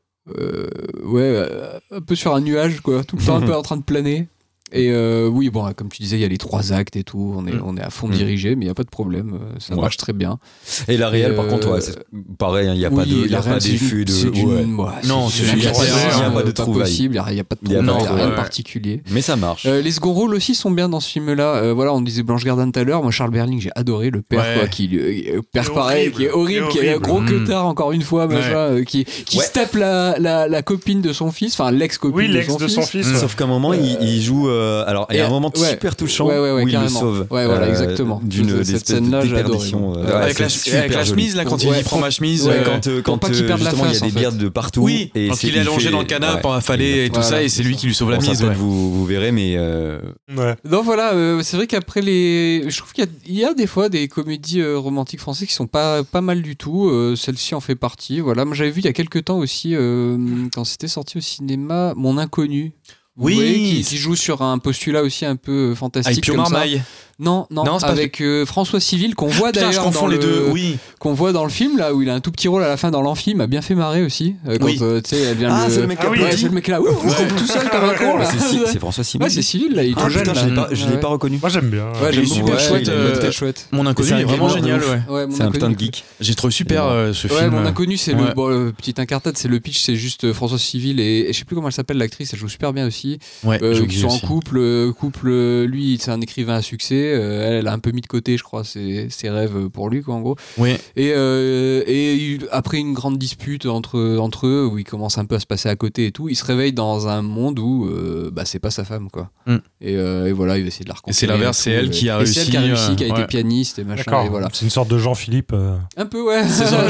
un peu sur un nuage, quoi. Tout le temps un peu en train de planer. Et oui, bon, comme tu disais, il y a les 3 actes et tout. On est à fond dirigé, mais il n'y a pas de problème. Ça marche très bien. Et la réelle, par contre, c'est pareil, il n'y a pas d'effet de. Non, il n'y a pas de trouvaille. Il n'y a pas de trouvaille, il n'y a rien de particulier. Mais ça marche. Les seconds rôles aussi sont bien dans ce film-là. Voilà, on disait Blanche Gardin tout à l'heure. Moi, Charles Berling, j'ai adoré le père, quoi, qui est horrible, qui est un gros queutard, encore une fois, qui se tape la copine de son fils, enfin l'ex-copine de son fils. Sauf qu'à un moment, il joue. Alors, il y a un moment super touchant où il le sauve. Ouais, voilà, exactement. Cette scène-là, déperdition. Avec la chemise, là, quand il prend ma chemise. Quand justement, il y a des bières de partout. Oui, quand il est allongé dans le canapé, affalé et tout ça, et c'est lui qui lui sauve la mise. Vous verrez, mais. Donc voilà, c'est vrai qu'après je trouve qu'il y a des fois des comédies romantiques françaises qui sont pas mal du tout. Celle-ci en fait partie. Voilà, moi j'avais vu il y a quelques temps aussi, quand c'était sorti au cinéma, Mon Inconnu. Oui, qui joue sur un postulat aussi un peu fantastique. Avec Pio Marmaille. Non, avec François Civil, qu'on voit d'ailleurs qu'on voit dans le film, là, où il a un tout petit rôle à la fin dans l'amphi, m'a bien fait marrer aussi. Quand elle vient c'est le mec c'est le mec là, tout seul comme un con. C'est François Civil. Ouais, c'est Civil, là, il est tout jeune. Je l'ai pas reconnu. Moi, j'aime bien. Ouais, j'aime beaucoup. Super chouette. Mon Inconnu est vraiment génial. C'est un putain de geek. J'ai trouvé super ce film. Ouais, Mon Inconnu, c'est le petit incartade, c'est le pitch, c'est juste François Civil et je sais plus comment elle s'appelle, l'actrice, elle joue super bien aussi. Qui sont en couple. Lui, c'est un écrivain à succès. Elle a un peu mis de côté, je crois, ses rêves pour lui, quoi, en gros. Oui. Et après une grande dispute entre eux, où il commence un peu à se passer à côté et tout, il se réveille dans un monde où c'est pas sa femme, quoi. Et voilà, il va essayer de la reconquérir. Et c'est l'inverse, c'est elle qui a réussi. C'est elle qui a réussi, qui a été pianiste et machin. Et voilà. C'est une sorte de Jean-Philippe. Un peu, ouais. C'est ça.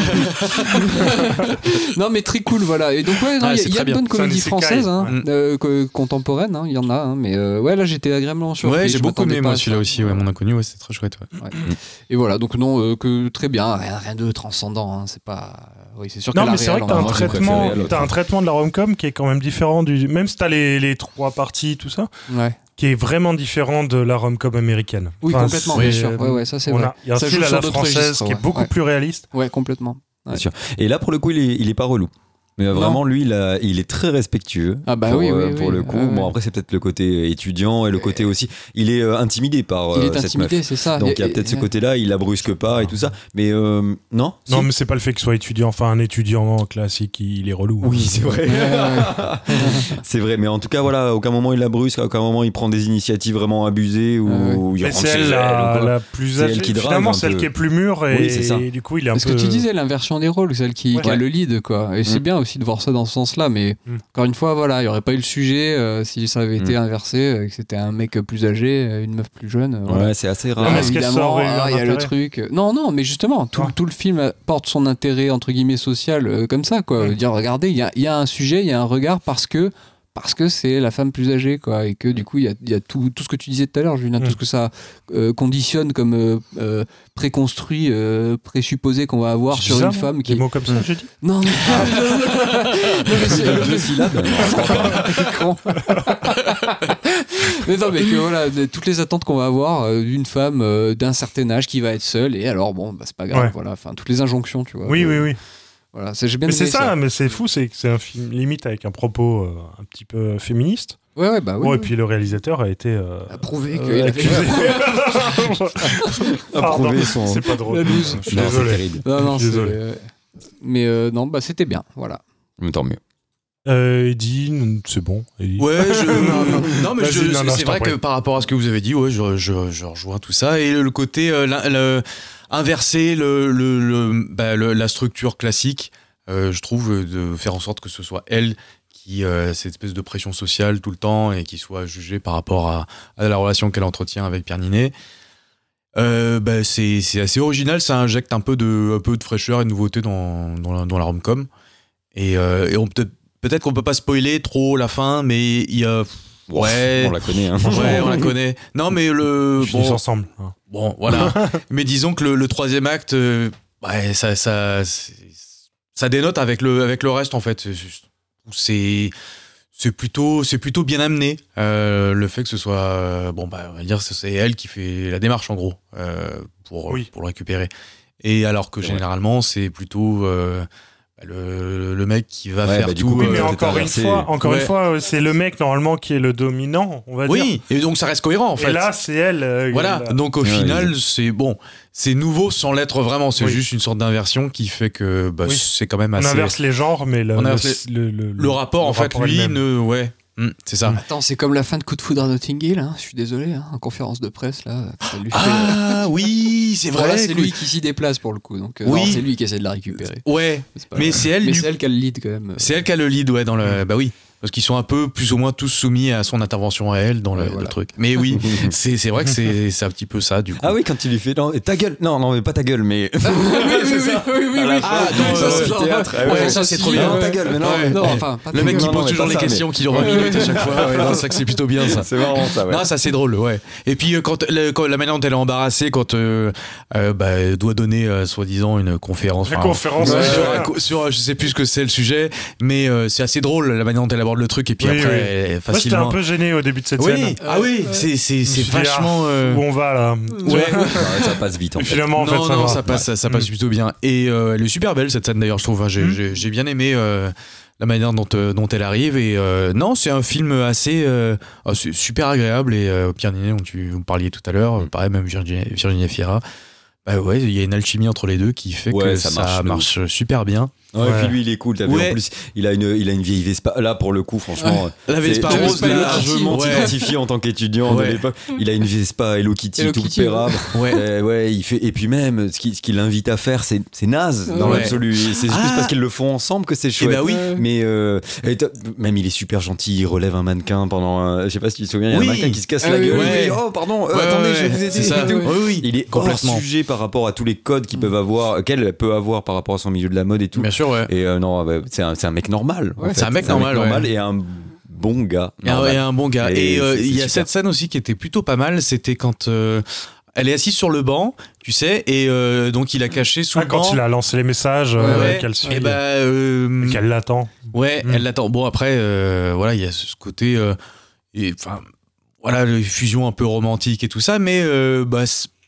Non, mais très cool, voilà. Et donc, il y a de bonnes comédies françaises, contemporaines, il y en a, mais là, j'étais agréablement surpris. Ouais, j'ai beaucoup aimé, moi, celui-là aussi, Mon Inconnu, c'est très chouette. Et voilà, donc que très bien, rien de transcendant, c'est pas... Oui, c'est sûr non, mais c'est vrai que t'as un traitement de la rom-com qui est quand même différent même si t'as les 3 parties, tout ça. Ouais. Qui est vraiment différent de la rom-com américaine. Oui, complètement, bien sûr. Ouais, ça c'est vrai. Il y a un style à la française qui est beaucoup plus réaliste. Ouais, complètement. C'est sûr. Et là, pour le coup, il est pas relou. Mais vraiment, lui, il est très respectueux pour le coup. Bon, après, c'est peut-être le côté étudiant et le côté aussi. Il est intimidé par il est cette intimidé, meuf. c'est ça. Donc, il y a peut-être ce côté-là, il la brusque pas et tout ça. Mais non. Non, mais c'est pas le fait qu'il soit étudiant. Enfin, un étudiant classique, il est relou. Oui, c'est vrai. C'est vrai. Mais en tout cas, voilà, à aucun moment il la brusque, à aucun moment il prend des initiatives vraiment abusées ou il mais rentre c'est chez elle la plus C'est âgée. elle qui drive Finalement, un celle peu. qui est plus mûre et ça. du coup, il est un peu. Ce que tu disais, l'inversion des rôles, celle qui a le lead, quoi. Et c'est bien aussi de voir ça dans ce sens-là, mais encore une fois, voilà, il n'y aurait pas eu le sujet si ça avait été inversé, que c'était un mec plus âgé, une meuf plus jeune. Voilà. Ouais, c'est assez rare. Non, mais est-ce qu'elle évidemment, aurait eu un il y a le intérêt truc. Non, mais justement, tout le film porte son intérêt entre guillemets social comme ça, quoi. Dire, regardez, il y a un sujet, il y a un regard parce que c'est la femme plus âgée, quoi, et que du coup il y a tout ce que tu disais tout à l'heure, Julien, tout ce que ça conditionne comme préconstruit, présupposé qu'on va avoir sur une femme qui. Des mots comme ça, j'ai dit. Non, mais c'est deux syllabes. mais non, mais que voilà, toutes les attentes qu'on va avoir d'une femme d'un certain âge qui va être seule, et alors bon, c'est pas grave, voilà, enfin toutes les injonctions, tu vois. Oui. Voilà, j'ai bien Mais aimé c'est ça, mais c'est fou, c'est que c'est un film limite avec un propos un petit peu féministe. Ouais, bah oui. Bon, et puis le réalisateur a été approuvé qu'il avait Approuvé son. C'est pas drôle. loose. Je suis Non, désolé. c'est terrible. Non, Je suis désolé. mais non, c'était bien, voilà. Mais tant mieux. Eddie, c'est bon. Eddie. Ouais, non, mais Vas-y, non, c'est je vrai t'en que prie. par rapport à ce que vous avez dit, ouais, je rejoins tout ça. Et le côté inverser la structure classique, je trouve, de faire en sorte que ce soit elle qui cette espèce de pression sociale tout le temps et qui soit jugée par rapport à la relation qu'elle entretient avec Pierre Ninet. C'est assez original, ça injecte un peu de fraîcheur et de nouveauté dans la rom-com. Et on peut-être qu'on peut pas spoiler trop la fin, mais il y a On la connaît. Hein. ouais, on la connaît. Non, mais Ils finissent ensemble. Hein. bon, voilà. Mais disons que le troisième acte, ça dénote avec le reste en fait. C'est plutôt bien amené. Le fait que ce soit on va dire que c'est elle qui fait la démarche en gros pour le récupérer. Et alors que généralement c'est plutôt le mec qui va faire tout. Oui, mais encore une fois, c'est le mec normalement qui est le dominant, on va dire. Oui, et donc ça reste cohérent en fait. Et là, c'est elle. Voilà, donc au final, c'est nouveau sans l'être vraiment. C'est juste une sorte d'inversion qui fait que c'est quand même assez. On inverse les genres, mais le rapport en fait, lui, c'est ça. Attends, c'est comme la fin de Coup de foudre à Notting Hill, hein. Je suis désolé, en conférence de presse là. Oui, c'est vrai. Voilà, c'est lui qui s'y déplace pour le coup, donc non, c'est lui qui essaie de la récupérer. Ouais, mais c'est elle. Mais c'est elle qui a le lead quand même. C'est elle qui a le lead, dans le. Bah oui. Parce qu'ils sont un peu plus ou moins tous soumis à son intervention à elle dans le truc. Mais oui, c'est vrai que c'est un petit peu ça du coup. Ah oui, quand il lui fait ta gueule. Non, mais pas ta gueule, mais. c'est ça. Oui. Dans le théâtre. Ouais, ça c'est trop bien. Non, ta gueule, mais non. Enfin, le mec qui pose toujours les questions qui leur minute à chaque fois. C'est ça que c'est plutôt bien ça. C'est marrant ça, ouais. Non, ça c'est drôle, ouais. Et puis quand la manière dont elle est embarrassée quand elle doit donner soi-disant une conférence. La conférence sur je sais plus ce que c'est le sujet, mais c'est assez drôle la manière dont elle aborde le truc et puis après facilement. Moi j'étais un peu gêné au début de cette scène. C'est vachement où on va là. Ça passe vite en fait. Finalement en fait ça passe plutôt bien et elle est super belle cette scène d'ailleurs je trouve. J'ai bien aimé la manière dont elle arrive et non c'est un film assez super agréable et Pierre Ninet dont vous parliez tout à l'heure, pareil même Virginia Fira. Il y a une alchimie entre les deux qui fait que ça marche super bien. Ouais, et puis lui il est cool, t'as vu, en plus il a une vieille Vespa, là pour le coup franchement la Vespa rose largement identifié en tant qu'étudiant de l'époque. Il a une Vespa Hello Kitty toute pérable. Il fait, et puis même ce qu'il l'invite à faire c'est naze dans l'absolu, c'est juste parce qu'ils le font ensemble que c'est chouette. Mais même il est super gentil, il relève un mannequin pendant je sais pas si tu te souviens, il y a un mannequin qui se casse la gueule, il fait oh pardon attendez je vais vous aider. Il est complètement sujet par rapport à tous les codes qu'elle peut avoir par rapport à son milieu de la mode et tout. Bien sûr. Et c'est un mec normal. C'est un mec normal et un bon gars. Et un bon gars. Et il y a cette scène aussi qui était plutôt pas mal. C'était quand elle est assise sur le banc, tu sais, et donc il a caché sous le banc. Quand il a lancé les messages qu'elle suit. Et qu'elle l'attend. Ouais, elle l'attend. Bon après, il y a ce côté, la fusion un peu romantique et tout ça, mais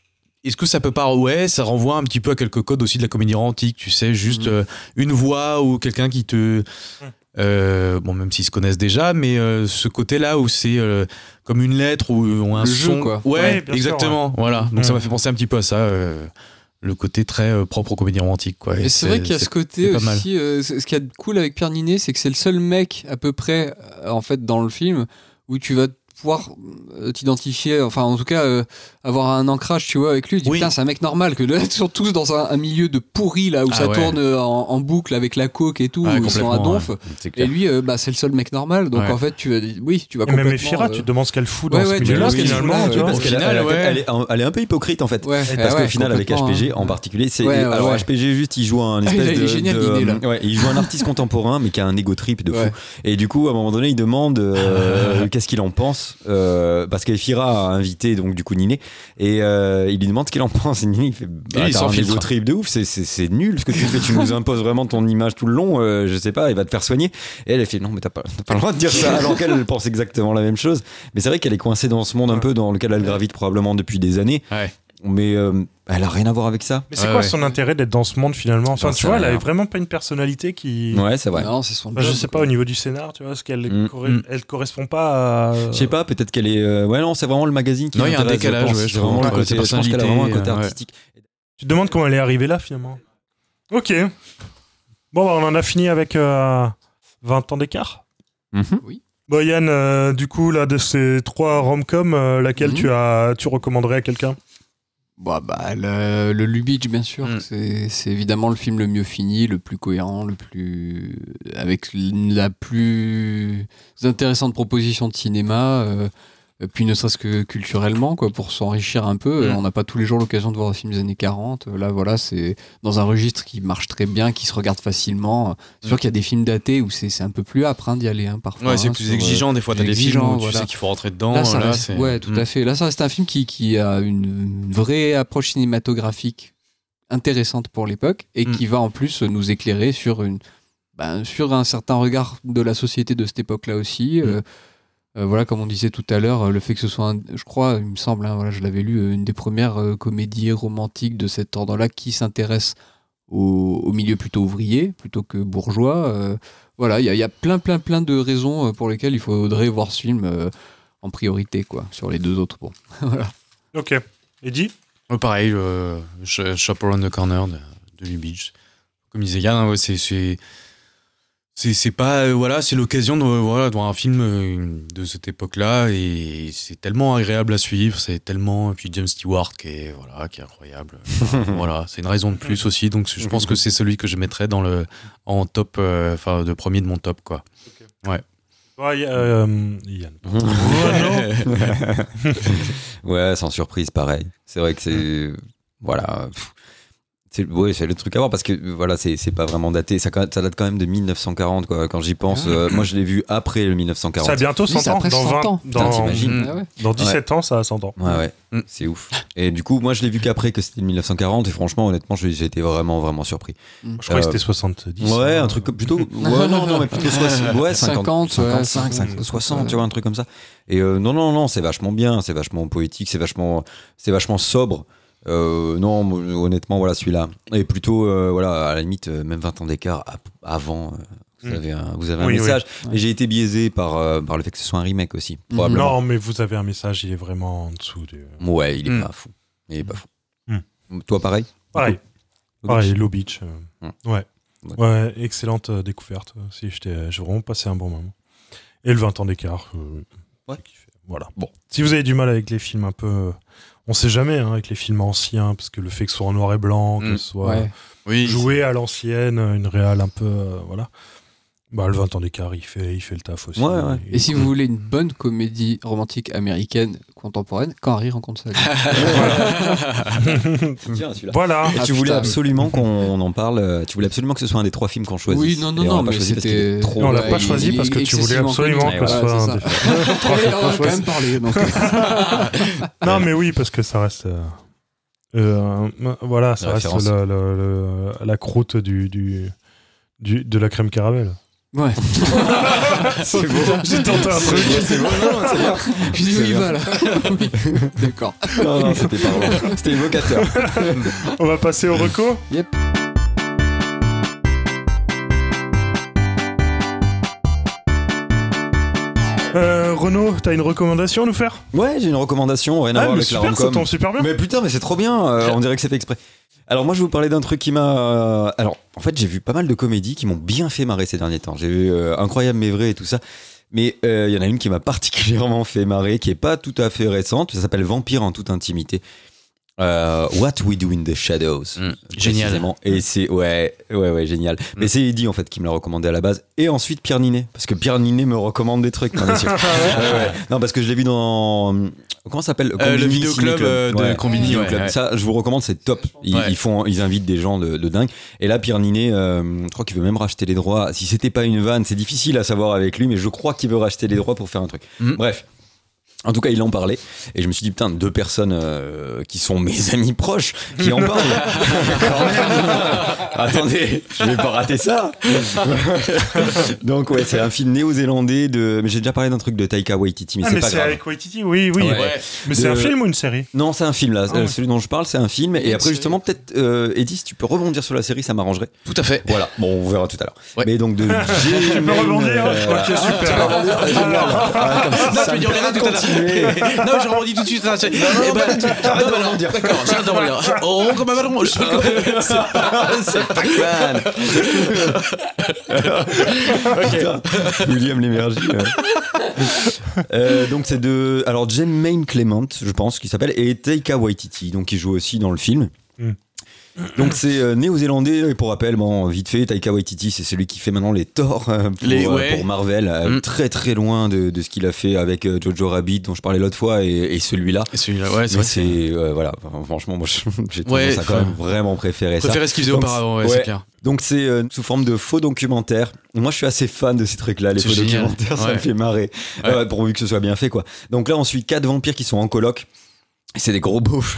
est-ce que ça peut pas... Ouais, ça renvoie un petit peu à quelques codes aussi de la comédie romantique, tu sais, juste une voix ou quelqu'un qui te... bon, même s'ils se connaissent déjà, mais ce côté-là où c'est comme une lettre ou un le son. jeu, quoi. Ouais, bien exactement. sûr, Voilà. Donc ça m'a fait penser un petit peu à ça, le côté très propre aux comédies romantiques, quoi. Et c'est vrai qu'il y a ce côté aussi. Ce qu'il y a de cool avec Pierre Ninet, c'est que c'est le seul mec à peu près, en fait, dans le film où tu vas pouvoir t'identifier, enfin en tout cas avoir un ancrage, tu vois, avec lui. Tu dis, putain, c'est un mec normal, que d'être sur tous dans un milieu de pourri là où ça tourne en boucle avec la coke et tout, où ils sont à donf. Et lui, c'est le seul mec normal. Donc en fait, tu vas complètement. Même Ephira, tu te demandes ce qu'elle fout dans ce milieu-là finalement. Parce qu'elle est un peu hypocrite en fait. Parce qu'au final, avec HPG en particulier, alors HPG juste, il joue un espèce de. Il joue un artiste contemporain, mais qui a un ego trip de fou. Et du coup, à un moment donné, il demande qu'est-ce qu'il en pense. Parce qu'Ephira a invité donc du coup Ninet et il lui demande ce qu'il en pense et Ninet il fait t'as un ego trip de ouf, c'est nul ce que tu fais, tu nous imposes vraiment ton image tout le long, je sais pas, il va te faire soigner. Et elle fait non mais t'as pas le droit de dire ça, alors qu'elle pense exactement la même chose. Mais c'est vrai qu'elle est coincée dans ce monde un peu dans lequel elle gravite probablement depuis des années. Mais elle a rien à voir avec ça. Mais c'est quoi son intérêt d'être dans ce monde finalement? Enfin, tu vois, elle a vraiment pas une personnalité qui. Ouais, c'est vrai. Non, c'est son. Je sais pas au niveau du scénar, tu vois, parce qu'elle elle correspond pas à. Je sais pas, peut-être qu'elle est. Ouais, non, c'est vraiment le magazine qui. Non, il y a un décalage. C'est vraiment le côté. Je pense qu'elle a vraiment un côté artistique. Tu te demandes comment elle est arrivée là finalement. Ok. Bon, on en a fini avec 20 ans d'écart. Oui. Bon, Yann, du coup, là, de ces 3 rom-com, laquelle tu recommanderais à quelqu'un? Le Lubitsch, bien sûr. C'est évidemment le film le mieux fini, le plus cohérent, avec la plus intéressante proposition de cinéma. Puis ne serait-ce que culturellement, quoi, pour s'enrichir un peu. On n'a pas tous les jours l'occasion de voir des films des années 40. Là, voilà, c'est dans un registre qui marche très bien, qui se regarde facilement. C'est sûr qu'il y a des films datés où c'est un peu plus âpre d'y aller, parfois. Ouais, c'est plus exigeant. Des fois, t'as des films où tu sais qu'il faut rentrer dedans. Là, tout à fait. Là, ça reste un film qui a une vraie approche cinématographique intéressante pour l'époque et qui va en plus nous éclairer sur un certain regard de la société de cette époque-là aussi. Voilà, comme on disait tout à l'heure, le fait que ce soit, je crois, il me semble, je l'avais lu, une des premières comédies romantiques de cet ordre-là qui s'intéresse au milieu plutôt ouvrier, plutôt que bourgeois. Voilà, il y a plein de raisons pour lesquelles il faudrait voir ce film en priorité, quoi, sur les 2 autres. Bon, voilà. Ok. Eddie? Pareil, Shop Around the Corner de Lubitsch. Comme disait Yann, c'est pas c'est l'occasion de voir un film de cette époque-là et c'est tellement agréable à suivre, c'est tellement, et puis James Stewart qui est incroyable. Voilà, c'est une raison de plus aussi, donc je pense que c'est celui que je mettrais en top, de premier de mon top, quoi. Okay. Ouais. Yann. Ouais, sans surprise, pareil. C'est vrai que c'est voilà. C'est le truc à voir parce que voilà, c'est pas vraiment daté, ça date quand même de 1940, quoi. Quand j'y pense, moi je l'ai vu après le 1940. Ça a bientôt 100 ans. Dans 20 t'imagines dans 17 ans, ça a 100 ans. Ouais. C'est ouf. Et du coup, moi je l'ai vu qu'après que c'était 1940 et franchement, honnêtement, j'ai été vraiment surpris. Je crois que c'était 70. Ouais, un truc plutôt. Ouais, non, mais plutôt 50, 55, 60, tu vois, un truc comme ça. Et non, c'est vachement bien, c'est vachement poétique, c'est vachement sobre. Non, honnêtement, voilà celui-là. Et plutôt, à la limite, même 20 ans d'écart avant, vous avez un message. Oui. Et j'ai été biaisé par le fait que ce soit un remake aussi, probablement. Non, mais vous avez un message, il est vraiment en dessous. Ouais, il est pas fou. Toi, pareil? Pareil, Lubitsch. Ouais, excellente découverte. J'ai vraiment passé un bon moment. Et le 20 ans d'écart, j'ai kiffé. Voilà. Bon, si vous avez du mal avec les films un peu... On sait jamais avec les films anciens, parce que le fait que ce soit en noir et blanc, que ce soit joué à l'ancienne, une réal un peu... voilà. Le 20 ans d'écart, il fait le taf aussi. Ouais. Et si vous voulez une bonne comédie romantique américaine contemporaine, Quand Harry rencontre Sally. Tiens, celui-là. Voilà. Et tu voulais absolument qu'on en parle. Tu voulais absolument que ce soit un des 3 films qu'on choisit. Oui, non, mais c'était trop. On l'a pas choisi parce que tu voulais absolument que ce soit un des 3 films qu'on choisit. On a quand même parlé. Donc. Non, mais oui, parce que ça reste. Ça reste la croûte de la crème caramel. Ouais. C'est beau. J'ai tenté un truc. C'est beau, non, c'est bien. Je dis où il va là. Oui. D'accord. Non, c'était pas bon. C'était évocateur. On va passer au reco. Yep. Renaud, t'as une recommandation à nous faire? Ouais, j'ai une recommandation, rien à voir mais avec la super, ça rom-com. tombe super bien. Mais putain, mais c'est trop bien, on dirait que c'est fait exprès. Alors moi je vais vous parler d'un truc qui m'a... Alors en fait j'ai vu pas mal de comédies qui m'ont bien fait marrer ces derniers temps. J'ai vu Incroyable mais vrai et tout ça. Mais il y en a une qui m'a particulièrement fait marrer, qui est pas tout à fait récente, ça s'appelle Vampire en toute intimité. What We Do in the Shadows. Génial. Et c'est ouais, génial. Mais c'est Eddie en fait qui me l'a recommandé à la base. Et ensuite Pierre Ninet, parce que Pierre Ninet me recommande des trucs. Non, ouais. Non, parce que je l'ai vu dans comment ça s'appelle, le vidéoclub de Combini. Vidéoclub. Ouais. Ça, je vous recommande, c'est top. Ils invitent des gens de dingue. Et là, Pierre Ninet, je crois qu'il veut même racheter les droits. Si c'était pas une vanne, c'est difficile à savoir avec lui, mais je crois qu'il veut racheter les droits pour faire un truc. Bref. En tout cas, il en parlait. Et je me suis dit, putain, 2 personnes qui sont mes amis proches qui en parlent. Quand même. Attendez, je vais pas rater ça. Donc, ouais, c'est un film néo-zélandais de. Mais j'ai déjà parlé d'un truc de Taika Waititi, mais c'est pas c'est grave. avec Waititi, oui. Ouais. Mais c'est un film ou une série? Non, c'est un film là. ouais. Celui dont je parle, c'est un film. Et après, justement, peut-être, Eddie, si tu peux rebondir sur la série, ça m'arrangerait. Tout à fait. Voilà. Bon, on verra tout à l'heure. Ouais. Mais donc, de Tu peux rebondir? Ok, super. Non, tu veux dire rien tout à l'heure. Non, je rebondis tout de suite. D'accord, j'adore rebondir. Oh, comme un ballon. C'est pas fan. Putain, William l'énergie. Donc c'est de alors Jemaine Clement, je pense qu'il s'appelle, et Taika Waititi, donc qui joue aussi dans le film. Donc c'est néo-zélandais, et pour rappel, bon, vite fait, Taika Waititi, c'est celui qui fait maintenant les Thor pour Marvel, très très loin de ce qu'il a fait avec Jojo Rabbit dont je parlais l'autre fois et celui-là. Et celui-là, ouais, c'est vrai. Voilà, franchement, moi j'ai tendance à quand même vraiment préférer ça. Préférer ce qu'il faisait auparavant, ouais, c'est clair. Donc c'est sous forme de faux documentaires. Moi je suis assez fan de ces trucs-là, les faux documentaires, ça me fait marrer, pourvu que ce soit bien fait quoi. Donc là on suit 4 vampires qui sont en coloc. C'est des gros beaufs.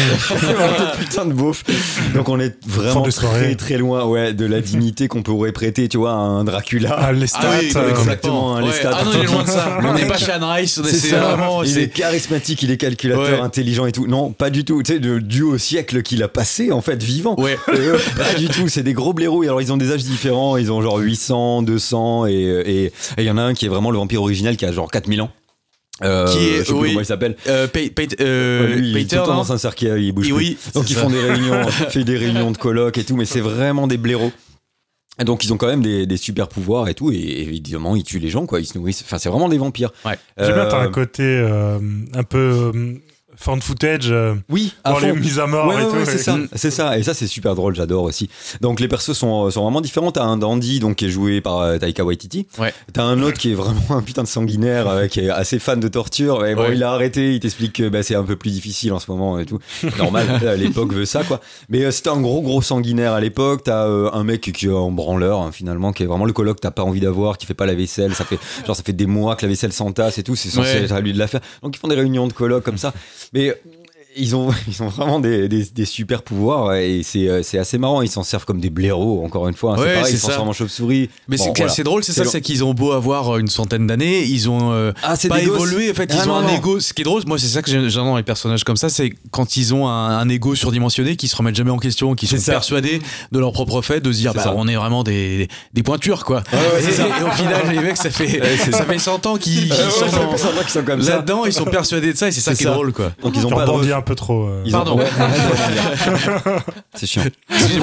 Des putains de beaufs. Donc on est vraiment très très loin de la dignité qu'on pourrait prêter, tu vois, à un Dracula. Ah, Lestat. Exactement, un Lestat. Ah non, il est loin de ça. On n'est pas chez Anne Rice. Il est charismatique, il est calculateur, intelligent et tout. Non, pas du tout. Tu sais, dû au siècle qu'il a passé, en fait, vivant. Ouais. Pas du tout. C'est des gros blaireaux. Alors ils ont des âges différents. Ils ont genre 800, 200 et il y en a un qui est vraiment le vampire original qui a genre 4000 ans. Qui est, je sais plus comment il s'appelle. Peter, dans un cercueil, il bouge plus. Donc ils font des réunions, fait des réunions de colloques et tout, mais c'est vraiment des blaireaux. Et donc ils ont quand même des super pouvoirs et tout, et évidemment ils tuent les gens, quoi. Ils se nourrissent. Enfin, c'est vraiment des vampires. Ouais. J'aime bien, t'as un côté un peu found footage. Oui, dans les mises à mort et tout. C'est ça. Et ça, c'est super drôle, j'adore aussi. Donc les persos sont vraiment différents. T'as un dandy donc, qui est joué par Taika Waititi. Ouais. T'as un autre qui est vraiment un putain de sanguinaire, qui est assez fan de torture. Et bon, il a arrêté, il t'explique que c'est un peu plus difficile en ce moment et tout. Normal, l'époque veut ça, quoi. Mais c'était un gros sanguinaire à l'époque. T'as un mec qui est en branleur, finalement, qui est vraiment le coloc que t'as pas envie d'avoir, qui fait pas la vaisselle. Ça fait des mois que la vaisselle s'entasse et tout. C'est censé être à lui de la faire. Donc ils font des réunions de coloc comme ça. Mais ils ont vraiment des super pouvoirs et c'est assez marrant. Ils s'en servent comme des blaireaux, encore une fois. C'est pareil, ils s'en servent en chauve-souris. Mais c'est drôle, c'est qu'ils ont beau avoir une centaine d'années, ils ont pas évolué. En fait, ils ont un ego. Ce qui est drôle, moi, c'est ça que j'aime dans les personnages comme ça, c'est quand ils ont un ego surdimensionné, qui se remettent jamais en question, qui sont persuadés de leur propre fait, de se dire, on est vraiment des pointures, quoi. Et au final, les mecs, ça fait 100 ans qu'ils sont comme ça. Là-dedans, ils sont persuadés de ça, et c'est ça qui est drôle, quoi. Donc ils ont pas un peu trop. Pardon. C'est chiant.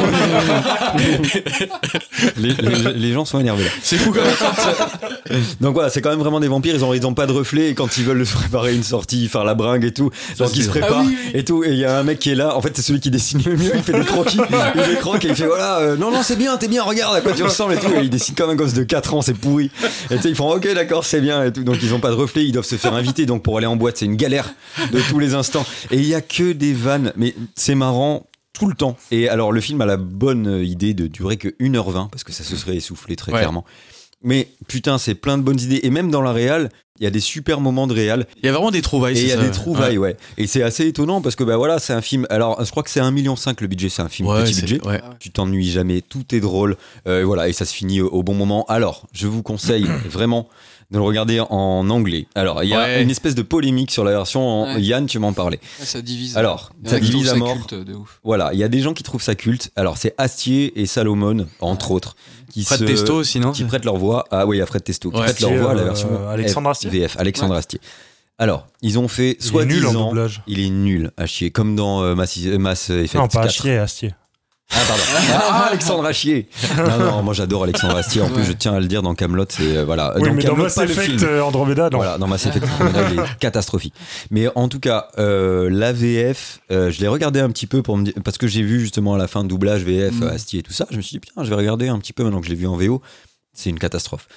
les gens sont énervés là. C'est fou quand même. Donc voilà, c'est quand même vraiment des vampires. Ils ont pas de reflet et quand ils veulent se préparer une sortie, faire la bringue et tout, donc ils se préparent et tout. Et il y a un mec qui est là. En fait, c'est celui qui dessine le mieux. Il fait des croquis, il les croque et il fait voilà. Non, c'est bien, t'es bien. Regarde à quoi tu ressembles et tout. Et il dessine comme un gosse de 4 ans, c'est pourri. Et tu sais, ils font ok, d'accord, c'est bien et tout. Donc ils ont pas de reflet. Ils doivent se faire inviter. Donc pour aller en boîte, c'est une galère de tous les instants. Et il y a que des vannes, mais c'est marrant tout le temps. Et alors le film a la bonne idée de durer que 1h20 parce que ça se serait essoufflé très clairement. Mais putain, c'est plein de bonnes idées. Et même dans la réal, Il y a des super moments de réal. Il y a vraiment des trouvailles. Et il y a des trouvailles, ouais. Et c'est assez étonnant parce que voilà, c'est un film. Alors, je crois que c'est 1,5 million le budget. C'est un film petit budget. Ouais. Tu t'ennuies jamais. Tout est drôle. Voilà, et ça se finit au bon moment. Alors, je vous conseille vraiment de le regarder en anglais. Alors, il y a une espèce de polémique sur la version en Yann, tu m'en parlais. Ça divise. Alors, ça divise à mort. Culte de ouf. Voilà, il y a des gens qui trouvent ça culte. Alors, c'est Astier et Salomon, entre autres, Fred Testo aussi, non ? Qui prêtent leur voix. Ah oui, il y a Fred Testo. Qui prêtent leur voix à la version Alexandre Astier. VF, Alexandre Astier. Alors, ils ont fait soi-disant. Il est nul à chier, comme dans Mass Effect 4. Non, pas Astier. Ah pardon. Alexandre Astier. Non, moi j'adore Alexandre Astier. En plus, je tiens à le dire, dans Kaamelott, c'est voilà. Oui, dans mais Kaamelott, dans Mass Effect Andromeda, non. Voilà, dans Mass Effect Andromeda, il est catastrophique. Mais en tout cas, la VF, je l'ai regardé un petit peu pour me dire, parce que j'ai vu justement à la fin de doublage VF Astier et tout ça. Je me suis dit putain, je vais regarder un petit peu maintenant que je l'ai vu en VO. C'est une catastrophe.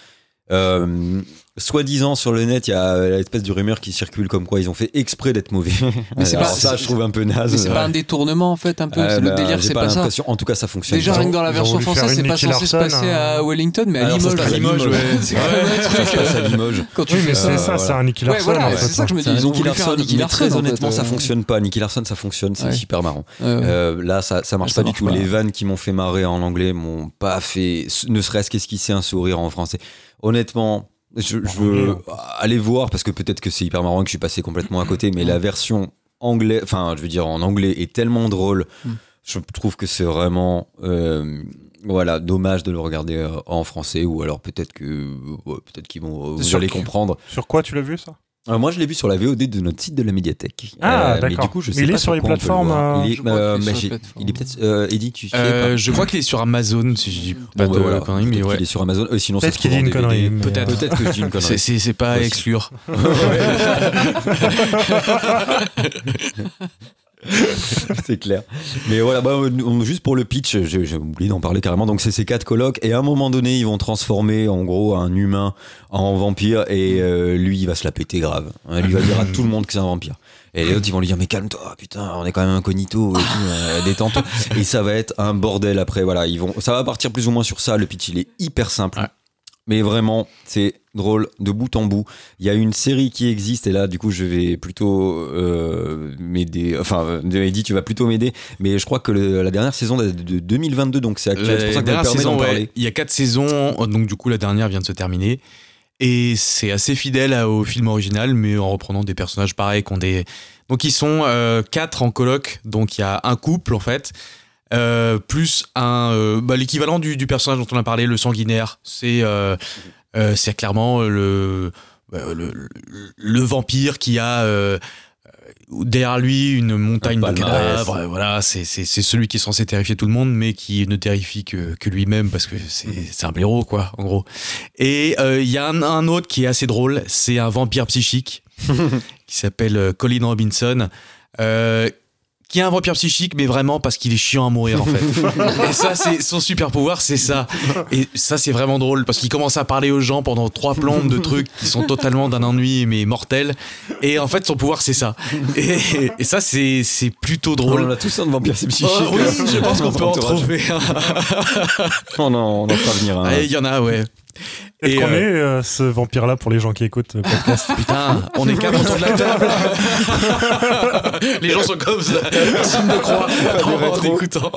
Soi-disant sur le net, il y a l'espèce de rumeur qui circule comme quoi ils ont fait exprès d'être mauvais. Mais c'est alors pas, ça, je trouve un peu naze. Mais c'est pas un détournement en fait, un peu. Le délire, c'est pas ça. En tout cas, ça fonctionne. Déjà, rien que dans la version française, c'est pas censé se passer à Wellington, mais à Limoges. À Limoges, ouais. C'est quand même un truc. Ça se passe à Limoges. Oui, mais c'est ça, c'est un Nicky Larson. Ouais, c'est ça que je me dis. Ils ont voulu faire un Nicky Larson. Très honnêtement, ça fonctionne pas. Nicky Larson, ça fonctionne, c'est super marrant. Là, ça marche pas du tout. Les vannes qui m'ont fait marrer en anglais m'ont pas fait, ne serait-ce qu'esquisser un sourire en français. Honnêtement. Je veux aller voir parce que peut-être que c'est hyper marrant que je suis passé complètement à côté, mais la version anglaise, enfin je veux dire en anglais, est tellement drôle. Je trouve que c'est vraiment dommage de le regarder en français, ou alors peut-être qu'ils vont vous allez comprendre. Sur quoi tu l'as vu ça? Moi je l'ai vu sur la VOD de notre site de la médiathèque. Ah d'accord. Mais du coup, je sais il pas est sur les plateformes. Il est peut-être Eddy, tu sais je crois qu'il est sur Amazon, si je dis pas de conneries, mais ouais. Il est sur Amazon. Sinon, peut-être qu'il dit une connerie. Peut-être que je dis une connerie. C'est pas à exclure. C'est clair. Mais voilà, juste pour le pitch, j'ai oublié d'en parler carrément. Donc c'est ces 4 colocs, et à un moment donné ils vont transformer en gros un humain en vampire, et lui il va se la péter grave. Lui va dire à tout le monde que c'est un vampire. Et les autres ils vont lui dire mais calme-toi, putain, on est quand même incognito, détente. Et ça va être un bordel après. Voilà, ça va partir plus ou moins sur ça. Le pitch il est hyper simple. Ouais. Mais vraiment, c'est drôle de bout en bout. Il y a une série qui existe, et là, du coup, je vais plutôt m'aider. Enfin, Eddy, tu vas plutôt m'aider. Mais je crois que la dernière saison de 2022, donc c'est actuel. C'est pour ça que ça me permet d'en parler. Il y a 4 saisons, donc du coup, la dernière vient de se terminer. Et c'est assez fidèle au film original, mais en reprenant des personnages pareils qui ont des. Donc, ils sont 4 en coloc. Donc, il y a un couple, en fait. Plus l'équivalent du personnage dont on a parlé, le sanguinaire. C'est clairement le vampire qui a derrière lui une montagne de cadavres. Voilà, c'est celui qui est censé terrifier tout le monde, mais qui ne terrifie que lui-même, parce que c'est un blaireau, quoi, en gros. Et il y a un autre qui est assez drôle, c'est un vampire psychique qui s'appelle Colin Robinson. Qui est un vampire psychique, mais vraiment parce qu'il est chiant à mourir, en fait. Et ça, c'est son super pouvoir, c'est ça. Et ça, c'est vraiment drôle, parce qu'il commence à parler aux gens pendant 3 plombes de trucs qui sont totalement d'un ennui, mais mortel. Et en fait, son pouvoir, c'est ça. Et ça, c'est plutôt drôle. On a tous un vampire psychique. Oui, je pense qu'on peut en trouver un. On en fera venir un. Il y en a, ouais. Et qu'on est ce vampire-là pour les gens qui écoutent le podcast. Putain, on est 4 autour de la table. Les gens sont comme ça, signe de croix en écoutant.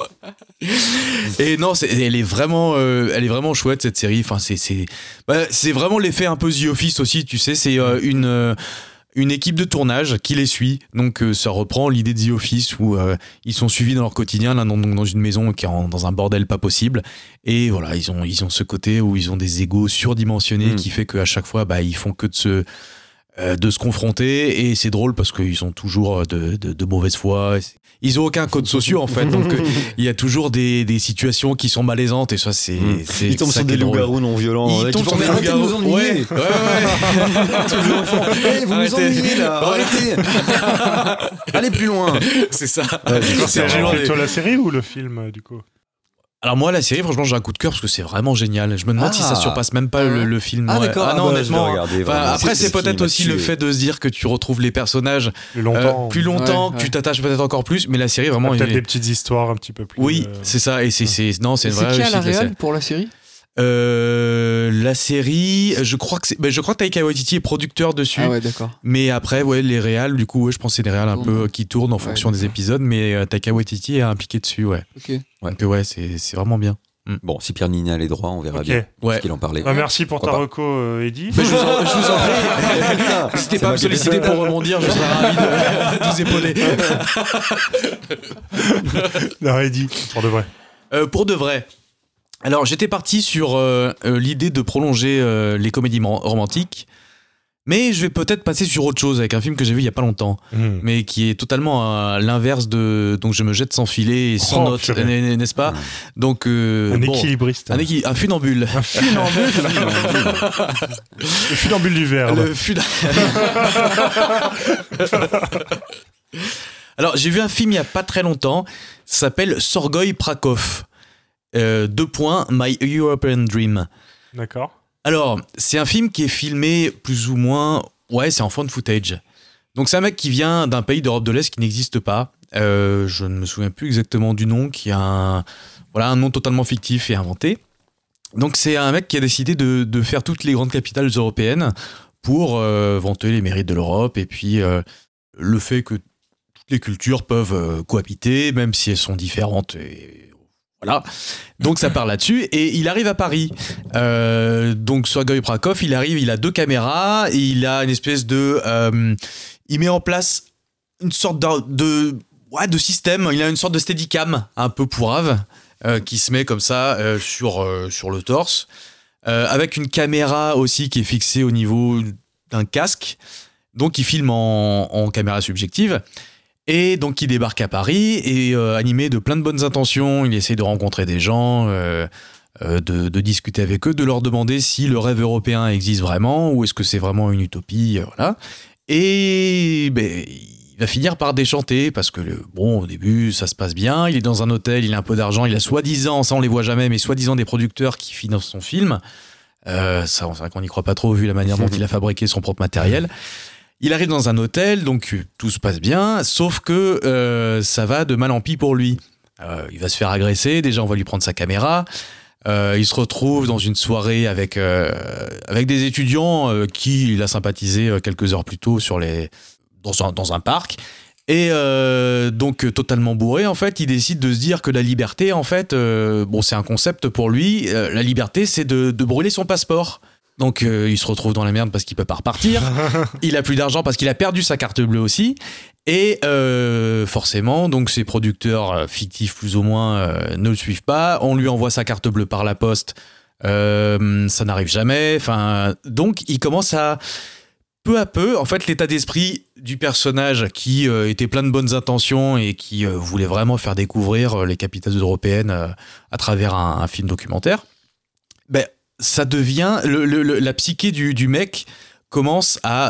Et non, elle est vraiment chouette, cette série. Enfin, c'est vraiment l'effet un peu The Office aussi, tu sais. C'est une équipe de tournage qui les suit. Donc ça reprend l'idée de The Office, où ils sont suivis dans leur quotidien, là, dans une maison qui est dans un bordel pas possible. Et voilà, ils ont ce côté où ils ont des égos surdimensionnés qui fait qu'à chaque fois, ils font que de se confronter. Et c'est drôle parce qu'ils ont toujours de mauvaise foi. Ils ont aucun code social, en fait. Donc il y a toujours des situations qui sont malaisantes, et ça, c'est ils tombent sur des loups-garous non violents. Ils tombent sur des loups-garous. Ouais. Vous nous ennuyez là. Arrêtez. Allez plus loin. C'est ça. C'est plutôt la série ou le film, du coup? Alors moi, la série, franchement, j'ai un coup de cœur parce que c'est vraiment génial. Je me demande si ça surpasse même pas le film. Ah d'accord. Ah non, honnêtement. Regarder, après, c'est peut-être aussi le fait de se dire que tu retrouves les personnages plus longtemps, que tu t'attaches peut-être encore plus. Mais la série, vraiment, peut-être des petites histoires un petit peu plus. Oui, c'est ça. Et c'est une vraie réussite. C'est qui à la réal pour la série? La série, je crois que Taika Waititi est producteur dessus. Ah ouais, d'accord. Mais après, les réals, du coup, je pense que c'est des réals un peu qui tournent en fonction des épisodes, mais Taika Waititi est impliqué dessus, ouais. Ok. Donc c'est vraiment bien. Bon, si Pierre Ninet a les droits, on verra bien ce qu'il en parlait. Merci pour ta reco, Eddy. Je vous en prie. N'hésitez pas à me solliciter pour rebondir, je serai ravi de vous épauler. Non, Eddy, pour de vrai. Pour de vrai. Alors, j'étais parti sur l'idée de prolonger les comédies romantiques, mais je vais peut-être passer sur autre chose avec un film que j'ai vu il y a pas longtemps, mais qui est totalement à l'inverse de Donc je me jette sans filet et sans note, n'est-ce pas ? Donc équilibriste. Un funambule. Un funambule. Le funambule du verbe. Alors, j'ai vu un film il y a pas très longtemps, ça s'appelle Sorgoy Prakov. My European Dream. D'accord. Alors, c'est un film qui est filmé plus ou moins... Ouais, c'est en found footage. Donc, c'est un mec qui vient d'un pays d'Europe de l'Est qui n'existe pas. Je ne me souviens plus exactement du nom, qui a un nom totalement fictif et inventé. Donc, c'est un mec qui a décidé de faire toutes les grandes capitales européennes pour vanter les mérites de l'Europe et puis le fait que toutes les cultures peuvent cohabiter, même si elles sont différentes et... Voilà, donc ça part là-dessus et il arrive à Paris. Donc Sorgoy Prakov, il arrive, il a 2 caméras, et il a une espèce de, il met en place une sorte de système. Il a une sorte de steadicam un peu pourrave qui se met comme ça sur le torse, avec une caméra aussi qui est fixée au niveau d'un casque. Donc il filme en caméra subjective. Et donc il débarque à Paris et animé de plein de bonnes intentions, il essaie de rencontrer des gens, de discuter avec eux, de leur demander si le rêve européen existe vraiment ou est-ce que c'est vraiment une utopie, voilà. Et il va finir par déchanter parce que au début ça se passe bien, il est dans un hôtel, il a un peu d'argent, il a soi-disant, ça on les voit jamais, mais soi-disant des producteurs qui financent son film. Ça, c'est vrai qu'on n'y croit pas trop vu la manière dont il a fabriqué son propre matériel. Il arrive dans un hôtel, donc tout se passe bien, sauf que ça va de mal en pis pour lui. Il va se faire agresser, déjà on va lui prendre sa caméra. Il se retrouve dans une soirée avec des étudiants qui il a sympathisé quelques heures plus tôt dans un parc. Et donc totalement bourré, en fait, il décide de se dire que la liberté, en fait, c'est un concept pour lui. La liberté, c'est de brûler son passeport. Donc il se retrouve dans la merde parce qu'il peut pas repartir. Il a plus d'argent parce qu'il a perdu sa carte bleue aussi. Et forcément, donc ses producteurs fictifs plus ou moins ne le suivent pas. On lui envoie sa carte bleue par la poste. Ça n'arrive jamais. Enfin, donc il commence à peu à peu, en fait, l'état d'esprit du personnage qui était plein de bonnes intentions et qui voulait vraiment faire découvrir les capitales européennes à travers un film documentaire. Ça devient la psyché du mec commence à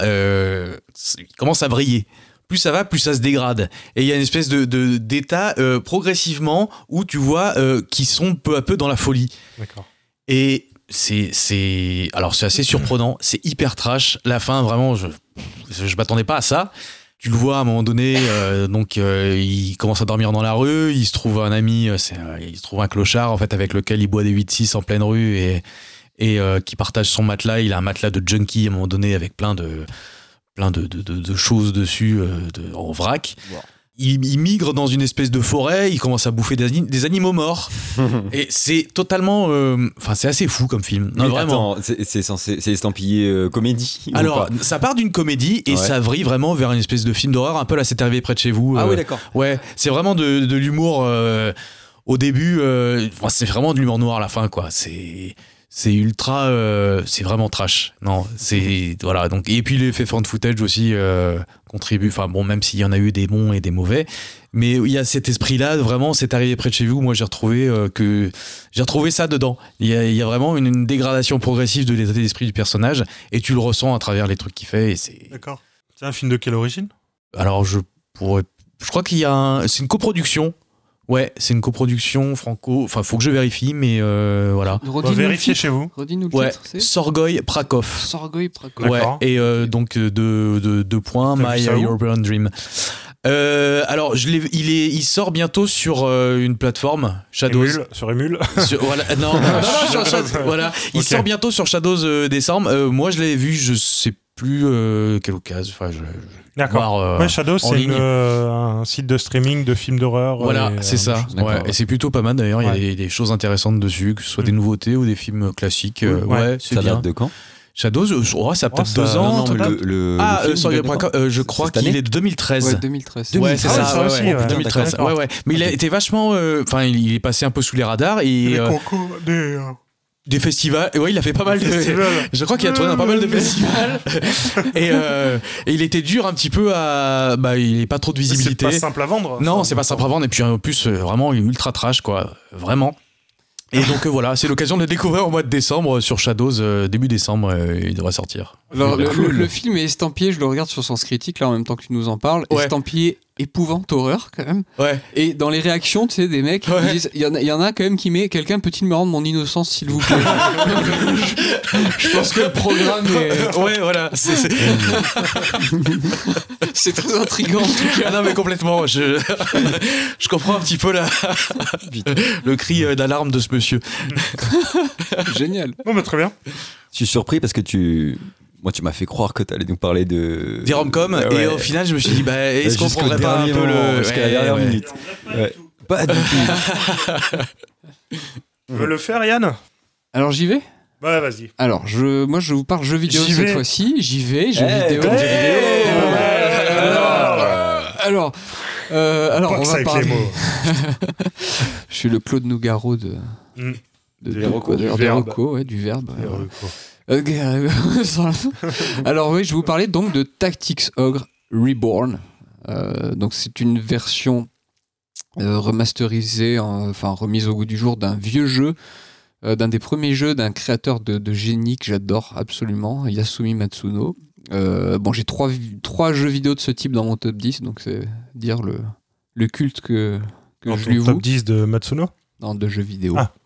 briller. Plus ça va, plus ça se dégrade. Et il y a une espèce d'état progressivement où tu vois qu'ils sont peu à peu dans la folie. D'accord. Et c'est assez surprenant, c'est hyper trash. La fin, vraiment, je m'attendais pas à ça. Tu le vois à un moment donné, il commence à dormir dans la rue, il se trouve un ami, il se trouve un clochard en fait avec lequel il boit des 8-6 en pleine rue et qui partage son matelas. Il a un matelas de junkie à un moment donné avec plein de choses dessus en vrac. Wow. Il migre dans une espèce de forêt, il commence à bouffer des animaux morts. Et c'est totalement... c'est assez fou comme film. Non, vraiment. Attends, c'est estampillé comédie. Alors, ça part d'une comédie et ça vrille vraiment vers une espèce de film d'horreur, un peu là, c'est arrivé près de chez vous. Ah oui, d'accord. Ouais, c'est vraiment de l'humour au début. C'est vraiment de l'humour noir à la fin, quoi. C'est ultra... c'est vraiment trash. Non, c'est... Voilà. Donc, et puis l'effet found footage aussi contribue. Enfin bon, même s'il y en a eu des bons et des mauvais. Mais il y a cet esprit-là, vraiment, c'est arrivé près de chez vous. Moi, j'ai retrouvé ça dedans. Il y a vraiment une dégradation progressive de l'état d'esprit du personnage. Et tu le ressens à travers les trucs qu'il fait. Et c'est... D'accord. C'est un film de quelle origine ? Alors, je crois qu'il y a c'est une coproduction. Ouais, c'est une coproduction franco... Enfin, faut que je vérifie, mais voilà. Vérifiez chez vous. Redis-nous le titre, c'est Sorgoy Prakov. Sorgoy Prakov. Ouais, et donc deux points, My European Dream. Alors, il sort bientôt sur une plateforme, Shadows. Sur Emule. Voilà, non, voilà. Il sort bientôt sur Shadows décembre. Moi, je l'avais vu, je sais plus quelle occasion. Enfin, D'accord. Shadows, c'est un site de streaming de films d'horreur. Voilà, c'est ça. Ouais, et c'est plutôt pas mal d'ailleurs. Il y a des choses intéressantes dessus, que ce soit des nouveautés ou des films classiques. C'est ça bien. Date de quand? Shadows, ça a peut-être 2 ans. Je crois qu'il est de 2013. Ouais, 2013. Ouais, c'est ça. aussi, 2013. Ouais. Mais il a été vachement. Enfin, il est passé un peu sous les radars et. Des festivals. Ouais, il a fait pas mal de festivals. Je crois qu'il a tourné dans pas mal de festivals. et il était dur un petit peu à. Il n'est pas trop de visibilité. C'est pas simple à vendre. Non, c'est pas simple à vendre. Et puis en plus, vraiment, il est ultra trash, quoi. Vraiment. Et donc voilà, c'est l'occasion de le découvrir au mois de décembre sur Shadows, début décembre, il devrait sortir. Alors, le film est estampillé, je le regarde sur Sens Critique là en même temps que tu nous en parles, estampillé épouvante horreur quand même. Ouais. Et dans les réactions, tu sais, des mecs, ils disent, il y en a quand même qui met quelqu'un peut-il me rendre mon innocence s'il vous plaît. Je pense que le programme est. Ouais, voilà. C'est très intriguant en tout cas. Ah non mais complètement. Je comprends un petit peu le cri d'alarme de ce monsieur. Génial. Non mais très bien. Je suis surpris parce que moi, tu m'as fait croire que tu allais nous parler des rom-com et au final, je me suis dit, est-ce qu'on prendrait pas un peu jusqu'à la dernière minute. Pas du tout. Tu veux le faire, Yann? Alors, j'y vais? Ouais, vas-y. Alors, moi, je vous parle jeux vidéo cette fois-ci. J'y vais, jeux vidéo. Alors, on va parler. Je suis le Claude Nougaro du verbe. Alors oui, je vais vous parler donc de Tactics Ogre Reborn. Donc c'est une version remasterisée, remise au goût du jour d'un vieux jeu, d'un des premiers jeux d'un créateur de génie que j'adore absolument, Yasumi Matsuno. J'ai trois jeux vidéo de ce type dans mon top 10, donc c'est dire le culte que je lui voue. Top 10 de Matsuno? Non, de jeux vidéo. Ah.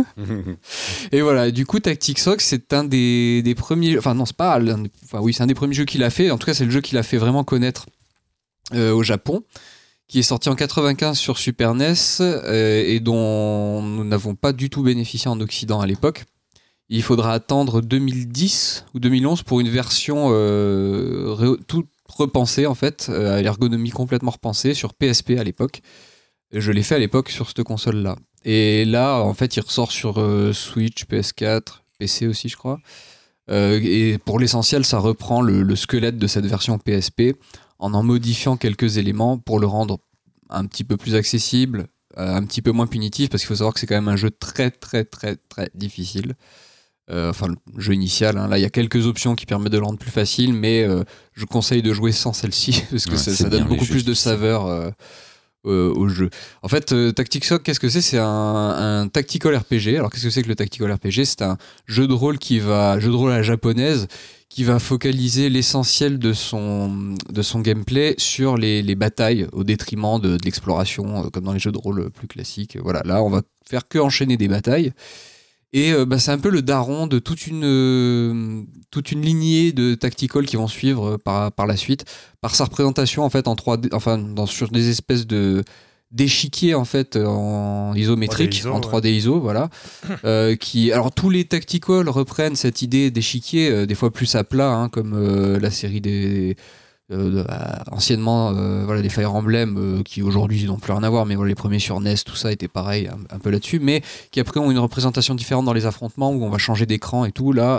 Et voilà, du coup, Tactics Ogre, c'est un des premiers. Enfin, non, c'est pas. C'est un des premiers jeux qu'il a fait. En tout cas, c'est le jeu qu'il a fait vraiment connaître au Japon, qui est sorti en 95 sur Super NES et dont nous n'avons pas du tout bénéficié en Occident à l'époque. Il faudra attendre 2010 ou 2011 pour une version toute repensée, en fait, à l'ergonomie complètement repensée sur PSP à l'époque. Je l'ai fait à l'époque sur cette console-là. Et là, en fait, il ressort sur Switch, PS4, PC aussi, je crois. Et pour l'essentiel, ça reprend le squelette de cette version PSP en modifiant quelques éléments pour le rendre un petit peu plus accessible, un petit peu moins punitif, parce qu'il faut savoir que c'est quand même un jeu très, très, très, très difficile. Le jeu initial, hein. Là, il y a quelques options qui permettent de le rendre plus facile, mais je conseille de jouer sans celle-ci, parce que ça donne beaucoup plus de saveur au jeu. En fait, Tactics Ogre, qu'est-ce que c'est? C'est un tactical RPG. Alors, qu'est-ce que c'est que le tactical RPG? C'est un jeu de rôle à la japonaise qui va focaliser l'essentiel de son gameplay sur les batailles au détriment de l'exploration, comme dans les jeux de rôle plus classiques. Voilà, là, on va faire que enchaîner des batailles. Et c'est un peu le daron de toute une lignée de tactical qui vont suivre par la suite, par sa représentation en fait en 3D, sur des espèces d'échiquiers en fait en isométrique, 3D ISO, en 3D ISO, voilà. Alors tous les tacticals reprennent cette idée d'échiquier, des fois plus à plat, hein, comme la série des anciennement les Fire Emblem qui aujourd'hui n'ont plus rien à voir, mais les premiers sur NES, tout ça était pareil un peu là-dessus, mais qui après ont une représentation différente dans les affrontements où on va changer d'écran et tout. Là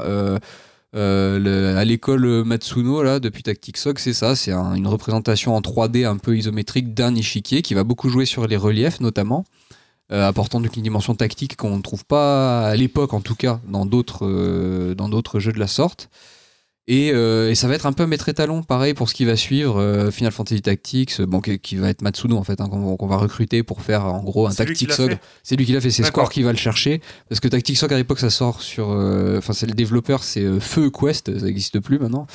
à l'école Matsuno là, depuis Tactics Ogre, c'est ça, c'est une représentation en 3D un peu isométrique d'un échiquier qui va beaucoup jouer sur les reliefs notamment, apportant donc une dimension tactique qu'on ne trouve pas à l'époque, en tout cas dans d'autres jeux de la sorte. Et ça va être un peu un maître étalon, pareil pour ce qui va suivre, Final Fantasy Tactics, qui va être Matsuno en fait, hein, qu'on va recruter pour faire en gros un Tactics Ogre. C'est lui qui l'a fait, c'est Square qui va le chercher, parce que Tactics Ogre à l'époque ça sort sur, c'est le développeur, c'est Feu Quest, ça n'existe plus maintenant.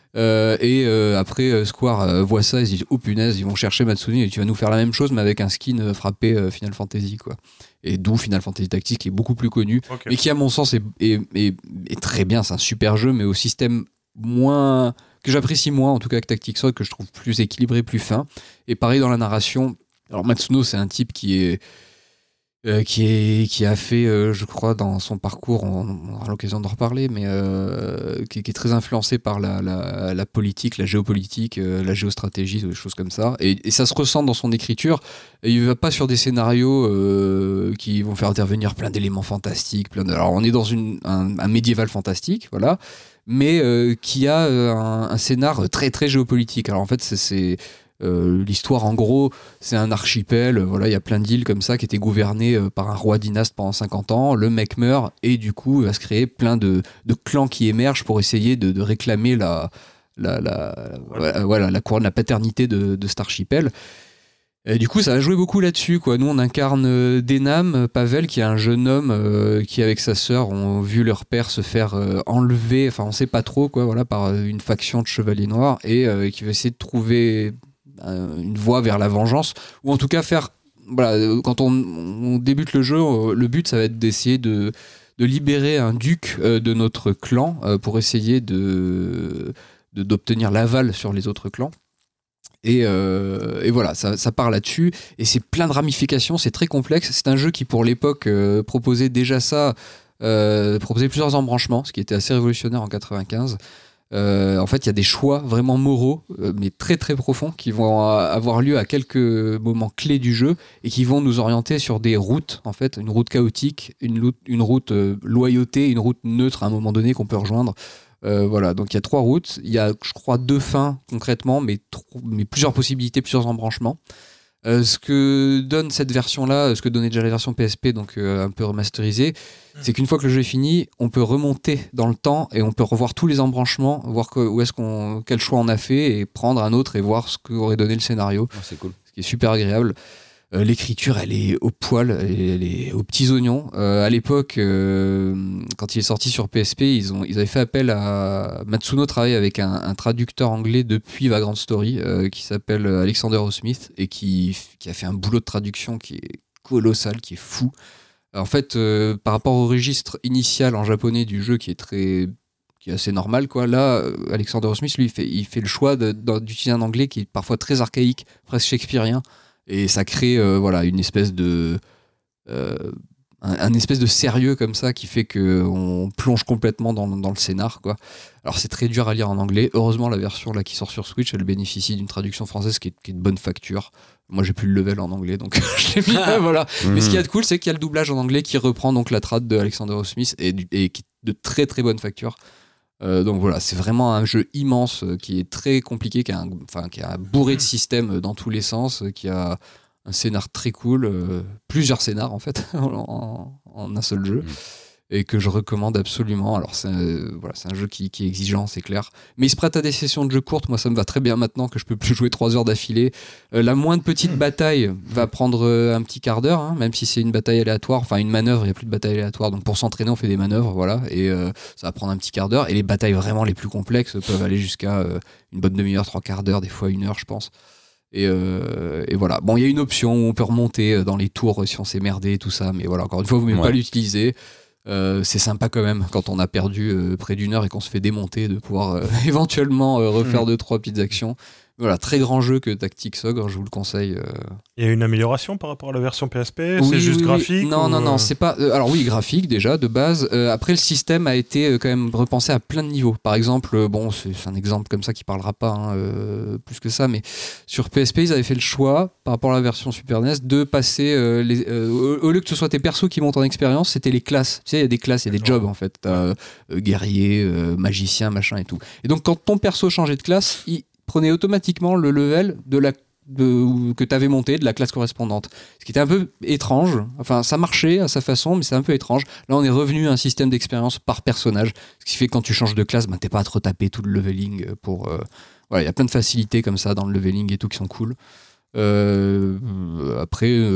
Après Square voit ça, ils se disent oh punaise, ils vont chercher Matsuno et tu vas nous faire la même chose mais avec un skin frappé Final Fantasy quoi. Et d'où Final Fantasy Tactics qui est beaucoup plus connu, mais qui à mon sens est très bien, c'est un super jeu mais au système moins que j'apprécie moins en tout cas que Tactics Ogre, que je trouve plus équilibré, plus fin. Et pareil dans la narration. Alors Matsuno, c'est un type qui a fait, je crois, dans son parcours, on aura l'occasion d'en reparler, mais qui est très influencé par la politique, la géopolitique, la géostratégie, des choses comme ça. Et ça se ressent dans son écriture. Et il va pas sur des scénarios qui vont faire intervenir plein d'éléments fantastiques. Alors on est dans un médiéval fantastique, voilà, mais qui a un scénar très très géopolitique. Alors en fait, c'est l'histoire, en gros, c'est un archipel, voilà, il y a plein d'îles comme ça qui étaient gouvernées par un roi dynaste pendant 50 ans, le mec meurt et du coup il va se créer plein de clans qui émergent pour essayer de réclamer la couronne, la paternité de cet archipel. Et du coup, ça a joué beaucoup là-dessus, quoi. Nous, on incarne Denham, Pavel, qui est un jeune homme qui, avec sa sœur, ont vu leur père se faire enlever, enfin, on sait pas trop, quoi, voilà, par une faction de chevaliers noirs, et qui va essayer de trouver une voie vers la vengeance, ou en tout cas faire, voilà, quand on débute le jeu, le but, ça va être d'essayer de libérer un duc de notre clan pour essayer d'obtenir l'aval sur les autres clans. Et voilà, ça part là-dessus, et c'est plein de ramifications, c'est très complexe. C'est un jeu qui, pour l'époque, proposait déjà ça, proposait plusieurs embranchements, ce qui était assez révolutionnaire en 95. En fait, il y a des choix vraiment moraux, mais très très profonds, qui vont avoir lieu à quelques moments clés du jeu et qui vont nous orienter sur des routes, en fait, une route chaotique, une route loyauté, une route neutre à un moment donné qu'on peut rejoindre. Voilà, donc il y a 3 routes, il y a, je crois, 2 fins concrètement, mais plusieurs possibilités, plusieurs embranchements. Ce que donne cette version-là, ce que donnait déjà la version PSP, donc un peu remasterisée, c'est qu'une fois que le jeu est fini, on peut remonter dans le temps et on peut revoir tous les embranchements, voir quel choix on a fait et prendre un autre et voir ce qu'aurait donné le scénario. Oh, c'est cool. Ce qui est super agréable. L'écriture, elle est au poil, elle est aux petits oignons. À l'époque, quand il est sorti sur PSP, ils avaient fait appel à Matsuno, travaille avec un traducteur anglais depuis Vagrant Story, qui s'appelle Alexander O'Smith, et qui a fait un boulot de traduction qui est colossal, qui est fou. En fait, par rapport au registre initial en japonais du jeu, qui est assez normal, quoi. Là, Alexander O'Smith, lui, il fait le choix d'utiliser un anglais qui est parfois très archaïque, presque shakespearien. Et ça crée voilà, une espèce de un espèce de sérieux comme ça qui fait qu'on plonge complètement dans le scénar, quoi. Alors c'est très dur à lire en anglais. Heureusement, la version là qui sort sur Switch, elle bénéficie d'une traduction française qui est de bonne facture. Moi, j'ai plus le level en anglais, donc je l'ai mis. Voilà. Mais ce qu'il y a de cool, c'est qu'il y a le doublage en anglais qui reprend donc la trad de Alexander O'Smith et qui est de très très bonne facture. Donc voilà, c'est vraiment un jeu immense qui est très compliqué, qui a bourré de systèmes dans tous les sens, qui a un scénar très cool, plusieurs scénars en fait, en un seul jeu, et que je recommande absolument. Alors c'est un jeu qui est exigeant, c'est clair, mais il se prête à des sessions de jeu courtes. Moi, ça me va très bien maintenant que je peux plus jouer 3 heures d'affilée. La moindre petite bataille va prendre un petit quart d'heure, hein, même si c'est une bataille aléatoire, enfin une manœuvre, il n'y a plus de bataille aléatoire, donc pour s'entraîner on fait des manœuvres, voilà, et ça va prendre un petit quart d'heure, et les batailles vraiment les plus complexes peuvent aller jusqu'à une bonne demi-heure, 3/4 d'heure, des fois 1 heure, je pense. Et voilà. Bon, il y a une option où on peut remonter dans les tours si on s'est merdé et tout ça, mais voilà, encore une fois, vous ne pouvez pas l'utiliser. C'est sympa quand même quand on a perdu près d'1 heure et qu'on se fait démonter de pouvoir éventuellement refaire 2-3 petites actions. Voilà, très grand jeu que Tactics Ogre, je vous le conseille. Il y a une amélioration par rapport à la version PSP, c'est juste graphique Non, c'est pas. Alors oui, graphique déjà de base. Après, le système a été quand même repensé à plein de niveaux. Par exemple, bon, c'est un exemple comme ça qui parlera pas plus que ça, mais sur PSP, ils avaient fait le choix par rapport à la version Super NES de passer au lieu que ce soit tes persos qui montent en expérience, c'était les classes. Tu sais, il y a des classes, il y a des jobs en fait. T'as guerrier, magicien, machin et tout. Et donc quand ton perso changeait de classe, il prenait automatiquement le level que tu avais monté de la classe correspondante. Ce qui était un peu étrange. Enfin, ça marchait à sa façon, mais c'est un peu étrange. Là, on est revenu à un système d'expérience par personnage. Ce qui fait que quand tu changes de classe, t'es pas à te retaper tout le leveling pour... Voilà, il y a plein de facilités comme ça dans le leveling et tout qui sont cool. Après,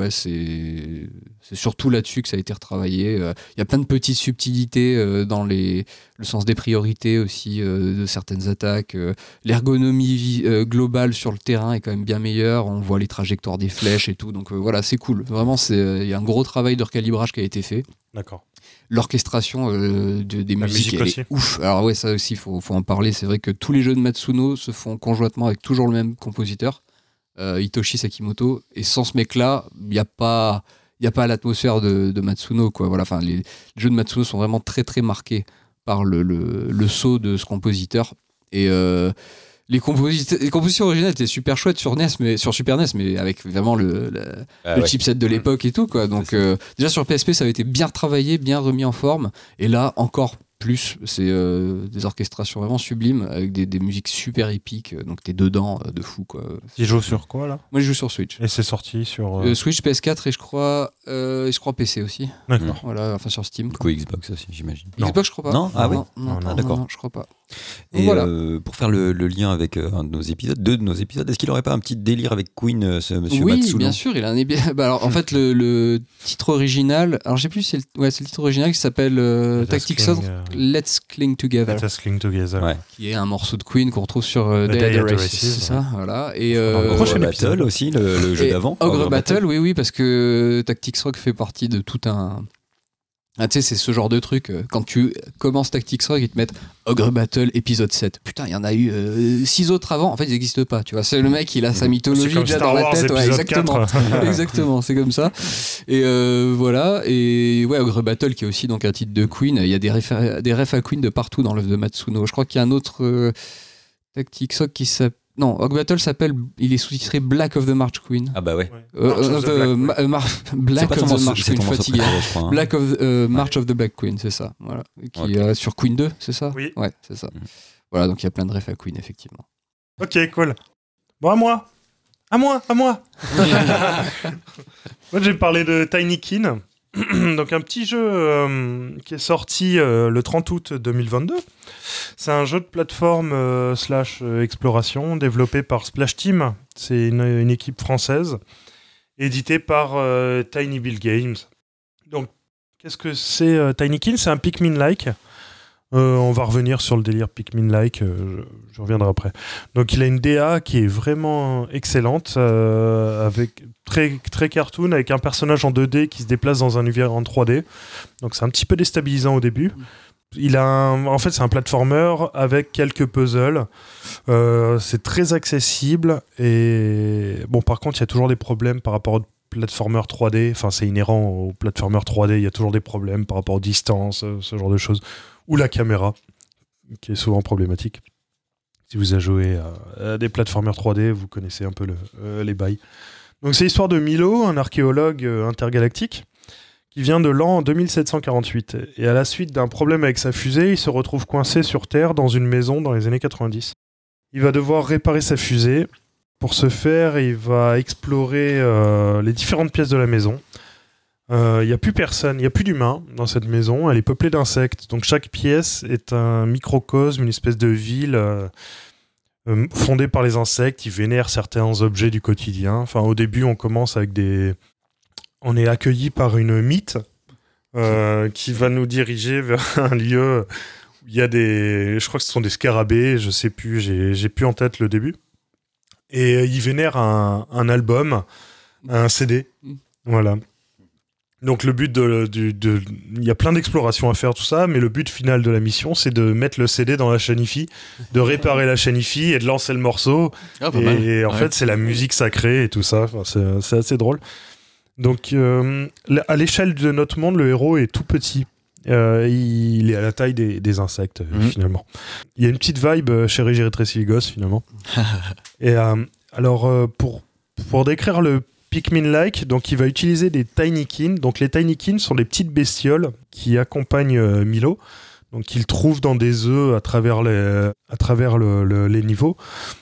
c'est surtout là-dessus que ça a été retravaillé. Il y a plein de petites subtilités dans le sens des priorités aussi de certaines attaques. L'ergonomie globale sur le terrain est quand même bien meilleure. On voit les trajectoires des flèches et tout. Donc voilà, c'est cool. Vraiment, il y a un gros travail de recalibrage qui a été fait. D'accord. L'orchestration des musiques elle aussi. Est ouf. Alors ouais, ça aussi, faut en parler. C'est vrai que tous les jeux de Matsuno se font conjointement avec toujours le même compositeur, Hitoshi Sakimoto. Et sans ce mec-là, il n'y a pas l'atmosphère de Matsuno, quoi. Voilà, enfin, les jeux de Matsuno sont vraiment très très marqués par le saut de ce compositeur. Et les compositions originales étaient super chouettes sur Super NES, mais avec vraiment le chipset de l'époque et tout, quoi. Donc déjà sur PSP, ça avait été bien retravaillé, bien remis en forme. Et là, encore plus, c'est des orchestrations vraiment sublimes avec des musiques super épiques. Donc t'es dedans de fou, quoi. Tu joues sur quoi là ? Moi, je joue sur Switch. Et c'est sorti sur Switch, PS4 et je crois PC aussi. D'accord. Voilà, enfin sur Steam. Du coup, Xbox aussi, j'imagine. Xbox, je crois pas. Non, ah oui. Non, d'accord. non, je crois pas. Et voilà. pour faire le lien avec un de nos épisodes, deux de nos épisodes, est-ce qu'il aurait pas un petit délire avec Queen, ce monsieur Oui, Matsuno ? bien sûr, il a un alors en fait le titre original, alors je sais plus si c'est le titre original qui s'appelle Tactics Ogre Let's Cling Together. Let's Cling Together. Ouais. Qui est un morceau de Queen qu'on retrouve sur Day at the Races, c'est ça, voilà. Et Ogre Battle aussi, le jeu d'avant. Ogre Battle, oui, parce que Tactics Ogre fait partie de tout un... Ah, tu sais, c'est ce genre de truc. Quand tu commences Tactics Ogre, ils te mettent Ogre Battle épisode 7. Putain, il y en a eu 6 autres avant. En fait, ils n'existent pas. Tu vois, c'est le mec, il a sa mythologie déjà Star dans la Wars, tête. Ouais, exactement. 4. Exactement, c'est comme ça. Et voilà. Et ouais, Ogre Battle, qui est aussi donc un titre de Queen. Il y a des refs à Queen de partout dans l'œuvre de Matsuno. Je crois qu'il y a un autre Tactics Ogre qui s'appelle. Non, Ogre Battle il est sous-titré Black of the March Queen. Ah bah ouais. Black of the March Queen, fatigué. Hein. Black of March of the Black Queen, c'est ça. Voilà. Qui est sur Queen 2, c'est ça ? Oui. Ouais, c'est ça. Voilà, donc il y a plein de refs à Queen, effectivement. Ok, cool. Bon, à moi. Moi, je vais parler de Tinykin. Donc un petit jeu qui est sorti le 30 août 2022. C'est un jeu de plateforme / exploration développé par Splash Team. C'est une équipe française édité par Tiny Build Games. Donc qu'est-ce que c'est Tinykin ? C'est un Pikmin-like. On va revenir sur le délire Pikmin-like, je reviendrai après. Donc il a une DA qui est vraiment excellente, avec très, très cartoon, avec un personnage en 2D qui se déplace dans un univers en 3D. Donc c'est un petit peu déstabilisant au début. En fait, c'est un platformer avec quelques puzzles. C'est très accessible. Et bon, par contre, il y a toujours des problèmes par rapport au platformer 3D. Enfin, c'est inhérent au platformer 3D. Il y a toujours des problèmes par rapport aux distances, ce genre de choses. Ou la caméra, qui est souvent problématique. Si vous avez joué à des platformers 3D, vous connaissez un peu les bails. Donc c'est l'histoire de Milo, un archéologue intergalactique, qui vient de l'an 2748. Et à la suite d'un problème avec sa fusée, il se retrouve coincé sur Terre dans une maison dans les années 90. Il va devoir réparer sa fusée. Pour ce faire, il va explorer les différentes pièces de la maison. Il n'y a plus personne, il n'y a plus d'humains dans cette maison, elle est peuplée d'insectes. Donc chaque pièce est un microcosme, une espèce de ville fondée par les insectes. Ils vénèrent certains objets du quotidien. Enfin, au début, on commence avec on est accueilli par une mythe qui va nous diriger vers un lieu où il y a je crois que ce sont des scarabées, je sais plus, j'ai plus en tête le début. Et ils vénèrent un album, un CD. Voilà. Donc le but il y a plein d'explorations à faire, tout ça, mais le but final de la mission, c'est de mettre le CD dans la chaîne hi-fi, de réparer la chaîne hi-fi et de lancer le morceau. Ah, pas mal. Et en fait, c'est la musique sacrée et tout ça. Enfin, c'est assez drôle. Donc, à l'échelle de notre monde, le héros est tout petit. Il est à la taille des insectes, finalement. Il y a une petite vibe chez J'ai rétréci le gosse, finalement. Et alors, pour décrire le Pikmin-like, donc il va utiliser des Tinykin. Donc les Tinykin sont des petites bestioles qui accompagnent Milo, donc qu'il trouve dans des œufs à travers les niveaux,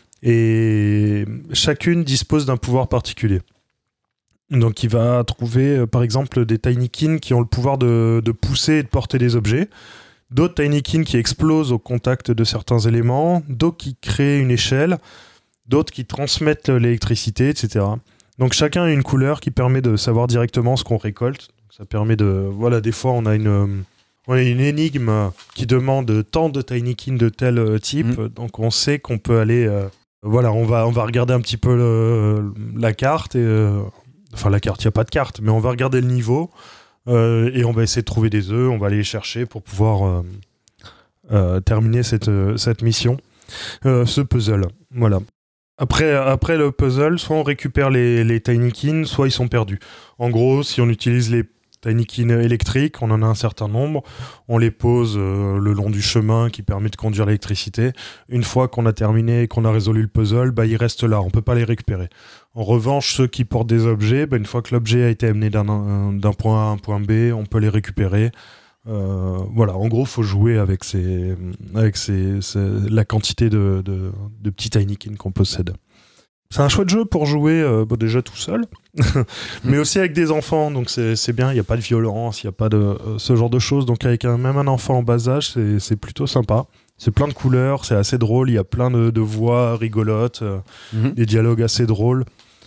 et chacune dispose d'un pouvoir particulier. Donc il va trouver par exemple des Tinykin qui ont le pouvoir de pousser et de porter des objets, d'autres Tinykin qui explosent au contact de certains éléments, d'autres qui créent une échelle, d'autres qui transmettent l'électricité, etc. Donc chacun a une couleur qui permet de savoir directement ce qu'on récolte. Ça permet de... Voilà, des fois, on a une énigme qui demande tant de Tinykin de tel type, donc on sait qu'on peut aller... Voilà, on va regarder un petit peu la carte. Enfin, la carte, il n'y a pas de carte, mais on va regarder le niveau et on va essayer de trouver des œufs, on va aller les chercher pour pouvoir terminer cette mission, ce puzzle. Voilà. Après le puzzle, soit on récupère les Tinykin, soit ils sont perdus. En gros, si on utilise les Tinykin électriques, on en a un certain nombre, on les pose le long du chemin qui permet de conduire l'électricité. Une fois qu'on a terminé et qu'on a résolu le puzzle, ils restent là, on peut pas les récupérer. En revanche, ceux qui portent des objets, une fois que l'objet a été amené d'un point A à un point B, on peut les récupérer. Voilà, en gros, il faut jouer avec la quantité de petits Tinykin qu'on possède. C'est un chouette jeu pour jouer déjà tout seul, mais aussi avec des enfants, donc c'est bien, il n'y a pas de violence, il n'y a pas de ce genre de choses, donc avec même un enfant en bas âge, c'est plutôt sympa. C'est plein de couleurs, c'est assez drôle, il y a plein de voix rigolotes, des dialogues assez drôles.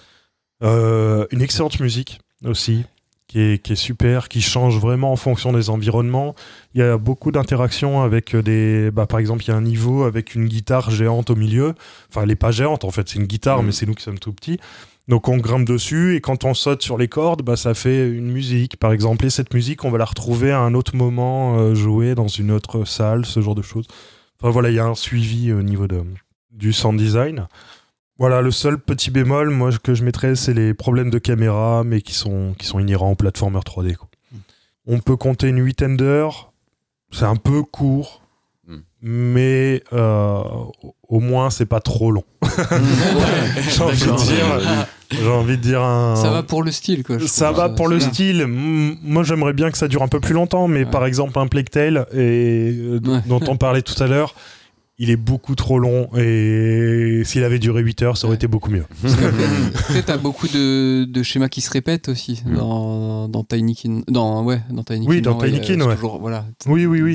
Une excellente musique aussi, qui est super, qui change vraiment en fonction des environnements. Il y a beaucoup d'interactions avec par exemple, il y a un niveau avec une guitare géante au milieu. Enfin, elle n'est pas géante, en fait, c'est une guitare, mais c'est nous qui sommes tout petits. Donc, on grimpe dessus, et quand on saute sur les cordes, ça fait une musique, par exemple. Et cette musique, on va la retrouver à un autre moment, jouée dans une autre salle, ce genre de choses. Enfin, voilà, il y a un suivi au niveau du sound design. Voilà, le seul petit bémol, moi, que je mettrais, c'est les problèmes de caméra, mais qui sont inhérents au platformer 3D, quoi. On peut compter une 8 d'heures, c'est un peu court, mais au moins, c'est pas trop long. J'ai envie de dire Ça va pour le style, quoi. Ça va pour le style. Moi, j'aimerais bien que ça dure un peu plus longtemps, mais par exemple, un Plague Tale, dont on parlait tout à l'heure, il est beaucoup trop long, et s'il avait duré 8 heures, ça aurait été beaucoup mieux. Peut-être t'as beaucoup de schémas qui se répètent aussi dans Tinykin. Dans Tinykin. Oui, dans Tinykin, ouais. Toujours, voilà. Oui.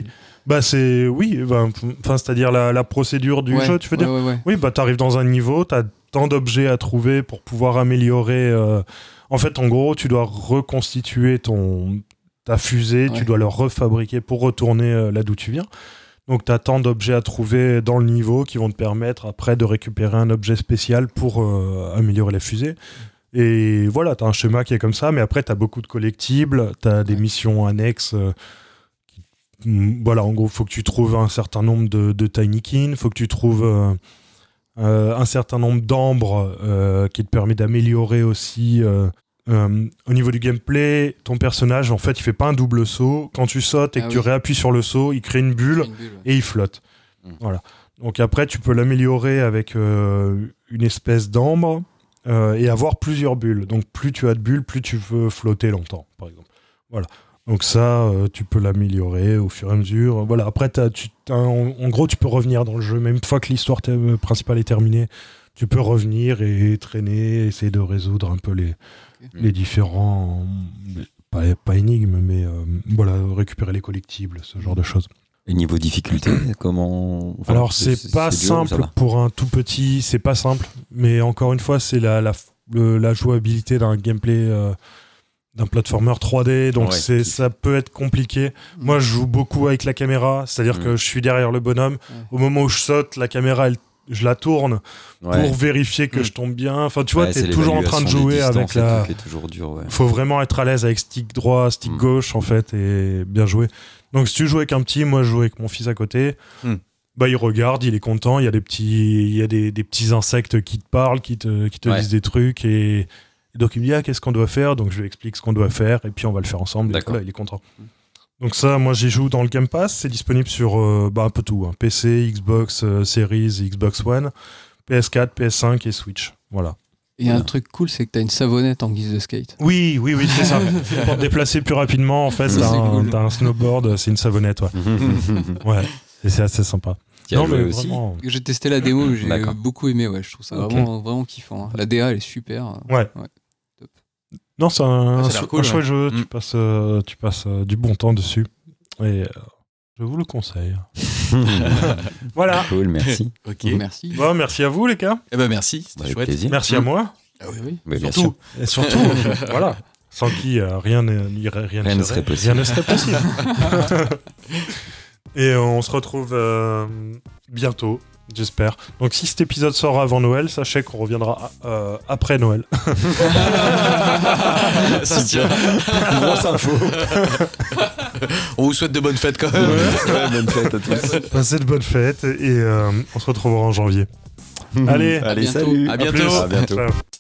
C'est-à-dire la procédure du jeu, tu veux dire. Ouais. Oui, t'arrives dans un niveau, t'as tant d'objets à trouver pour pouvoir améliorer. En fait, en gros, tu dois reconstituer ta fusée, tu dois le refabriquer pour retourner là d'où tu viens. Donc, tu as tant d'objets à trouver dans le niveau qui vont te permettre après de récupérer un objet spécial pour améliorer la fusée. Et voilà, tu as un schéma qui est comme ça, mais après, tu as beaucoup de collectibles, tu as des missions annexes. Voilà, en gros, il faut que tu trouves un certain nombre de Tinykin, il faut que tu trouves un certain nombre d'ambres qui te permet d'améliorer aussi... au niveau du gameplay, ton personnage, en fait, il fait pas un double saut. Quand tu sautes et que tu réappuies sur le saut, il crée une bulle et il flotte. Voilà. Donc après, tu peux l'améliorer avec une espèce d'ambre et avoir plusieurs bulles. Donc plus tu as de bulles, plus tu veux flotter longtemps, par exemple. Voilà. Donc ça, tu peux l'améliorer au fur et à mesure. Voilà. Après, en gros, tu peux revenir dans le jeu. Même une fois que l'histoire principale est terminée, tu peux revenir et traîner, essayer de résoudre un peu les différents... Pas énigmes, mais voilà, récupérer les collectibles, ce genre de choses. Et niveau difficulté, comment... Enfin, alors, c'est pas simple pour un tout petit, c'est pas simple, mais encore une fois, c'est la jouabilité d'un gameplay... d'un platformer 3D, donc ça peut être compliqué. Moi, je joue beaucoup avec la caméra, c'est-à-dire que je suis derrière le bonhomme. Au moment où je saute, la caméra, je la tourne pour vérifier que je tombe bien. Enfin, tu vois, t'es toujours en train de jouer avec la... C'est toujours dur, Faut vraiment être à l'aise avec stick droit, stick gauche, en fait, et bien jouer. Donc, si tu joues avec un petit, moi, je joue avec mon fils à côté. Il regarde, il est content. Il y a des petits insectes qui te parlent, qui te disent des trucs, et donc il me dit qu'est-ce qu'on doit faire, donc je lui explique ce qu'on doit faire et puis on va le faire ensemble. D'accord. Et il est content. Donc ça, moi j'y joue dans le Game Pass, c'est disponible sur un peu tout, PC, Xbox Series, Xbox One, PS4, PS5 et Switch. Voilà. Et un truc cool, c'est que t'as une savonnette en guise de skate. Oui, c'est ça. Pour te déplacer plus rapidement, en fait, t'as un snowboard, c'est une savonnette, ouais. Et c'est assez sympa. Non, mais aussi. Vraiment... J'ai testé la démo, j'ai beaucoup aimé, je trouve ça vraiment kiffant. La DA, elle est super. Ouais. Top. Non, c'est un chouette jeu, tu passes du bon temps dessus. Et Je vous le conseille. Voilà. Cool, merci. Ok. Merci. Bon, merci à vous, les gars. Eh ben merci, c'était Avec chouette. plaisir. Merci à moi. Ah oui. Mais bien Surtout. sûr. Et surtout, voilà. Sans qui rien ne serait possible. Rien ne serait possible. Et on se retrouve bientôt, j'espère. Donc si cet épisode sort avant Noël, sachez qu'on reviendra après Noël. Ça se tient. Grosse info. On vous souhaite de bonnes fêtes quand même. Ouais, bonne fête à tous. Passez de bonnes fêtes et on se retrouvera en janvier. Allez, Allez, bientôt. salut. À plus. bientôt. À bientôt. Ciao.